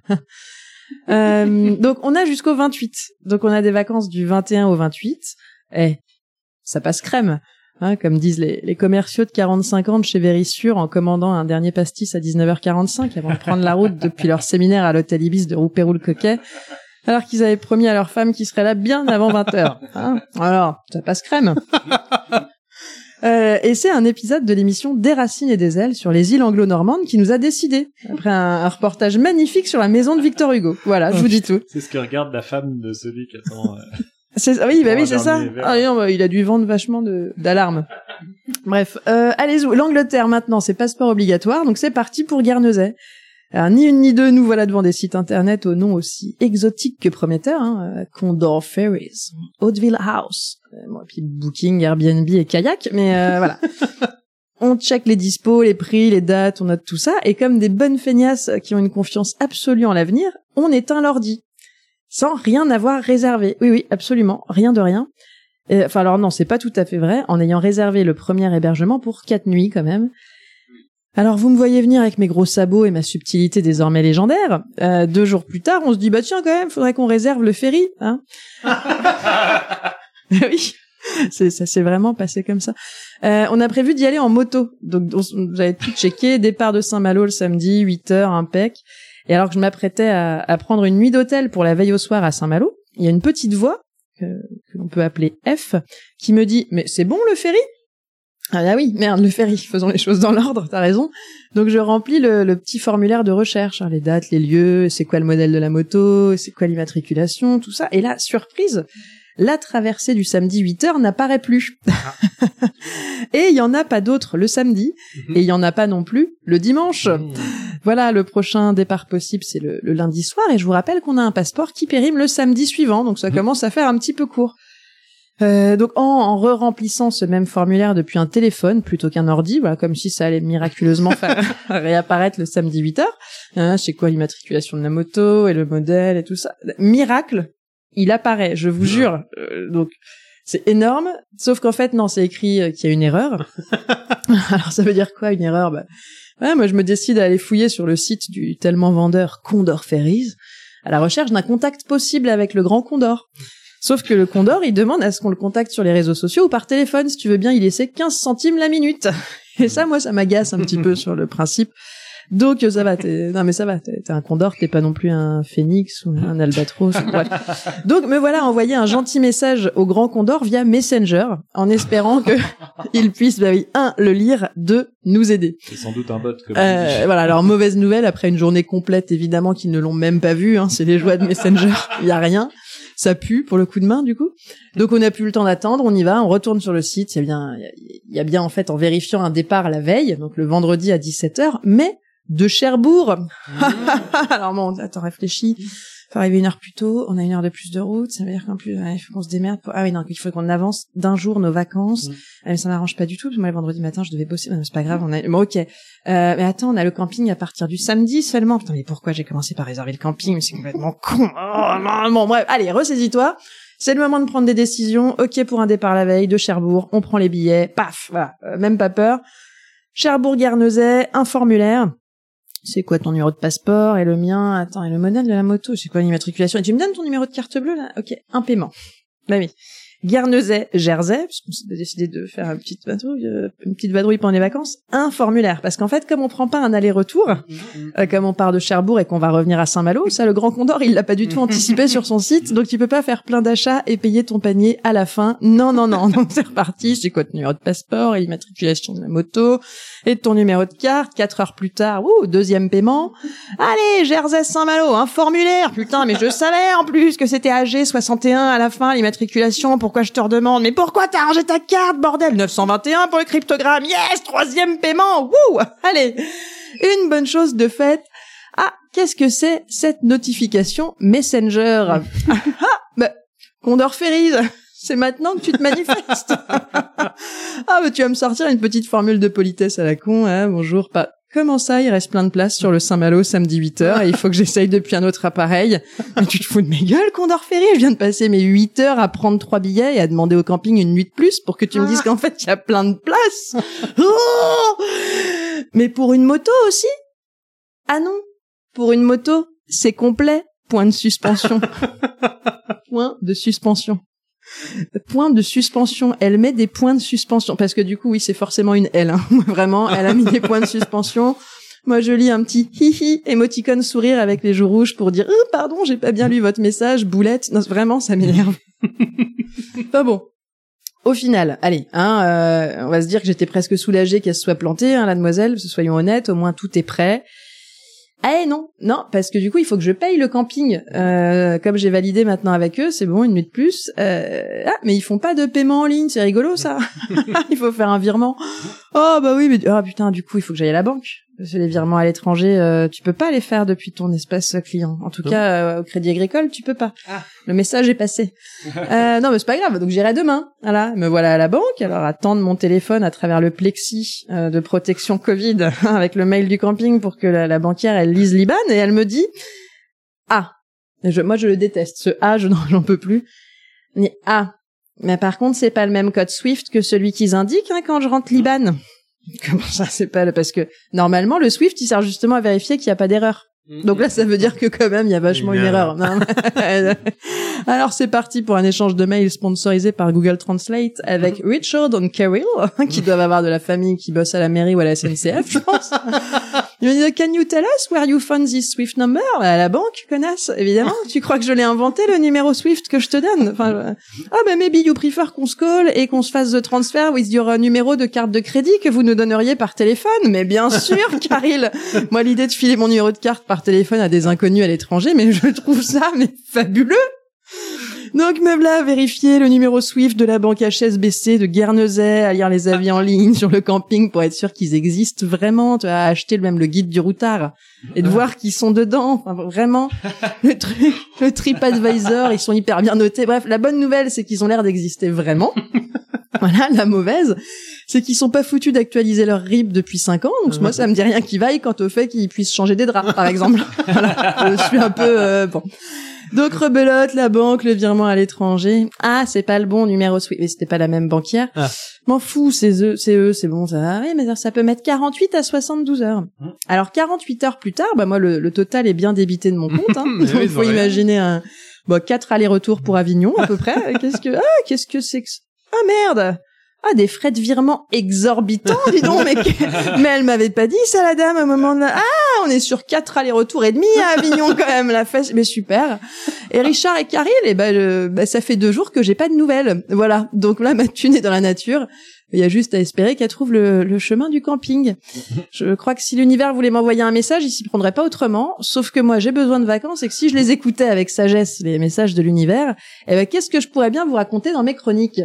euh, donc, on a jusqu'au vingt-huit. Donc, on a des vacances du vingt et un au vingt-huit. Eh, ça passe crème. Hein, comme disent les, les commerciaux de quarante-cinq ans de chez Vérissure en commandant un dernier pastis à dix-neuf heures quarante-cinq avant de prendre la route depuis leur séminaire à l'hôtel Ibis de Rouperou-le-Coquet, alors qu'ils avaient promis à leur femme qu'ils seraient là bien avant vingt heures. Hein, alors, ça passe crème. Euh, et c'est un épisode de l'émission Des Racines et des Ailes sur les îles anglo-normandes qui nous a décidé, après un, un reportage magnifique sur la maison de Victor Hugo. Voilà, je vous dis tout. C'est ce que regarde la femme de celui qui attend. Euh... C'est, oui, bah Oh, oui, c'est ça. dernier verre. Ah, non, bah, il a dû vendre vachement de, d'alarmes. Bref, euh, allez, l'Angleterre maintenant, c'est passeport obligatoire, donc c'est parti pour Guernesey. Alors, ni une ni deux, nous voilà devant des sites internet au nom aussi exotique que prometteur, hein, euh, Condor Ferries, Hauteville House, euh, bon, puis Booking, Airbnb et Kayak, mais euh, voilà. On check les dispos, les prix, les dates, on note tout ça, et comme des bonnes feignasses qui ont une confiance absolue en l'avenir, on éteint l'ordi. Sans rien avoir réservé. Oui, oui, absolument, rien de rien. Euh, enfin, alors non, c'est pas tout à fait vrai, en ayant réservé le premier hébergement pour quatre nuits quand même. Alors vous me voyez venir avec mes gros sabots et ma subtilité désormais légendaire. Euh, deux jours plus tard, on se dit, bah tiens quand même, faudrait qu'on réserve le ferry, hein. Oui, c'est, ça s'est vraiment passé comme ça. Euh, on a prévu d'y aller en moto. Donc vous avez tout checké, départ de Saint-Malo le samedi, huit heures, impec. Et alors que je m'apprêtais à, à prendre une nuit d'hôtel pour la veille au soir à Saint-Malo, il y a une petite voix, que, que l'on peut appeler F, qui me dit « Mais c'est bon le ferry ?» Ah bah oui, merde, le ferry, faisons les choses dans l'ordre, t'as raison. Donc je remplis le, le petit formulaire de recherche, hein, les dates, les lieux, c'est quoi le modèle de la moto, c'est quoi l'immatriculation, tout ça. Et là, surprise, la traversée du samedi huit heures n'apparaît plus. Et il y en a pas d'autres le samedi, et il y en a pas non plus le dimanche. Mmh. Voilà, le prochain départ possible, c'est le, le lundi soir, et je vous rappelle qu'on a un passeport qui périme le samedi suivant, donc ça mmh. commence à faire un petit peu court. Euh, donc en, en re-remplissant ce même formulaire depuis un téléphone plutôt qu'un ordi, voilà, comme si ça allait miraculeusement faire réapparaître le samedi huit heures. Hein, c'est quoi l'immatriculation de la moto et le modèle et tout ça. Miracle, il apparaît, je vous jure. Euh, donc c'est énorme, sauf qu'en fait non, c'est écrit euh, qu'il y a une erreur. Alors ça veut dire quoi une erreur? Bah, ouais, moi je me décide à aller fouiller sur le site du tellement vendeur Condor Ferries à la recherche d'un contact possible avec le Grand Condor. Sauf que le Condor, il demande à ce qu'on le contacte sur les réseaux sociaux ou par téléphone, si tu veux bien y laisser quinze centimes la minute. Et ça, moi, ça m'agace un petit peu sur le principe. Donc, ça va, t'es, non mais ça va, t'es, t'es un Condor, t'es pas non plus un phénix ou un albatros. Bref. Donc, me voilà envoyer un gentil message au Grand Condor via Messenger, en espérant que il puisse, bah oui, un, le lire, deux, nous aider. C'est sans doute un bot. Comme euh, voilà, alors mauvaise nouvelle, après une journée complète, évidemment, qu'ils ne l'ont même pas vu, hein, c'est les joies de Messenger, il y a rien. Ça pue pour le coup de main, du coup. Donc, on n'a plus le temps d'attendre, on y va, on retourne sur le site. Il y a bien, il y a bien, en fait, en vérifiant un départ la veille, donc le vendredi à dix-sept heures, mais de Cherbourg. Mmh. Alors bon, attends, réfléchis. Faut arriver une heure plus tôt, on a une heure de plus de route, ça veut dire qu'en plus, ouais, il faut qu'on se démerde pour... Ah oui, non, il faut qu'on avance d'un jour nos vacances. Mmh. Ah, mais ça m'arrange pas du tout, parce que moi, le vendredi matin, je devais bosser. Non, c'est pas grave, on a... Bon, ok. Euh, mais attends, on a le camping à partir du samedi seulement. Putain, mais pourquoi j'ai commencé par réserver le camping? C'est complètement con. Oh, non, bon, bref. Allez, ressaisis-toi. C'est le moment de prendre des décisions. Ok pour un départ la veille de Cherbourg. On prend les billets. Paf, voilà. Euh, même pas peur. Cherbourg-Guernesey, un formulaire. C'est quoi ton numéro de passeport et le mien? Attends, et le modèle de la moto? C'est quoi l'immatriculation? Et tu me donnes ton numéro de carte bleue, là? Ok, un paiement. Bah oui. Guernesey, Jersey, parce qu'on s'est décidé de faire une petite vadrouille, euh, une petite vadrouille pendant les vacances, un formulaire. Parce qu'en fait, comme on prend pas un aller-retour, euh, comme on part de Cherbourg et qu'on va revenir à Saint-Malo, ça, le Grand Condor, il l'a pas du tout anticipé sur son site, donc tu peux pas faire plein d'achats et payer ton panier à la fin. Non, non, non. Donc c'est reparti, c'est quoi ton numéro de passeport et l'immatriculation de la moto, et ton numéro de carte, quatre heures plus tard, ouh, deuxième paiement. Allez, Jersey, Saint-Malo, un formulaire, putain, mais je savais en plus que c'était A G soixante et un à la fin, l'immatriculation. Pourquoi je te redemande? Mais pourquoi t'as rangé ta carte, bordel? neuf cent vingt et un pour le cryptogramme. Yes, troisième paiement. Wouh! Allez, une bonne chose de faite. Ah, qu'est-ce que c'est cette notification Messenger? Ah, bah, Condor Ferries, c'est maintenant que tu te manifestes. Ah, bah tu vas me sortir une petite formule de politesse à la con, hein, bonjour, pas... Comment ça, il reste plein de place sur le Saint-Malo samedi huit heures et il faut que j'essaye depuis un autre appareil? Mais tu te fous de mes gueules, Condor Ferry? Je viens de passer mes huit heures à prendre trois billets et à demander au camping une nuit de plus pour que tu me dises qu'en fait, il y a plein de place. Oh, mais pour une moto aussi? Ah non, pour une moto, c'est complet. Point de suspension. Point de suspension. Point de suspension. Elle met des points de suspension. Parce que du coup, oui, c'est forcément une L. Hein. Vraiment, elle a mis des points de suspension. Moi, je lis un petit hi-hi, émoticône sourire avec les joues rouges pour dire oh, « Pardon, j'ai pas bien lu votre message, boulette. » Non, vraiment, ça m'énerve. Pas bon. Au final, allez, hein, euh, on va se dire que j'étais presque soulagée qu'elle se soit plantée, hein, la demoiselle, soyons honnêtes, au moins tout est prêt. Ah non, non, parce que du coup, il faut que je paye le camping. Euh, comme j'ai validé maintenant avec eux, c'est bon, une nuit de plus. Euh, ah, mais ils font pas de paiement en ligne, c'est rigolo ça. Il faut faire un virement. Oh bah oui, mais ah putain, du coup, il faut que j'aille à la banque. Parce que les virements à l'étranger, euh, tu peux pas les faire depuis ton espace client. En tout Non. cas, euh, au Crédit Agricole, tu peux pas. Ah. Le message est passé. euh, non, mais c'est pas grave. Donc j'irai demain. Voilà, me voilà à la banque. Alors attendre mon téléphone à travers le plexi euh, de protection Covid avec le mail du camping pour que la, la banquière elle lise l'I B A N et elle me dit ah. Et je, moi je le déteste. Ce A, je n'en j'en peux plus. Mais ah. Mais par contre, c'est pas le même code Swift que celui qu'ils indiquent hein, quand je rentre l'I B A N. Comment ça, c'est pas le... parce que normalement le Swift il sert justement à vérifier qu'il n'y a pas d'erreur. Donc là, ça veut dire que quand même, il y a vachement une, une erreur. Non, alors c'est parti pour un échange de mails sponsorisé par Google Translate avec Richard and Carol, qui doivent avoir de la famille qui bosse à la mairie ou à la S N C F, je pense. Il me dit, can you tell us where you found this Swift number? À la banque, connasse, évidemment. Tu crois que je l'ai inventé, le numéro Swift que je te donne? Enfin, je... ah, ben, maybe you prefer qu'on se call et qu'on se fasse the transfer with your numéro de carte de crédit que vous nous donneriez par téléphone. Mais bien sûr, Caril. Moi, l'idée de filer mon numéro de carte par téléphone à des inconnus à l'étranger, mais je trouve ça, mais fabuleux. Donc, me voilà à vérifier le numéro Swift de la banque H S B C de Guernesey, à lire les avis en ligne sur le camping pour être sûr qu'ils existent vraiment, tu vois, à acheter même le guide du routard et de voir qu'ils sont dedans. Enfin, vraiment, le truc, le TripAdvisor, ils sont hyper bien notés. Bref, la bonne nouvelle, c'est qu'ils ont l'air d'exister vraiment. Voilà, la mauvaise, c'est qu'ils sont pas foutus d'actualiser leur R I B depuis cinq ans. Donc, moi, ça me dit rien qui vaille quant au fait qu'ils puissent changer des draps, par exemple. Voilà, je suis un peu, euh, bon. Donc, rebelote, la banque, le virement à l'étranger. Ah, c'est pas le bon numéro Swift. Mais c'était pas la même banquière. Ah. M'en fous, c'est eux, c'est eux, c'est bon, ça va. Oui, mais ça peut mettre quarante-huit à soixante-douze heures. Mmh. Alors, quarante-huit heures plus tard, bah, moi, le, le total est bien débité de mon compte, hein. Donc, il faut imaginer un, bon, quatre allers-retours pour Avignon, à peu près. Qu'est-ce que, ah, qu'est-ce que c'est que, ah, merde! Ah, des frais de virement exorbitants, dis donc, mais, mais elle m'avait pas dit ça, la dame, au moment de, ah, on est sur quatre allers-retours et demi à Avignon, quand même, la fesse, mais super. Et Richard et Caril, eh ben, je, ben, ça fait deux jours que j'ai pas de nouvelles. Voilà. Donc là, ma thune est dans la nature. Il y a juste à espérer qu'elle trouve le, le chemin du camping. Je crois que si l'univers voulait m'envoyer un message, il s'y prendrait pas autrement. Sauf que moi, j'ai besoin de vacances et que si je les écoutais avec sagesse, les messages de l'univers, eh ben, qu'est-ce que je pourrais bien vous raconter dans mes chroniques?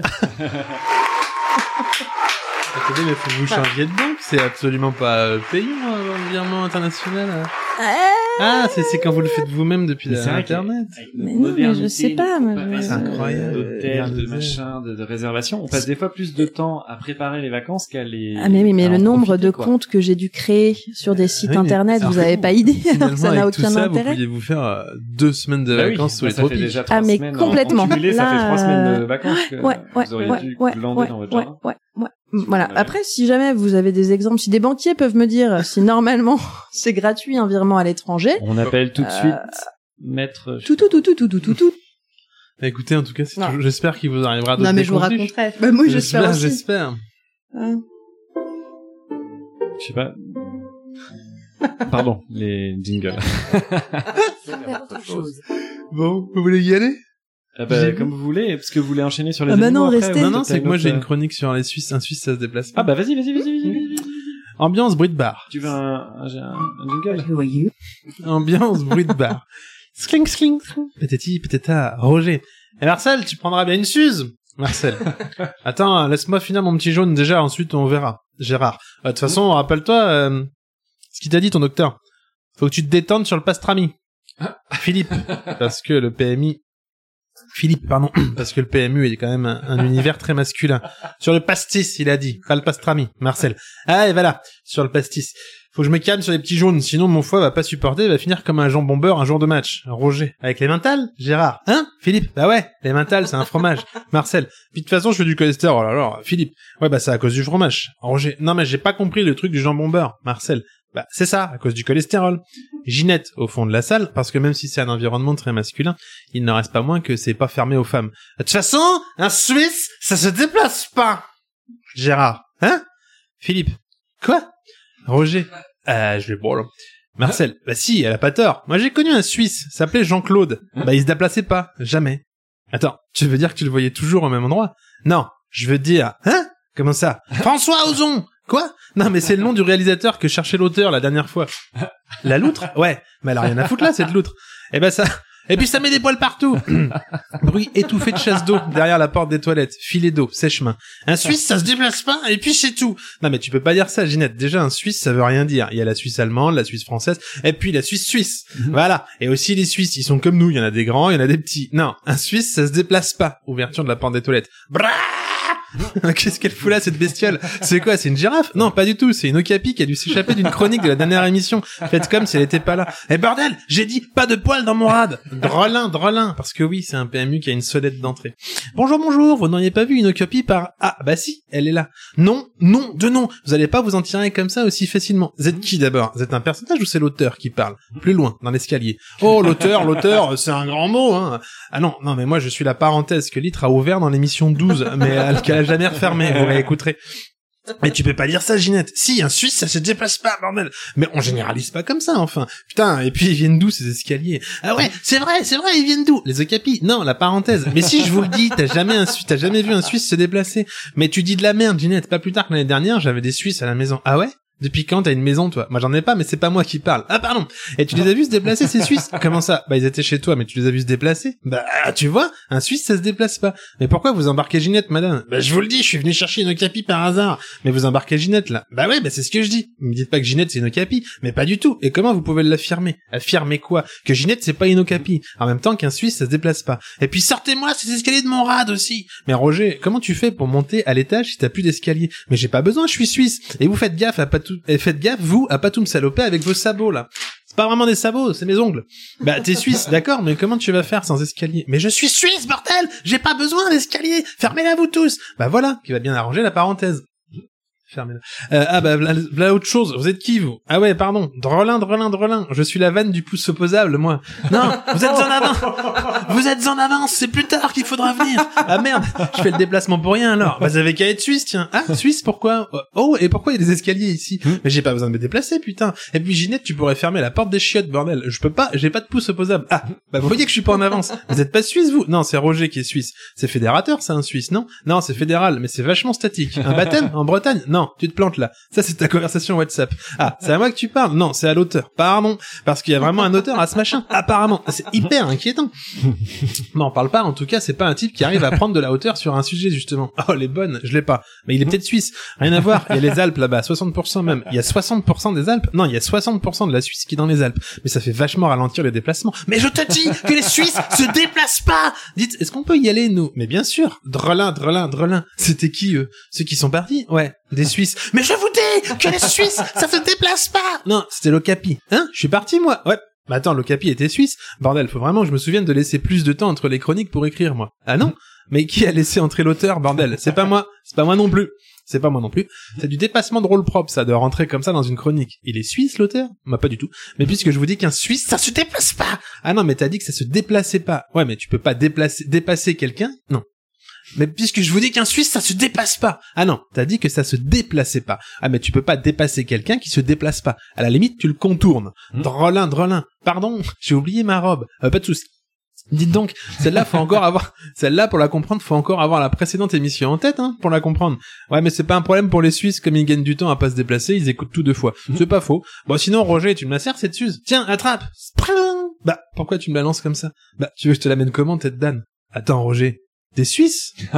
Attendez, mais faut que vous changiez de banque, c'est absolument pas payant, un virement international. Ah, c'est, c'est quand vous le faites vous-même depuis la internet. Mais non, mais je sais pas. Mais c'est incroyable. D'hôtel, de machin, de, de réservation. On passe des fois plus de temps à préparer les vacances qu'à les... Ah, mais oui, mais le nombre profiter, de quoi. comptes que j'ai dû créer sur des sites oui, internet, vous avez pas idée, alors que ça n'a aucun ça, intérêt. Vous pourriez vous faire euh, deux semaines de bah vacances oui, sous bah les ça tropiques. fait déjà trois Ah, mais semaines complètement. En, en cumulé, Là, ça fait trois semaines de euh, vacances que ouais, ouais, vous auriez ouais, dû ouais, glander ouais, dans votre ouais, jardin. ouais, ouais. Voilà. Après, si jamais vous avez des exemples, si des banquiers peuvent me dire si normalement c'est gratuit un virement à l'étranger. On appelle tout de euh... suite maître. Tout, tout, tout, tout, tout, tout, tout, tout. Bah, écoutez, en tout cas, c'est toujours... j'espère qu'il vous arrivera d'autres Non, mais je vous raconterai. Bah, moi, j'espère, j'espère aussi. J'espère. Hein. Je sais pas. Pardon, les jingles. Bon, vous voulez y aller? Ah bah, comme vous voulez, parce que vous voulez enchaîner sur les ah bah animaux non, après, restez. Non, non, c'est que moi j'ai une autre... chronique sur les Suisses. Un Suisse, ça se déplace pas. Ah bah vas-y, vas-y, vas-y, vas-y, vas-y. Ambiance bruit de bar. Tu veux un, un, un, un jingle? Who are you? Ambiance bruit de bar. Sling, sling, sling. Pététi, pététa, Roger. Et Marcel, tu prendras bien une Suze. Marcel. Attends, laisse-moi finir mon petit jaune déjà, ensuite on verra. Gérard. De toute façon, rappelle-toi, euh, ce qu'il t'a dit ton docteur. Faut que tu te détendes sur le pastrami. Philippe. Parce que le P M I... Philippe, pardon, parce que le P M U est quand même un, un univers très masculin. Sur le pastis, il a dit, pas le pastrami, Marcel. Ah, et voilà, sur le pastis. Faut que je me calme sur les petits jaunes, sinon mon foie va pas supporter, il va finir comme un jambon beurre un jour de match. Roger. Avec les mentales, Gérard. Hein, Philippe? Bah ouais, les mentales, c'est un fromage. Marcel. Puis de toute façon, je fais du cholestérol, alors, Philippe. Ouais, bah c'est à cause du fromage. Roger. Non, mais j'ai pas compris le truc du jambon beurre. Marcel. Bah, c'est ça, à cause du cholestérol. Ginette, au fond de la salle, parce que même si c'est un environnement très masculin, il n'en reste pas moins que c'est pas fermé aux femmes. De toute façon, un Suisse, ça se déplace pas. Gérard. Hein? Philippe. Quoi? Roger. Euh, je vais bon, là. Marcel. Bah si, elle a pas tort. Moi, j'ai connu un Suisse, s'appelait Jean-Claude. Bah, il se déplaçait pas. Jamais. Attends, tu veux dire que tu le voyais toujours au même endroit? Non. Je veux dire, hein? Comment ça? François Ozon! Quoi? Non, mais c'est le nom du réalisateur que cherchait l'auteur la dernière fois. La loutre? Ouais. Mais elle a rien à foutre là, cette loutre. Eh ben ça... Et puis ça met des poils partout. Bruit étouffé de chasse d'eau derrière la porte des toilettes. Filet d'eau, sèche-main. Un Suisse, ça se déplace pas, et puis c'est tout. Non mais tu peux pas dire ça, Ginette. Déjà, un Suisse, ça veut rien dire. Il y a la Suisse allemande, la Suisse française, et puis la Suisse suisse. Voilà. Et aussi les Suisses, ils sont comme nous. Il y en a des grands, il y en a des petits. Non, un Suisse, ça se déplace pas. Ouverture de la porte des toilettes. Brrrr. Qu'est-ce qu'elle fout là, cette bestiole? C'est quoi? C'est une girafe? Non, pas du tout. C'est une okapi qui a dû s'échapper d'une chronique de la dernière émission. Faites comme si elle était pas là. Eh bordel, j'ai dit pas de poils dans mon rad. Drolin, drolin. Parce que oui, c'est un P M U qui a une sonnette d'entrée. Bonjour, bonjour. Vous n'auriez pas vu une okapi par... Ah, bah si, elle est là. Non, non, de non. Vous allez pas vous en tirer comme ça aussi facilement. Vous êtes qui d'abord? Vous êtes un personnage ou c'est l'auteur qui parle? Plus loin, dans l'escalier. Oh, l'auteur, l'auteur, c'est un grand mot, hein. Ah non, non, mais moi je suis la parenthèse que Litre a ouvert dans l'émission douze, mais elle a jamais refermé, vous réécouterez. Mais tu peux pas dire ça, Ginette. Si, un Suisse, ça se déplace pas, bordel. Mais on généralise pas comme ça, enfin. Putain, et puis ils viennent d'où, ces escaliers? Ah ouais, c'est vrai, c'est vrai, ils viennent d'où? Les okapis. Non, la parenthèse. Mais si je vous le dis, t'as jamais un, t'as jamais vu un Suisse se déplacer. Mais tu dis de la merde, Ginette. Pas plus tard que l'année dernière, j'avais des Suisses à la maison. Ah ouais? Depuis quand t'as une maison, toi? Moi, j'en ai pas, mais c'est pas moi qui parle. Ah, pardon. Et tu les as vus se déplacer, ces Suisses? Comment ça? Bah, ils étaient chez toi, mais tu les as vus se déplacer? Bah, tu vois, un Suisse, ça se déplace pas. Mais pourquoi vous embarquez Ginette, madame? Bah, je vous le dis, je suis venu chercher une okapi par hasard. Mais vous embarquez Ginette, là. Bah ouais, bah c'est ce que je dis. Ne me dites pas que Ginette, c'est une okapi. Mais pas du tout. Et comment vous pouvez l'affirmer? Affirmer quoi? Que Ginette, c'est pas une okapi. En même temps qu'un Suisse, ça se déplace pas. Et puis, sortez-moi ces escaliers de mon rad aussi. Mais Roger, comment tu fais pour monter à l'étage si t'as plus d'escalier? Mais j'ai pas besoin, je suis Suisse. Et vous faites gaffe à pas tout, et faites gaffe, vous, à pas tout me saloper avec vos sabots, là. C'est pas vraiment des sabots, c'est mes ongles. Bah, t'es suisse, d'accord, mais comment tu vas faire sans escalier? Mais je suis suisse, bordel! J'ai pas besoin d'escalier! Fermez-la, vous tous! Bah voilà, qui va bien arranger la parenthèse. Fermez-la. Euh, ah bah, voilà, voilà autre chose. Vous êtes qui, vous? Ah ouais, pardon. Drolin, drolin, drolin. Je suis la vanne du pouce opposable, moi. Non, vous êtes en avance! Vous êtes en avance, c'est plus tard qu'il faudra venir! Ah merde, je fais le déplacement pour rien, alors. Bah, vous avez qu'à être suisse, tiens. Ah, suisse, pourquoi? Oh, et pourquoi il y a des escaliers ici? Mais j'ai pas besoin de me déplacer, putain. Et puis, Ginette, tu pourrais fermer la porte des chiottes, bordel. Je peux pas, j'ai pas de pouce opposable. Ah, bah, vous voyez que je suis pas en avance. Vous êtes pas suisse, vous? Non, c'est Roger qui est suisse. C'est fédérateur, ça, un suisse, non? Non, c'est fédéral, mais c'est vachement statique. Un baptême? En Bretagne? Non, tu te plantes là. Ça, c'est ta conversation WhatsApp. Ah, c'est à moi que tu parles? Non, c'est à l'auteur. Pardon. Parce qu'il y a vraiment un auteur à ce machin. Apparemment. C'est hyper inquiétant. Non, on parle pas. En tout cas, c'est pas un type qui arrive à prendre de la hauteur sur un sujet, justement. Oh, les bonnes. Je l'ai pas. Mais il est peut-être suisse. Rien à voir. Il y a les Alpes là-bas. soixante pour cent même. Il y a soixante pour cent des Alpes. Non, il y a soixante pour cent de la Suisse qui est dans les Alpes. Mais ça fait vachement ralentir les déplacements. Mais je te dis que les Suisses se déplacent pas! Dites, est-ce qu'on peut y aller, nous? Mais bien sûr. Drolin, drolin, drolin. C'était qui, eux? Ceux qui sont partis? Ouais. Des Suisses. Mais je vous dis que les Suisses, ça se déplace pas! Non, c'était l'okapi. Hein? Je suis parti, moi. Ouais. Mais attends, l'okapi était suisse. Bordel, faut vraiment que je me souvienne de laisser plus de temps entre les chroniques pour écrire, moi. Ah non? Mais qui a laissé entrer l'auteur, bordel? C'est pas moi. C'est pas moi non plus. C'est pas moi non plus. C'est du dépassement de rôle propre, ça, de rentrer comme ça dans une chronique. Il est suisse, l'auteur? Bah, pas du tout. Mais puisque je vous dis qu'un Suisse, ça se déplace pas! Ah non, mais t'as dit que ça se déplaçait pas. Ouais, mais tu peux pas déplacer, dépasser quelqu'un? Non. Mais puisque je vous dis qu'un Suisse, ça se dépasse pas. Ah non, t'as dit que ça se déplaçait pas. Ah mais tu peux pas dépasser quelqu'un qui se déplace pas. À la limite, tu le contournes. Mmh. Drolin, drolin. Pardon, j'ai oublié ma robe. Euh, pas de souci. Dites donc, celle-là, faut encore avoir, celle-là, pour la comprendre, faut encore avoir la précédente émission en tête, hein, pour la comprendre. Ouais, mais c'est pas un problème pour les Suisses, comme ils gagnent du temps à pas se déplacer, ils écoutent tout deux fois. Mmh. C'est pas faux. Bon, sinon, Roger, tu me la sers, cette Suze? Tiens, attrape! Bah, pourquoi tu me la lances comme ça? Bah, tu veux que je te l'amène comment, tête d'âne? Attends, Roger. Des Suisses? Oh.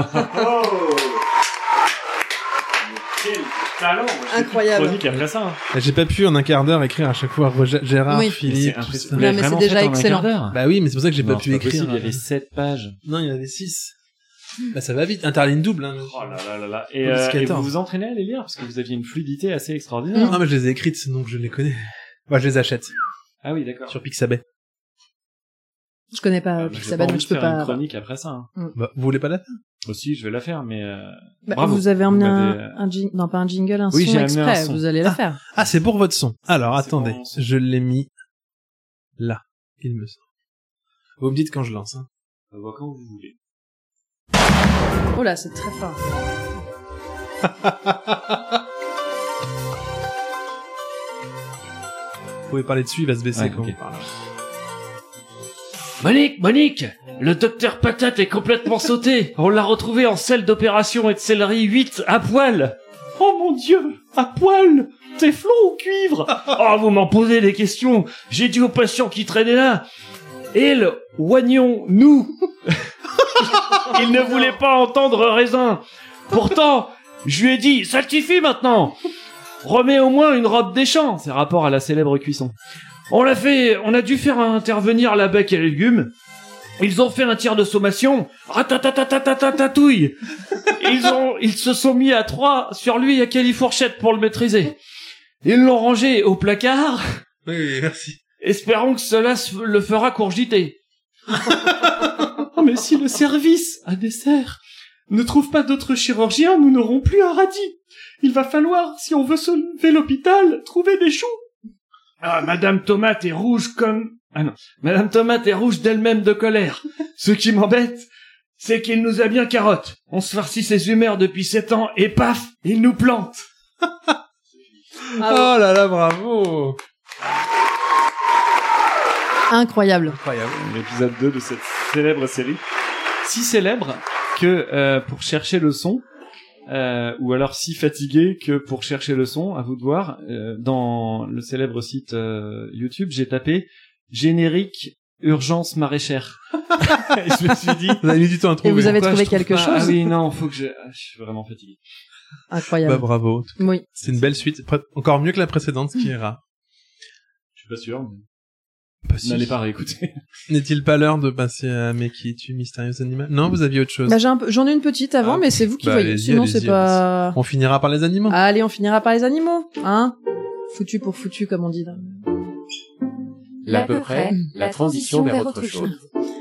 Quel talent! Incroyable. Après ça, hein. J'ai pas pu en un quart d'heure écrire à chaque fois Roger, Gérard, oui. Philippe. Mais tout ça. Non, mais c'est déjà excellent. Bah oui, mais c'est pour ça que j'ai non, pas pu pas écrire. Possible, il y avait sept pages. Non, il y en avait six. Bah ça va vite, interligne double. Hein. Oh là là là là. Et, euh, et vous vous entraînez à les lire parce que vous aviez une fluidité assez extraordinaire. Mmh. Non mais je les ai écrites, donc je les connais. Moi je les achète. Ah oui, d'accord. Sur Pixabay. Je connais pas ah, Pixabay, donc je peux faire pas. Une chronique après ça. Hein. Mm. Bah, vous voulez pas la faire? Aussi, je vais la faire, mais. Euh... Bah, Bravo. vous avez emmené vous un, m'avez... un jingle, non pas un jingle, un oui, son j'ai exprès. un son. Vous allez la ah. faire. Ah, c'est pour votre son. Alors c'est attendez, je l'ai mis là, il me semble. Vous me dites quand je lance. Hein. On voit quand vous voulez. Oh là, c'est très fort. Vous pouvez parler dessus, il va se baisser ouais, quand okay. on parle. Monique, Monique, le docteur Patate est complètement sauté. On l'a retrouvé en salle d'opération et de céleri huit à poil. Oh Oh mon Dieu, à poil, téflon ou cuivre? Oh, vous m'en posez des questions. J'ai dit au patient qui traînait là. Il, oignon, nous. Il ne voulait pas entendre raisin. Pourtant, je lui ai dit, saltifie maintenant. Remets au moins une robe des champs. C'est rapport à la célèbre cuisson. On l'a fait, on a dû faire intervenir la bec et les légumes. Ils ont fait un tir de sommation. Ratatatatatatatatouille. Ils ont, ils se sont mis à trois sur lui à califourchette pour le maîtriser. Ils l'ont rangé au placard. Oui, merci. Espérons que cela le fera courgiter. Oh, mais si le service à dessert ne trouve pas d'autres chirurgiens, nous n'aurons plus un radis. Il va falloir, si on veut sauver l'hôpital, trouver des choux. Ah, Madame Tomate est rouge comme... Ah non, Madame Tomate est rouge d'elle-même de colère. Ce qui m'embête, c'est qu'il nous a bien carotte. On se farcit ses humeurs depuis sept ans et paf, il nous plante. Oh là là, bravo. Incroyable. Incroyable. L'épisode deux de cette célèbre série. Si célèbre que euh, pour chercher le son, euh, ou alors si fatigué que pour chercher le son, à vous de voir, euh, dans le célèbre site euh, YouTube, j'ai tapé générique urgence maraîchère. Et je me suis dit... Vous avez mis du temps à trouver. Et vous avez trouvé je trouve quelque pas... chose? Ah oui, non, faut que je... Ah, je suis vraiment fatigué. Incroyable. Bah bravo. Oui. C'est une belle suite. Encore mieux que la précédente, ce qui est rare. Je suis pas sûr, mais... Bah, si. N'allez pas réécouter. N'est-il pas l'heure de passer à Mais qui tue Mystérieux Animal? Non, vous aviez autre chose. Bah, j'ai un peu... J'en ai une petite avant, Ah, mais c'est vous qui bah, voyez. allez-y, Sinon, allez-y, c'est pas... On finira par les animaux. Allez, on finira par les animaux, hein? Foutu pour foutu, comme on dit. Là. L'à peu près, la transition vers autre chose.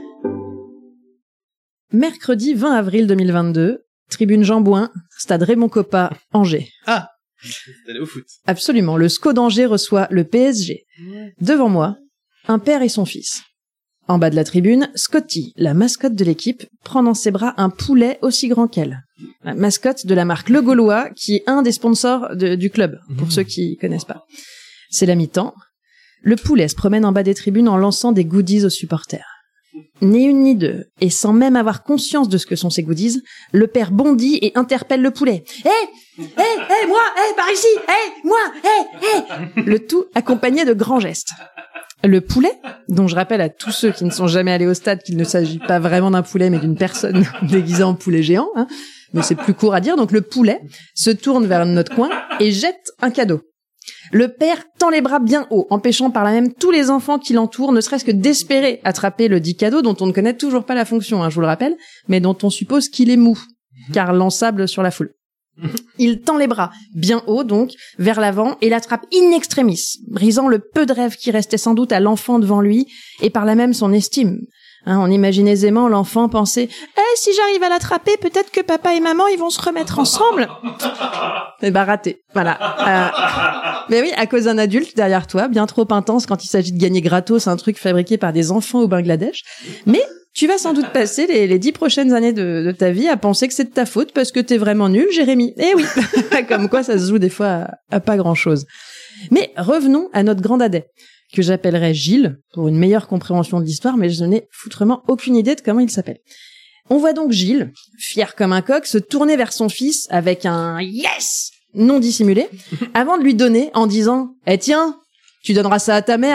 Mercredi vingt avril deux mille vingt-deux, tribune Jean Bouin, stade Raymond Coppa, Angers. Ah! D'aller au foot. Absolument, le S C O d'Angers reçoit le P S G. Devant moi, un père et son fils. En bas de la tribune, Scotty, la mascotte de l'équipe, prend dans ses bras un poulet aussi grand qu'elle. La mascotte de la marque Le Gaulois, qui est un des sponsors de, du club, pour mmh. ceux qui connaissent pas. C'est la mi-temps. Le poulet se promène en bas des tribunes en lançant des goodies aux supporters. Ni une ni deux, et sans même avoir conscience de ce que sont ces goodies, le père bondit et interpelle le poulet. Hé, hé, hé, moi, hé, par ici, hé, moi, hé, hé. Le tout accompagné de grands gestes. Le poulet, dont je rappelle à tous ceux qui ne sont jamais allés au stade qu'il ne s'agit pas vraiment d'un poulet, mais d'une personne déguisée en poulet géant, hein, mais c'est plus court à dire, donc le poulet se tourne vers notre coin et jette un cadeau. Le père tend les bras bien haut, empêchant par là même tous les enfants qui l'entourent, ne serait-ce que d'espérer attraper le dit cadeau dont on ne connaît toujours pas la fonction, hein, je vous le rappelle, mais dont on suppose qu'il est mou, car lançable sur la foule. Il tend les bras, bien haut donc, vers l'avant, et l'attrape in extremis, brisant le peu de rêve qui restait sans doute à l'enfant devant lui, et par là même son estime. Hein, on imagine aisément l'enfant penser « Eh, si j'arrive à l'attraper, peut-être que papa et maman, ils vont se remettre ensemble !» Eh ben, raté. Voilà. Euh... Mais oui, à cause d'un adulte derrière toi, bien trop intense quand il s'agit de gagner gratos un truc fabriqué par des enfants au Bangladesh. Mais tu vas sans doute passer les, les dix prochaines années de, de ta vie à penser que c'est de ta faute parce que t'es vraiment nul, Jérémy. Eh oui. Comme quoi, ça se joue des fois à, à pas grand-chose. Mais revenons à notre grand dadais, que j'appellerais Gilles, pour une meilleure compréhension de l'histoire, mais je n'ai foutrement aucune idée de comment il s'appelle. On voit donc Gilles, fier comme un coq, se tourner vers son fils avec un « yes » non dissimulé, avant de lui donner en disant « Eh tiens, tu donneras ça à ta mère !»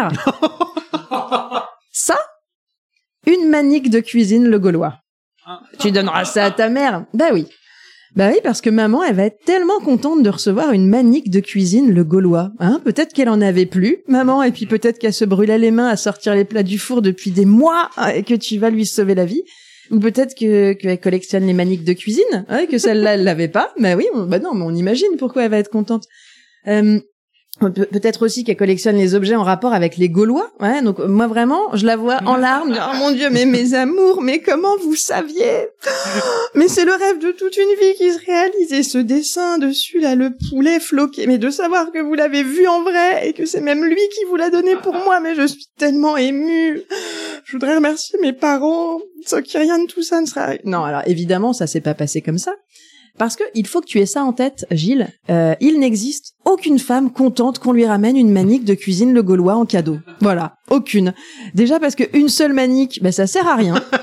Ça, une manique de cuisine Le Gaulois. Tu donneras ça à ta mère? Bah oui. Bah oui, parce que maman, elle va être tellement contente de recevoir une manique de cuisine Le Gaulois. Hein, peut-être qu'elle en avait plus, maman, et puis peut-être qu'elle se brûlait les mains à sortir les plats du four depuis des mois, hein, et que tu vas lui sauver la vie. Ou peut-être que qu'elle collectionne les maniques de cuisine, hein, que celle-là, elle l'avait pas. Bah oui, on, bah non, mais on imagine pourquoi elle va être contente. Euh, Pe- peut-être aussi qu'elle collectionne les objets en rapport avec les Gaulois. Ouais, donc moi vraiment, je la vois en larmes. Oh mon Dieu, mais mes amours, mais comment vous saviez? Mais c'est le rêve de toute une vie qui se réalise. Et ce dessin dessus là, le poulet floqué, mais de savoir que vous l'avez vu en vrai et que c'est même lui qui vous l'a donné pour moi. Mais je suis tellement émue. Je voudrais remercier mes parents, sans qui rien de tout ça ne serait. Non, alors évidemment, ça s'est pas passé comme ça. Parce que il faut que tu aies ça en tête, Gilles. Euh, il n'existe aucune femme contente qu'on lui ramène une manique de cuisine Le Gaulois en cadeau. Voilà, aucune. Déjà parce que une seule manique, ben ça sert à rien.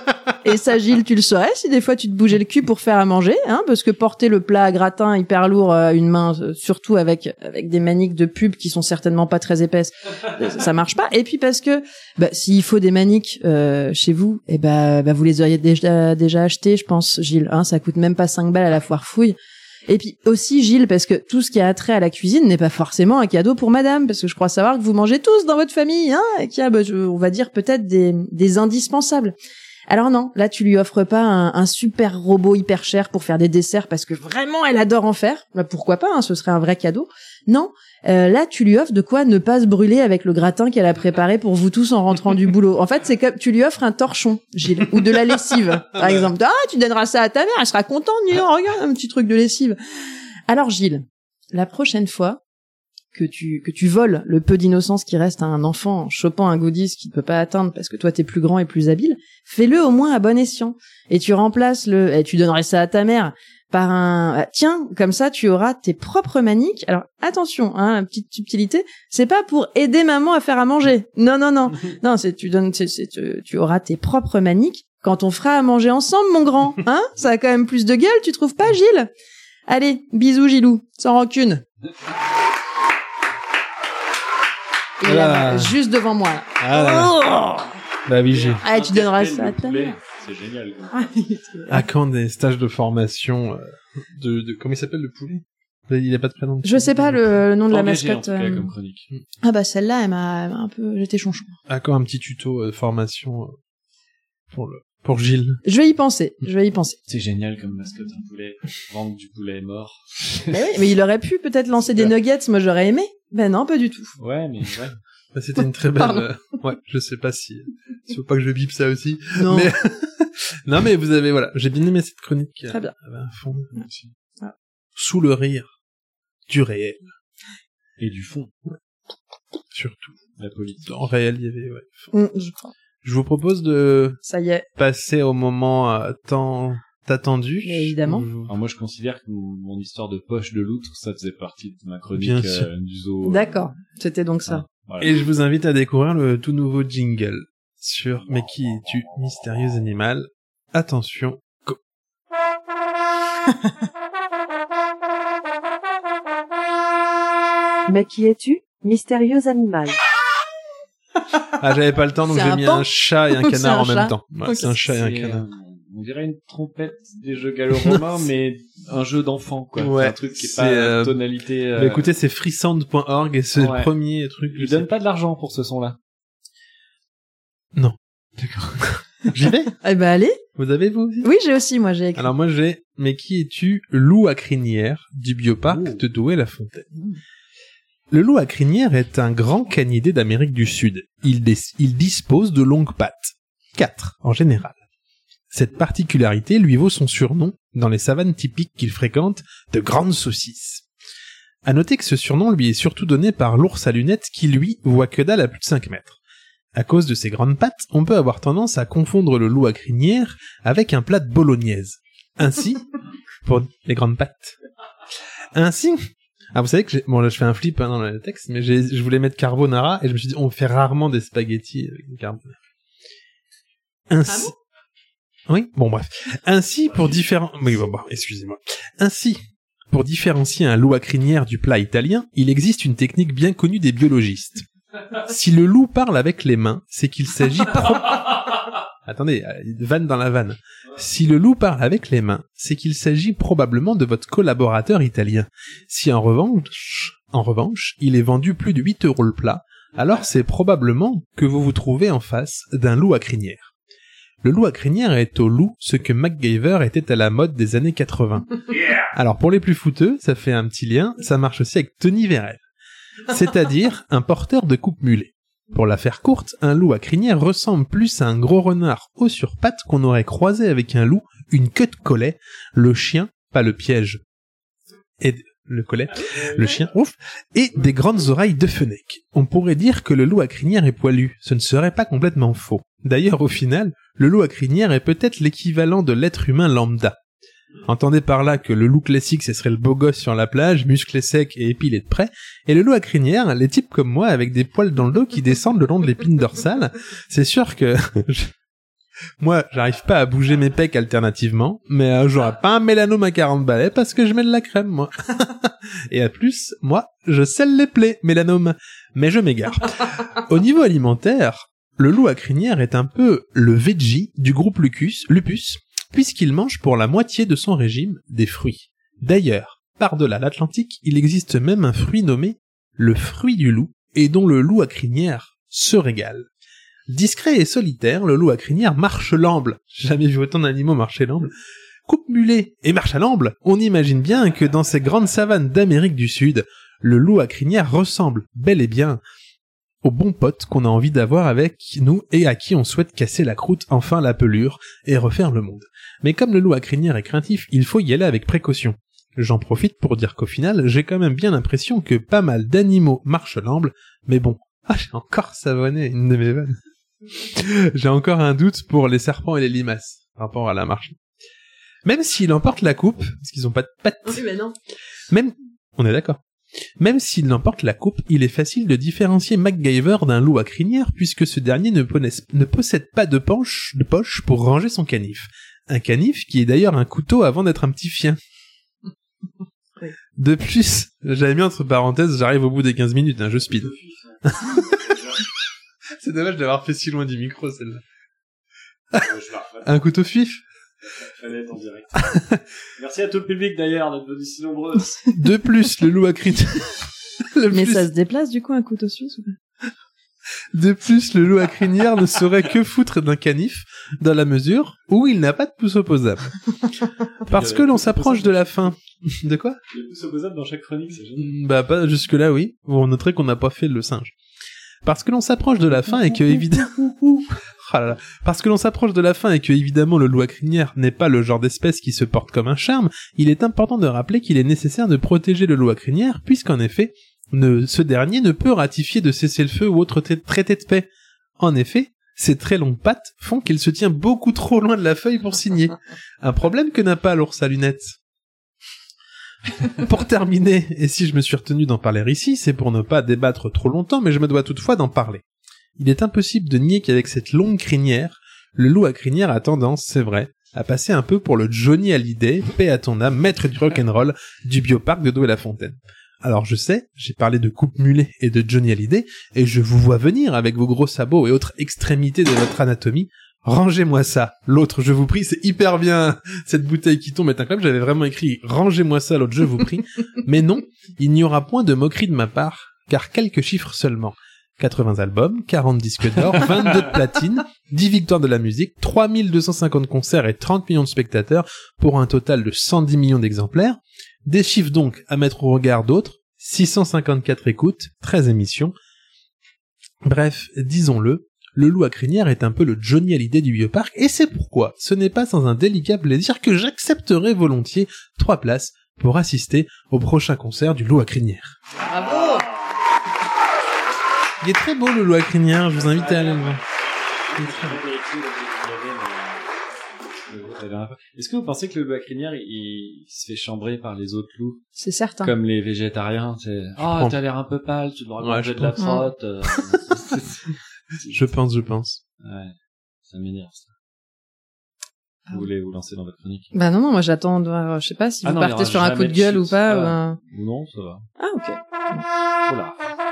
Et ça, Gilles, tu le saurais si des fois tu te bougeais le cul pour faire à manger, hein, parce que porter le plat à gratin hyper lourd à une main, surtout avec avec des maniques de pub qui sont certainement pas très épaisses, ça marche pas. Et puis parce que bah, s'il faut des maniques euh, chez vous, et bah, bah vous les auriez déjà déjà achetées, je pense, Gilles. Hein, ça coûte même pas cinq balles à la foire fouille. Et puis aussi, Gilles, parce que tout ce qui a trait à la cuisine n'est pas forcément un cadeau pour madame, parce que je crois savoir que vous mangez tous dans votre famille, hein, et qu'il y a, bah, je, on va dire, peut-être des, des indispensables. Alors non, là, tu lui offres pas un, un super robot hyper cher pour faire des desserts, parce que vraiment, elle adore en faire. Bah, pourquoi pas, hein, ce serait un vrai cadeau. Non, euh, là, tu lui offres de quoi ne pas se brûler avec le gratin qu'elle a préparé pour vous tous en rentrant du boulot. En fait, c'est comme, tu lui offres un torchon, Gilles, ou de la lessive, par exemple. Ah, tu donneras ça à ta mère, elle sera contente, dis donc, regarde, un petit truc de lessive. Alors, Gilles, la prochaine fois que tu, que tu voles le peu d'innocence qui reste à un enfant en chopant un goodies qu'il ne peut pas atteindre parce que toi t'es plus grand et plus habile, fais-le au moins à bon escient. Et tu remplaces le, et tu donnerais ça à ta mère par un, tiens, comme ça tu auras tes propres maniques. Alors, attention, hein, petite subtilité, c'est pas pour aider maman à faire à manger. Non, non, non. Non, c'est, tu donnes, c'est, c'est, tu auras tes propres maniques quand on fera à manger ensemble, mon grand. Hein? Ça a quand même plus de gueule, tu trouves pas, Gilles? Allez, bisous, Gilou, sans rancune. Et là, ah. juste devant moi. Là. Ah là. Oh bah oui, j'ai. Ah, tu donneras ça à ta mère. C'est génial. À quand des stages de formation euh, de, de comment il s'appelle le poulet? Il a pas de prénom. Je sais pas le, le nom de la Engagé, mascotte. En tout cas, euh... comme chronique. Ah bah celle-là, elle m'a, elle m'a un peu, j'étais chonchon. À quand un petit tuto de euh, formation euh, pour le pour Gilles? Je vais y penser. Je vais y penser. C'est génial comme mascotte un poulet. Vendre du poulet mort. Mais oui, mais il aurait pu peut-être lancer des nuggets. Moi, j'aurais aimé. Ben non, pas du tout. Ouais, mais ouais. Bah, c'était une très belle. Euh... Ouais, je sais pas si. Il faut pas que je bip ça aussi. Non. Mais... non, mais vous avez voilà. J'ai bien aimé cette chronique. Très bien. Euh, à fond. Ouais. Sous le rire du réel et du fond. Ouais. Surtout. La politique. En réel, il y avait. Ouais. Mmh, je crois. Je vous propose de. Ça y est. Passer au moment euh, tant attendu. Mais évidemment. Je... Alors moi, je considère que mon, mon histoire de poche de loutre, ça faisait partie de ma chronique Bien euh, sûr. du zoo. D'accord. C'était donc ça. Ah, voilà. Et je vous invite à découvrir le tout nouveau jingle sur Mais qui es-tu, mystérieux animal? Attention, go. Mais qui es-tu, mystérieux animal? Ah, j'avais pas le temps, donc C'est j'ai un mis pan un chat et un canard un en chat. même temps. Ouais, Okay. C'est un chat et un C'est, canard. euh, on dirait une trompette des jeux gallo-romains, mais un jeu d'enfant, quoi. Ouais, c'est un truc qui est c'est, pas euh, tonalité. Euh... Bah, écoutez, c'est freesound point org et c'est Ouais. le premier truc. Ils donnent pas de l'argent pour ce son-là. Non. D'accord. J'y vais? Eh ben allez. Vous avez vous aussi? Oui, j'ai aussi, moi, j'ai écrit. Alors moi j'ai Mais qui es-tu, loup à crinière du bioparc Oh. de Douai-la-Fontaine. Le loup à crinière est un grand canidé d'Amérique du Sud. Il, dé- il dispose de longues pattes. Quatre, en général. Cette particularité lui vaut son surnom, dans les savanes typiques qu'il fréquente, de grande saucisse. À noter que ce surnom lui est surtout donné par l'ours à lunettes qui, lui, voit que dalle à plus de cinq mètres. À cause de ses grandes pattes, on peut avoir tendance à confondre le loup à crinière avec un plat de bolognaise. Ainsi, pour les grandes pattes. Ainsi, ah vous savez que j'ai, bon là je fais un flip hein, dans le texte, mais j'ai, je voulais mettre carbonara et je me suis dit on fait rarement des spaghettis avec du carbonara. Ainsi, Ah oui, bon bref. Ainsi pour différents, oui bon, bon excusez-moi. Ainsi pour différencier un loup à crinière du plat italien, il existe une technique bien connue des biologistes. Si le loup parle avec les mains, c'est qu'il s'agit pro- Attendez, vanne dans la vanne. Si le loup parle avec les mains, c'est qu'il s'agit probablement de votre collaborateur italien. Si en revanche, en revanche, il est vendu plus de huit euros le plat, alors c'est probablement que vous vous trouvez en face d'un loup à crinière. Le loup à crinière est au loup ce que MacGyver était à la mode des années quatre-vingts. Alors pour les plus fouteux, ça fait un petit lien, ça marche aussi avec Tony Vérel. C'est-à-dire un porteur de coupe-mulet. Pour la faire courte, un loup à crinière ressemble plus à un gros renard haut sur pattes qu'on aurait croisé avec un loup, une queue de collet, le chien, pas le piège, et le collet, le chien, ouf, et des grandes oreilles de fenec. On pourrait dire que le loup à crinière est poilu, ce ne serait pas complètement faux. D'ailleurs, au final, le loup à crinière est peut-être l'équivalent de l'être humain lambda. Entendez par là que le loup classique, ce serait le beau gosse sur la plage, musclé sec et épilé de près, et le loup à crinière, les types comme moi avec des poils dans le dos qui descendent le long de l'épine dorsale, c'est sûr que... Moi, j'arrive pas à bouger mes pecs alternativement, mais euh, j'aurai pas un mélanome à quarante balais parce que je mets de la crème, moi. Et à plus, moi, je scelle les plaies, mélanome. Mais je m'égare. Au niveau alimentaire, le loup à crinière est un peu le veggie du groupe Lucus, Lupus, puisqu'il mange pour la moitié de son régime des fruits. D'ailleurs, par-delà l'Atlantique, il existe même un fruit nommé le fruit du loup, et dont le loup à crinière se régale. Discret et solitaire, le loup à crinière marche l'amble. J'ai jamais vu autant d'animaux marcher l'amble. Coupe mulet et marche à l'amble. On imagine bien que dans ces grandes savanes d'Amérique du Sud, le loup à crinière ressemble bel et bien au bon pote qu'on a envie d'avoir avec nous et à qui on souhaite casser la croûte, enfin la pelure, et refaire le monde. Mais comme le loup à crinière est craintif, il faut y aller avec précaution. J'en profite pour dire qu'au final, j'ai quand même bien l'impression que pas mal d'animaux marchent l'amble, mais bon, ah, j'ai encore savonné une de mes vannes. J'ai encore un doute pour les serpents et les limaces, par rapport à la marche. Même s'il emporte la coupe, parce qu'ils ont pas de pattes. Oui, mais non. Même, on est d'accord. Même s'il emporte la coupe, il est facile de différencier MacGyver d'un loup à crinière, puisque ce dernier ne, ponesse, ne possède pas de, penche, de poche pour ranger son canif. Un canif qui est d'ailleurs un couteau avant d'être un petit chien. Oui. De plus, j'avais mis entre parenthèses, j'arrive au bout des quinze minutes, hein, je speed. C'est dommage d'avoir fait si loin du micro, celle-là. Un couteau suif. Fallait être en direct. Merci à tout le public d'ailleurs d'être venu si nombreux. De plus, le loup à crinière... Mais plus... ça se déplace du coup un couteau suisse ou pas? De plus, le loup à crinière ne saurait que foutre d'un canif, dans la mesure où il n'a pas de pouce opposable. Parce que l'on s'approche de la fin. De quoi? Les pouces opposables dans chaque chronique, c'est génial. Bah, pas jusque-là, oui. Vous noterez qu'on n'a pas fait le singe. Parce que l'on s'approche de la fin et que, évidemment... Oh là là. Parce que l'on s'approche de la fin et que, évidemment, le loup à crinière n'est pas le genre d'espèce qui se porte comme un charme, il est important de rappeler qu'il est nécessaire de protéger le loup à crinière, puisqu'en effet, ne, ce dernier ne peut ratifier de cessez-le-feu ou autre t- traité de paix. En effet, ses très longues pattes font qu'il se tient beaucoup trop loin de la feuille pour signer. Un problème que n'a pas l'ours à lunettes. Pour terminer, et si je me suis retenu d'en parler ici, c'est pour ne pas débattre trop longtemps, mais je me dois toutefois d'en parler. Il est impossible de nier qu'avec cette longue crinière, le loup à crinière a tendance, c'est vrai, à passer un peu pour le Johnny Hallyday, paix à ton âme, maître du rock'n'roll, du bioparc de Douai-la-Fontaine. Alors je sais, j'ai parlé de coupe mulet et de Johnny Hallyday, et je vous vois venir avec vos gros sabots et autres extrémités de votre anatomie. Rangez-moi ça. L'autre, je vous prie, c'est hyper bien. Cette bouteille qui tombe est incroyable. J'avais vraiment écrit rangez-moi ça, l'autre, je vous prie. Mais non, il n'y aura point de moquerie de ma part, car quelques chiffres seulement. quatre-vingts albums, quarante disques d'or, vingt-deux de platine, dix victoires de la musique, trois mille deux cent cinquante concerts et trente millions de spectateurs pour un total de cent dix millions d'exemplaires. Des chiffres donc à mettre au regard d'autres, six cent cinquante-quatre écoutes, treize émissions. Bref, disons-le, le loup à crinière est un peu le Johnny Hallyday du bioparc, et c'est pourquoi ce n'est pas sans un délicat plaisir que j'accepterai volontiers trois places pour assister au prochain concert du loup à crinière. Bravo! Il est très beau le loup à crinière, je vous invite à aller le voir. Est-ce que vous pensez que le loup à crinière, il, il se fait chambrer par les autres loups? C'est certain. Comme les végétariens, c'est oh, pense. t'as l'air un peu pâle, tu dois Ouais, manger je de la pense. frotte. Euh, Je pense, je pense. ouais, ça m'énerve, ça. Vous voulez vous lancer dans votre chronique? Bah non, non, moi j'attends de voir, je sais pas si Ah vous non, il y partez aura sur un coup jamais de gueule chute. ou pas. Ah, ou un- ou non, ça va. Ah ok. Oula.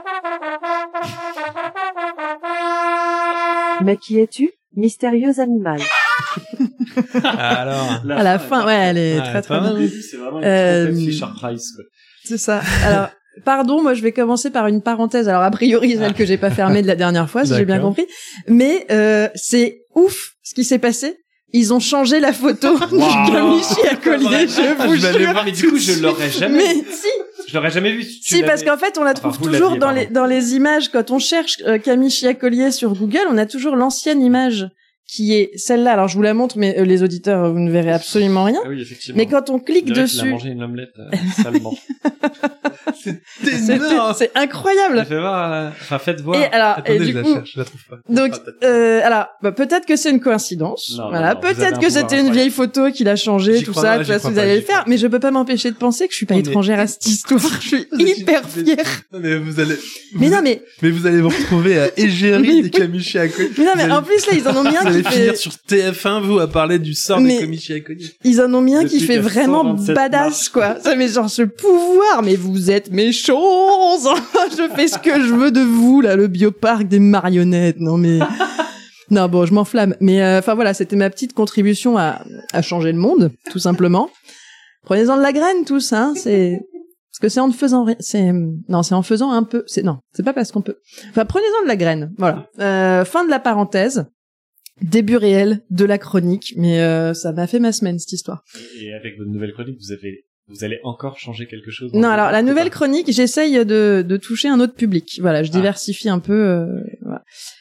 Mais qui es-tu, mystérieux animal? Alors, À la fin, ouais, elle est Ouais, très très pas bien. mal. Au début, c'est vraiment une Euh, trompette Fisher-Price, quoi. C'est ça. Alors, pardon, moi je vais commencer par une parenthèse. Alors a priori celle que j'ai pas fermée de la dernière fois, si j'ai bien D'accord. compris. Mais euh, c'est ouf ce qui s'est passé. Ils ont changé la photo Wow. du Kamichi à collier, je vous Je l'avais jure. vu, mais du coup, je l'aurais jamais Mais vu. si, Je l'aurais jamais vu. Tu si, parce l'avais- qu'en fait, on la Enfin, trouve vous toujours l'aviez, dans pardon. les dans les images quand on cherche euh, Kamichi à collier sur Google, on a toujours l'ancienne image qui est celle-là. Alors je vous la montre, mais euh, les auditeurs, vous ne verrez absolument rien. Ah oui, effectivement. Mais quand on clique On dirait qu'il a dessus, mangé une omelette euh, salement. c'est énorme. c'est incroyable. Faites voir, euh, enfin faites voir. Et alors, Attendez, et je du la coup, cherche, je la trouve pas. donc, Ah, peut-être. euh, alors, bah, peut-être que c'est une coïncidence. Non, voilà, non, non, vous avez peut-être un que pouvoir c'était une incroyable. vieille photo qu'il a changé, J'y tout crois ça, pas, tu j'y vois, crois vous pas, allez j'y le faire. crois pas. Mais je peux pas m'empêcher de penser que je suis pas On est- étrangère à cette histoire. Je suis hyper fière. Non, mais vous allez, Mais vous- non, mais, mais vous allez vous retrouver à égérie Mais des oui. Kamichi à côté. mais non, mais Vous en allez- plus, là, ils en ont mis un vous qui allez qui finir fait- sur T F un, vous, à parler du sort Mais- des Komichi Akoni. Ils en ont mis un qui Depuis fait le vraiment cent vingt-sept badass, mars. quoi. Ça, mais genre, ce pouvoir, mais vous êtes méchants. Je fais ce que je veux de vous, là, le bioparc des marionnettes. Non, mais... Non, bon, je m'enflamme. Mais, enfin, voilà, c'était ma petite contribution à, à changer le monde, tout simplement. Prenez-en de la graine, tous, hein. C'est... Parce que c'est en faisant, ri- c'est, non, c'est en faisant un peu, c'est, non, c'est pas parce qu'on peut. Enfin, prenez-en de la graine. Voilà. Euh, fin de la parenthèse. Début réel de la chronique. Mais, euh, ça m'a fait ma semaine, cette histoire. Et avec votre nouvelle chronique, vous avez, vous allez encore changer quelque chose? Non, alors, la nouvelle chronique, j'essaye de, de toucher un autre public. Voilà, je Ah. diversifie un peu, euh, voilà.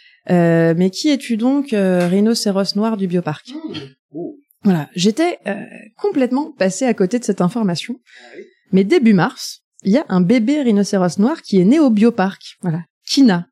Euh, mais qui es-tu donc, euh, rhinocéros noir du bioparc? Oh. Voilà, j'étais euh, complètement passée à côté de cette information. Mais début mars, il y a un bébé rhinocéros noir qui est né au bioparc. Voilà, Kina.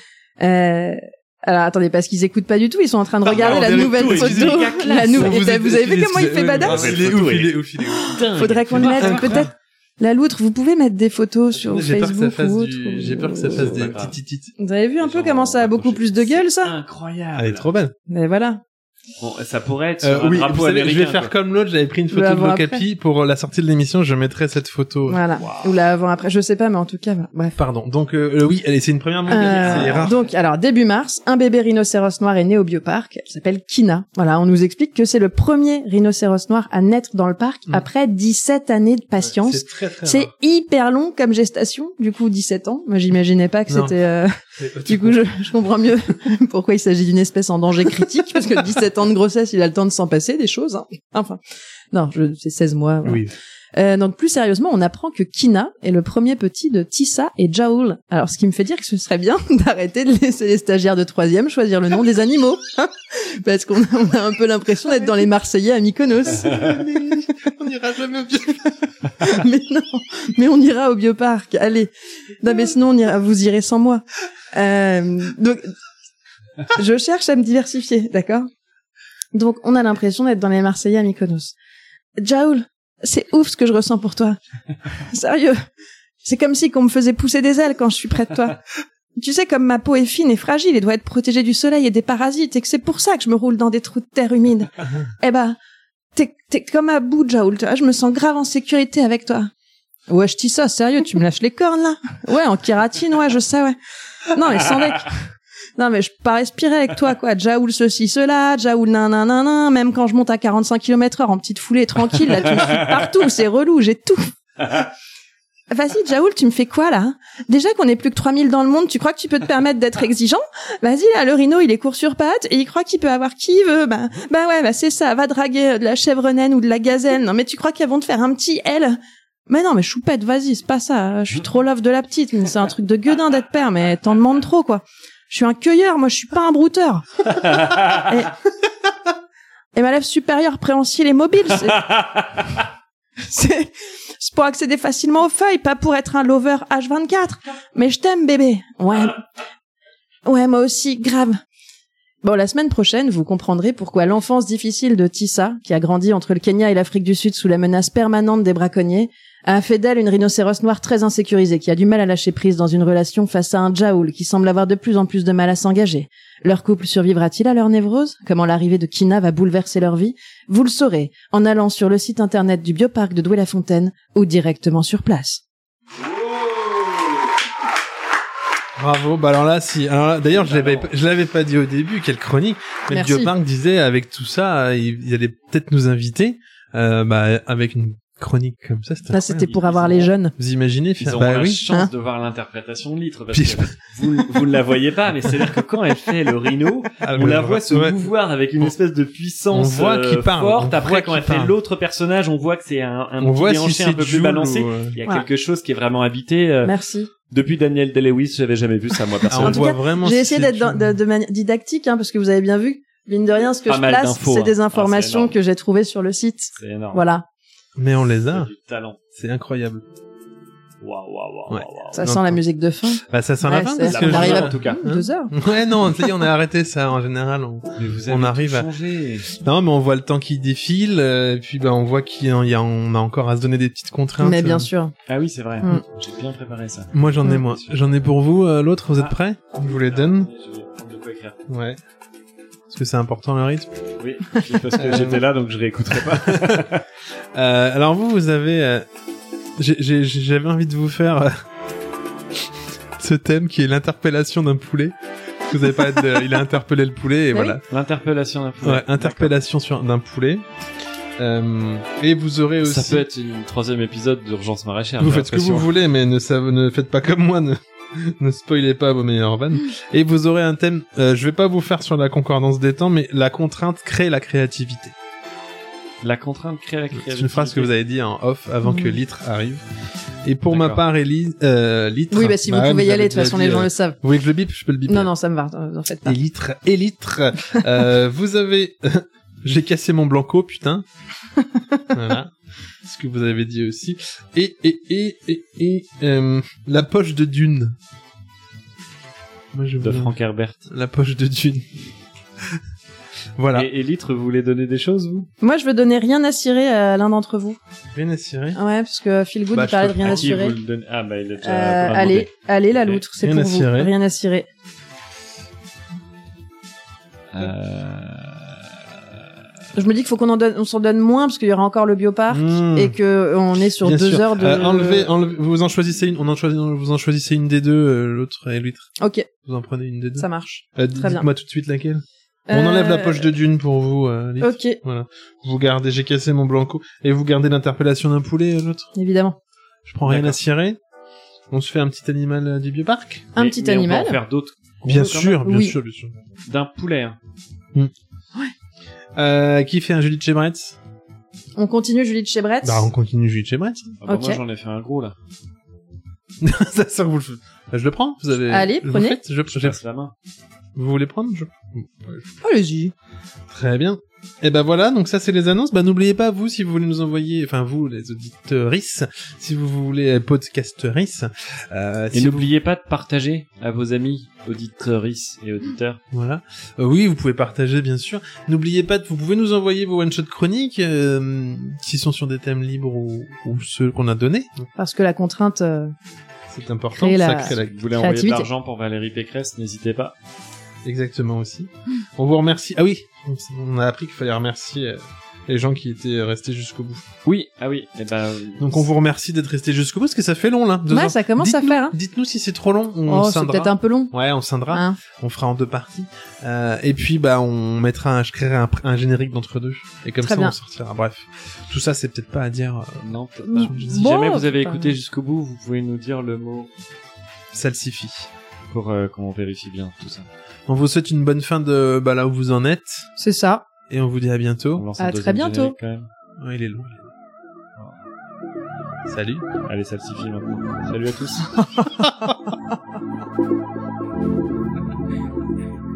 Euh, alors attendez, parce qu'ils écoutent pas du tout, ils sont en train de Ah, regarder on la dirait nouvelle tout, photo. excusez-moi. La nou- Vous Et t'as- êtes- vous avez vu comment il fait Ouais, badass? Il est ouf, il est ouf, il est ouf. Faudrait qu'on le mette peut-être. La loutre, vous pouvez mettre des photos sur J'ai peur que ça Facebook fasse ou autre. du, ou- j'ai peur que ça fasse des pas grave. petits titis. Vous avez vu un peu gens comment ça a vont beaucoup accrocher. plus de gueule, ça? Incroyable. Elle est trop belle. Mais voilà. Bon, ça pourrait être Euh, sur un oui, drapeau vous savez, je vais américain, faire quoi. comme l'autre, j'avais pris une photo Le de avant l'Ocapi pour la sortie de l'émission, je mettrai cette photo. Voilà. Wow. Ou là avant après, je sais pas, mais en tout cas, voilà. Bref. Pardon. Donc euh, euh, oui, allez, c'est une première mondiale, Euh, c'est rare. donc, alors, début mars, un bébé rhinocéros noir est né au bioparc. Elle s'appelle Kina. Voilà, on nous explique que c'est le premier rhinocéros noir à naître dans le parc Mm. après dix-sept années de patience. C'est très très C'est rare. hyper long comme gestation, du coup dix-sept ans. Moi, j'imaginais pas que Non. c'était... euh, C'est- Du coup, je, je comprends mieux pourquoi il s'agit d'une espèce en danger critique, parce que dix-sept ans de grossesse, il a le temps de s'en passer des choses. Hein. Enfin, non, je, c'est seize mois. Voilà. Oui. Euh, donc plus sérieusement, on apprend que Kina est le premier petit de Tissa et Jaoul. Alors, ce qui me fait dire que ce serait bien d'arrêter de laisser les stagiaires de troisième choisir le nom des animaux, hein, parce qu'on a, on a un peu l'impression d'être dans les Marseillais à Mykonos. On ira jamais au bio. Mais non, mais on ira au bioparc. Allez. Non, mais sinon on ira, vous irez sans moi. Euh, donc, je cherche à me diversifier, d'accord? Donc, on a l'impression d'être dans les Marseillais à Mykonos. Jaoul, c'est ouf ce que je ressens pour toi. Sérieux. C'est comme si qu'on me faisait pousser des ailes quand je suis près de toi. Tu sais, comme ma peau est fine et fragile et doit être protégée du soleil et des parasites, et que c'est pour ça que je me roule dans des trous de terre humides. Eh ben, t'es, t'es comme à bout, Jaoul, tu vois, je me sens grave en sécurité avec toi. Ouais, je dis ça, sérieux, tu me lâches les cornes, là? Ouais, en kératine, ouais, je sais, ouais. Non, mais sans deck. Non, mais je peux pas respirer avec toi, quoi. Jaoul ceci, cela, Jaoul nan, nan, nan, nan. Même quand je monte à quarante-cinq kilomètres heure en petite foulée tranquille, là, tu me suis partout, c'est relou, j'ai tout. Vas-y, Jaoul, tu me fais quoi, là? Déjà qu'on est plus que trois mille dans le monde, tu crois que tu peux te permettre d'être exigeant? Vas-y, là, le rhino, il est court sur pattes, et il croit qu'il peut avoir qui il veut. Bah, bah ouais, bah c'est ça, va draguer de la chèvre naine ou de la gazelle. Non, mais tu crois qu'elles vont te faire un petit L? Mais non, mais choupette, vas-y, c'est pas ça. Je suis trop love de la petite, mais c'est un truc de gueudin d'être père, mais t'en demandes trop, quoi. Je suis un cueilleur, moi, je suis pas un brouteur. et... et ma lèvre supérieure préhensile et mobile, c'est... c'est... c'est pour accéder facilement aux feuilles, pas pour être un lover H vingt-quatre. Mais je t'aime, bébé. Ouais. Ouais, moi aussi, grave. Bon, la semaine prochaine, vous comprendrez pourquoi l'enfance difficile de Tissa, qui a grandi entre le Kenya et l'Afrique du Sud sous la menace permanente des braconniers, a fait d'elle une rhinocéros noire très insécurisée, qui a du mal à lâcher prise dans une relation face à un Jaoul qui semble avoir de plus en plus de mal à s'engager. Leur couple survivra-t-il à leur névrose? Comment l'arrivée de Kina va bouleverser leur vie? Vous le saurez en allant sur le site internet du bioparc de Douai-la-Fontaine ou directement sur place. Bravo. Bah alors là, si. Alors là, d'ailleurs, je l'avais, je l'avais pas dit au début, quelle chronique. Mais Merci. le Bioparc disait, avec tout ça, il, il allait peut-être nous inviter, euh, bah, avec une chronique comme ça. C'était Là, incroyable. c'était pour avoir les jeunes. Vous imaginez, Ils faire, ont bah la oui. chance Hein de voir l'interprétation de Litre, parce Puis que vous, vous ne la voyez pas, mais c'est-à-dire que quand elle fait le rhino, Ah, on mais la ouais. voit se Ouais. mouvoir avec une On- espèce de puissance on voit euh, qu'il parle, forte. on Après, voit quand qu'il elle fait parle. l'autre personnage, on voit que c'est un, un On petit voit si déhanché c'est un peu plus Jules balancé. ou, euh, Il y a Voilà. quelque chose qui est vraiment habité. euh, Merci. Depuis Daniel Day-Lewis, j'avais jamais vu ça, moi, Ah, on personnellement. tout voit cas, vraiment. J'ai si essayé c'est d'être dans- Jules. de, de manière didactique, hein, parce que vous avez bien vu, mine de rien, ce que Pas je mal place, d'infos, c'est hein. des Ah, informations c'est énorme. que j'ai trouvées sur le site. C'est énorme. Voilà. Mais on les C'est a. du talent. C'est incroyable. Waouh, waouh, waouh, Ouais. waouh, waouh. Ça Non, sent la non. musique de fin. Bah, ça sent Ouais, la fin c'est- parce La que on arrive première, à en tout cas. Hein deux heures. Ouais, non, ça y est, on a arrêté ça en général. On... Mais vous On avez arrive tout à- changé. Non, mais on voit le temps qui défile, euh, et puis bah on voit qu'il y a, il y a- on a encore à se donner des petites contraintes. Mais bien sûr. Ah oui, c'est vrai. Mm. J'ai bien préparé ça. Moi j'en ai Mm. moi. J'en ai pour vous. euh, L'autre, vous êtes Ah. prêts? Je vous les donne. Je vais prendre de quoi écrire. Ouais. Parce que c'est important le rythme. Oui, parce que j'étais là, donc je réécouterai pas. euh, alors vous, vous avez... Euh, j'ai, j'ai, j'avais envie de vous faire euh, ce thème qui est l'interpellation d'un poulet. Vous avez pas de, il a interpellé le poulet et oui. voilà. L'interpellation d'un poulet. Ouais, interpellation sur, d'un poulet. Euh, et vous aurez aussi... Ça peut être une troisième épisode d'Urgence Maraîchère. Vous faites ce que vous voulez, mais ne, ça, ne faites pas comme moi, ne, ne spoilez pas vos meilleures vannes. Et vous aurez un thème, euh, je vais pas vous faire sur la concordance des temps, mais la contrainte crée la créativité. La contrainte crée la créativité. C'est une phrase que vous avez dit en off avant mmh. que Litre arrive. Et pour D'accord. ma part, Elise, euh, Litre... Oui, bah si vous bah, pouvez y aller, de toute déjà façon dit, les gens euh, le savent. Vous voulez que je le bip? Je peux le bip. Non, non, ça me va, en faites pas. Et Litre, et Litre, euh, vous avez... J'ai cassé mon blanco, putain. Voilà. Ce que vous avez dit aussi. Et, et, et, et, et, euh, la poche de Dune. Moi, je de voulais... Frank Herbert. La poche de Dune. Voilà. Et, et Litre, vous voulez donner des choses, vous? Moi, je veux donner rien à cirer à l'un d'entre vous. Rien à cirer? Ouais, parce que Phil Good, bah, il parlait de rien à, à cirer. Ah, bah, il a déjà euh, allez, allez, la loutre, c'est rien pour à vous. Cirer. Rien à cirer. Euh... Je me dis qu'il faut qu'on en donne, on s'en donne moins parce qu'il y aura encore le bioparc mmh. et que on est sur Bien deux sûr. heures de. Euh, enlevez, enlevez, vous en choisissez une, on en choisit, vous en choisissez une des deux, euh, l'autre et l'huître. Ok. Vous en prenez une des deux. Ça marche. Euh, Très bien. Dites-moi tout de suite laquelle. Euh... On enlève la poche de Dune pour vous, euh, Litre. Ok. Voilà. Vous gardez, j'ai cassé mon blanco et vous gardez l'interpellation d'un poulet, l'autre. Évidemment. Je prends rien à cirer. On se fait un petit animal euh, du bioparc. Un mais, petit mais animal. On peut en faire d'autres. Bien sûr, bien oui. sûr, bien sûr. D'un poulet. Hein. Mm. Ouais. Euh, qui fait un Julie de Chebretz? On continue Julie de Chebretz. Bah, on continue Julie de Chebretz. Ah bah Ok. Moi, j'en ai fait un gros, là. ça, ça, vous le faites. Bah, je le prends. Vous avez. Allez, vous prenez. Faites, je, Je je... passe la main. Vous voulez prendre? je... Allez-y. Très bien. Et ben voilà, donc ça c'est les annonces. Bah n'oubliez pas, vous, si vous voulez nous envoyer, enfin vous les auditeurisses, si vous voulez podcasterisses, euh, et si n'oubliez vous... pas de partager à vos amis auditeurisses et auditeurs. Voilà. Euh, oui, vous pouvez partager bien sûr. N'oubliez pas, de... vous pouvez nous envoyer vos one shot chroniques euh, qui sont sur des thèmes libres ou, ou ceux qu'on a donnés. Parce que la contrainte. Euh... C'est important. La... Ça crée la... Si vous voulez envoyer de l'argent pour Valérie Pécresse, n'hésitez pas. Exactement aussi. On vous remercie. Ah oui, on a appris qu'il fallait remercier euh, les gens qui étaient restés jusqu'au bout. Oui, ah oui. Et ben. Donc on vous remercie d'être restés jusqu'au bout parce que ça fait long là. Deux ouais, heures. ça commence dites-nous, à faire. Hein. Dites-nous si c'est trop long. On oh, c'est scindra. peut-être un peu long. Ouais, on scindra. Hein. On fera en deux parties. Euh, et puis bah on mettra, un, je créerai un, un générique d'entre deux. Et comme Très ça bien. on sortira. Bref, tout ça c'est peut-être pas à dire. Euh, non. Peut-être pas. Si Bon, jamais vous avez pas... écouté jusqu'au bout, vous pouvez nous dire le mot salsifie pour euh, qu'on vérifie bien tout ça. On vous souhaite une bonne fin de bah là où vous en êtes. C'est ça. Et on vous dit à bientôt. À très bientôt. Quand même. Oh, il est long. Salut. Allez, salsifie maintenant. Salut à tous.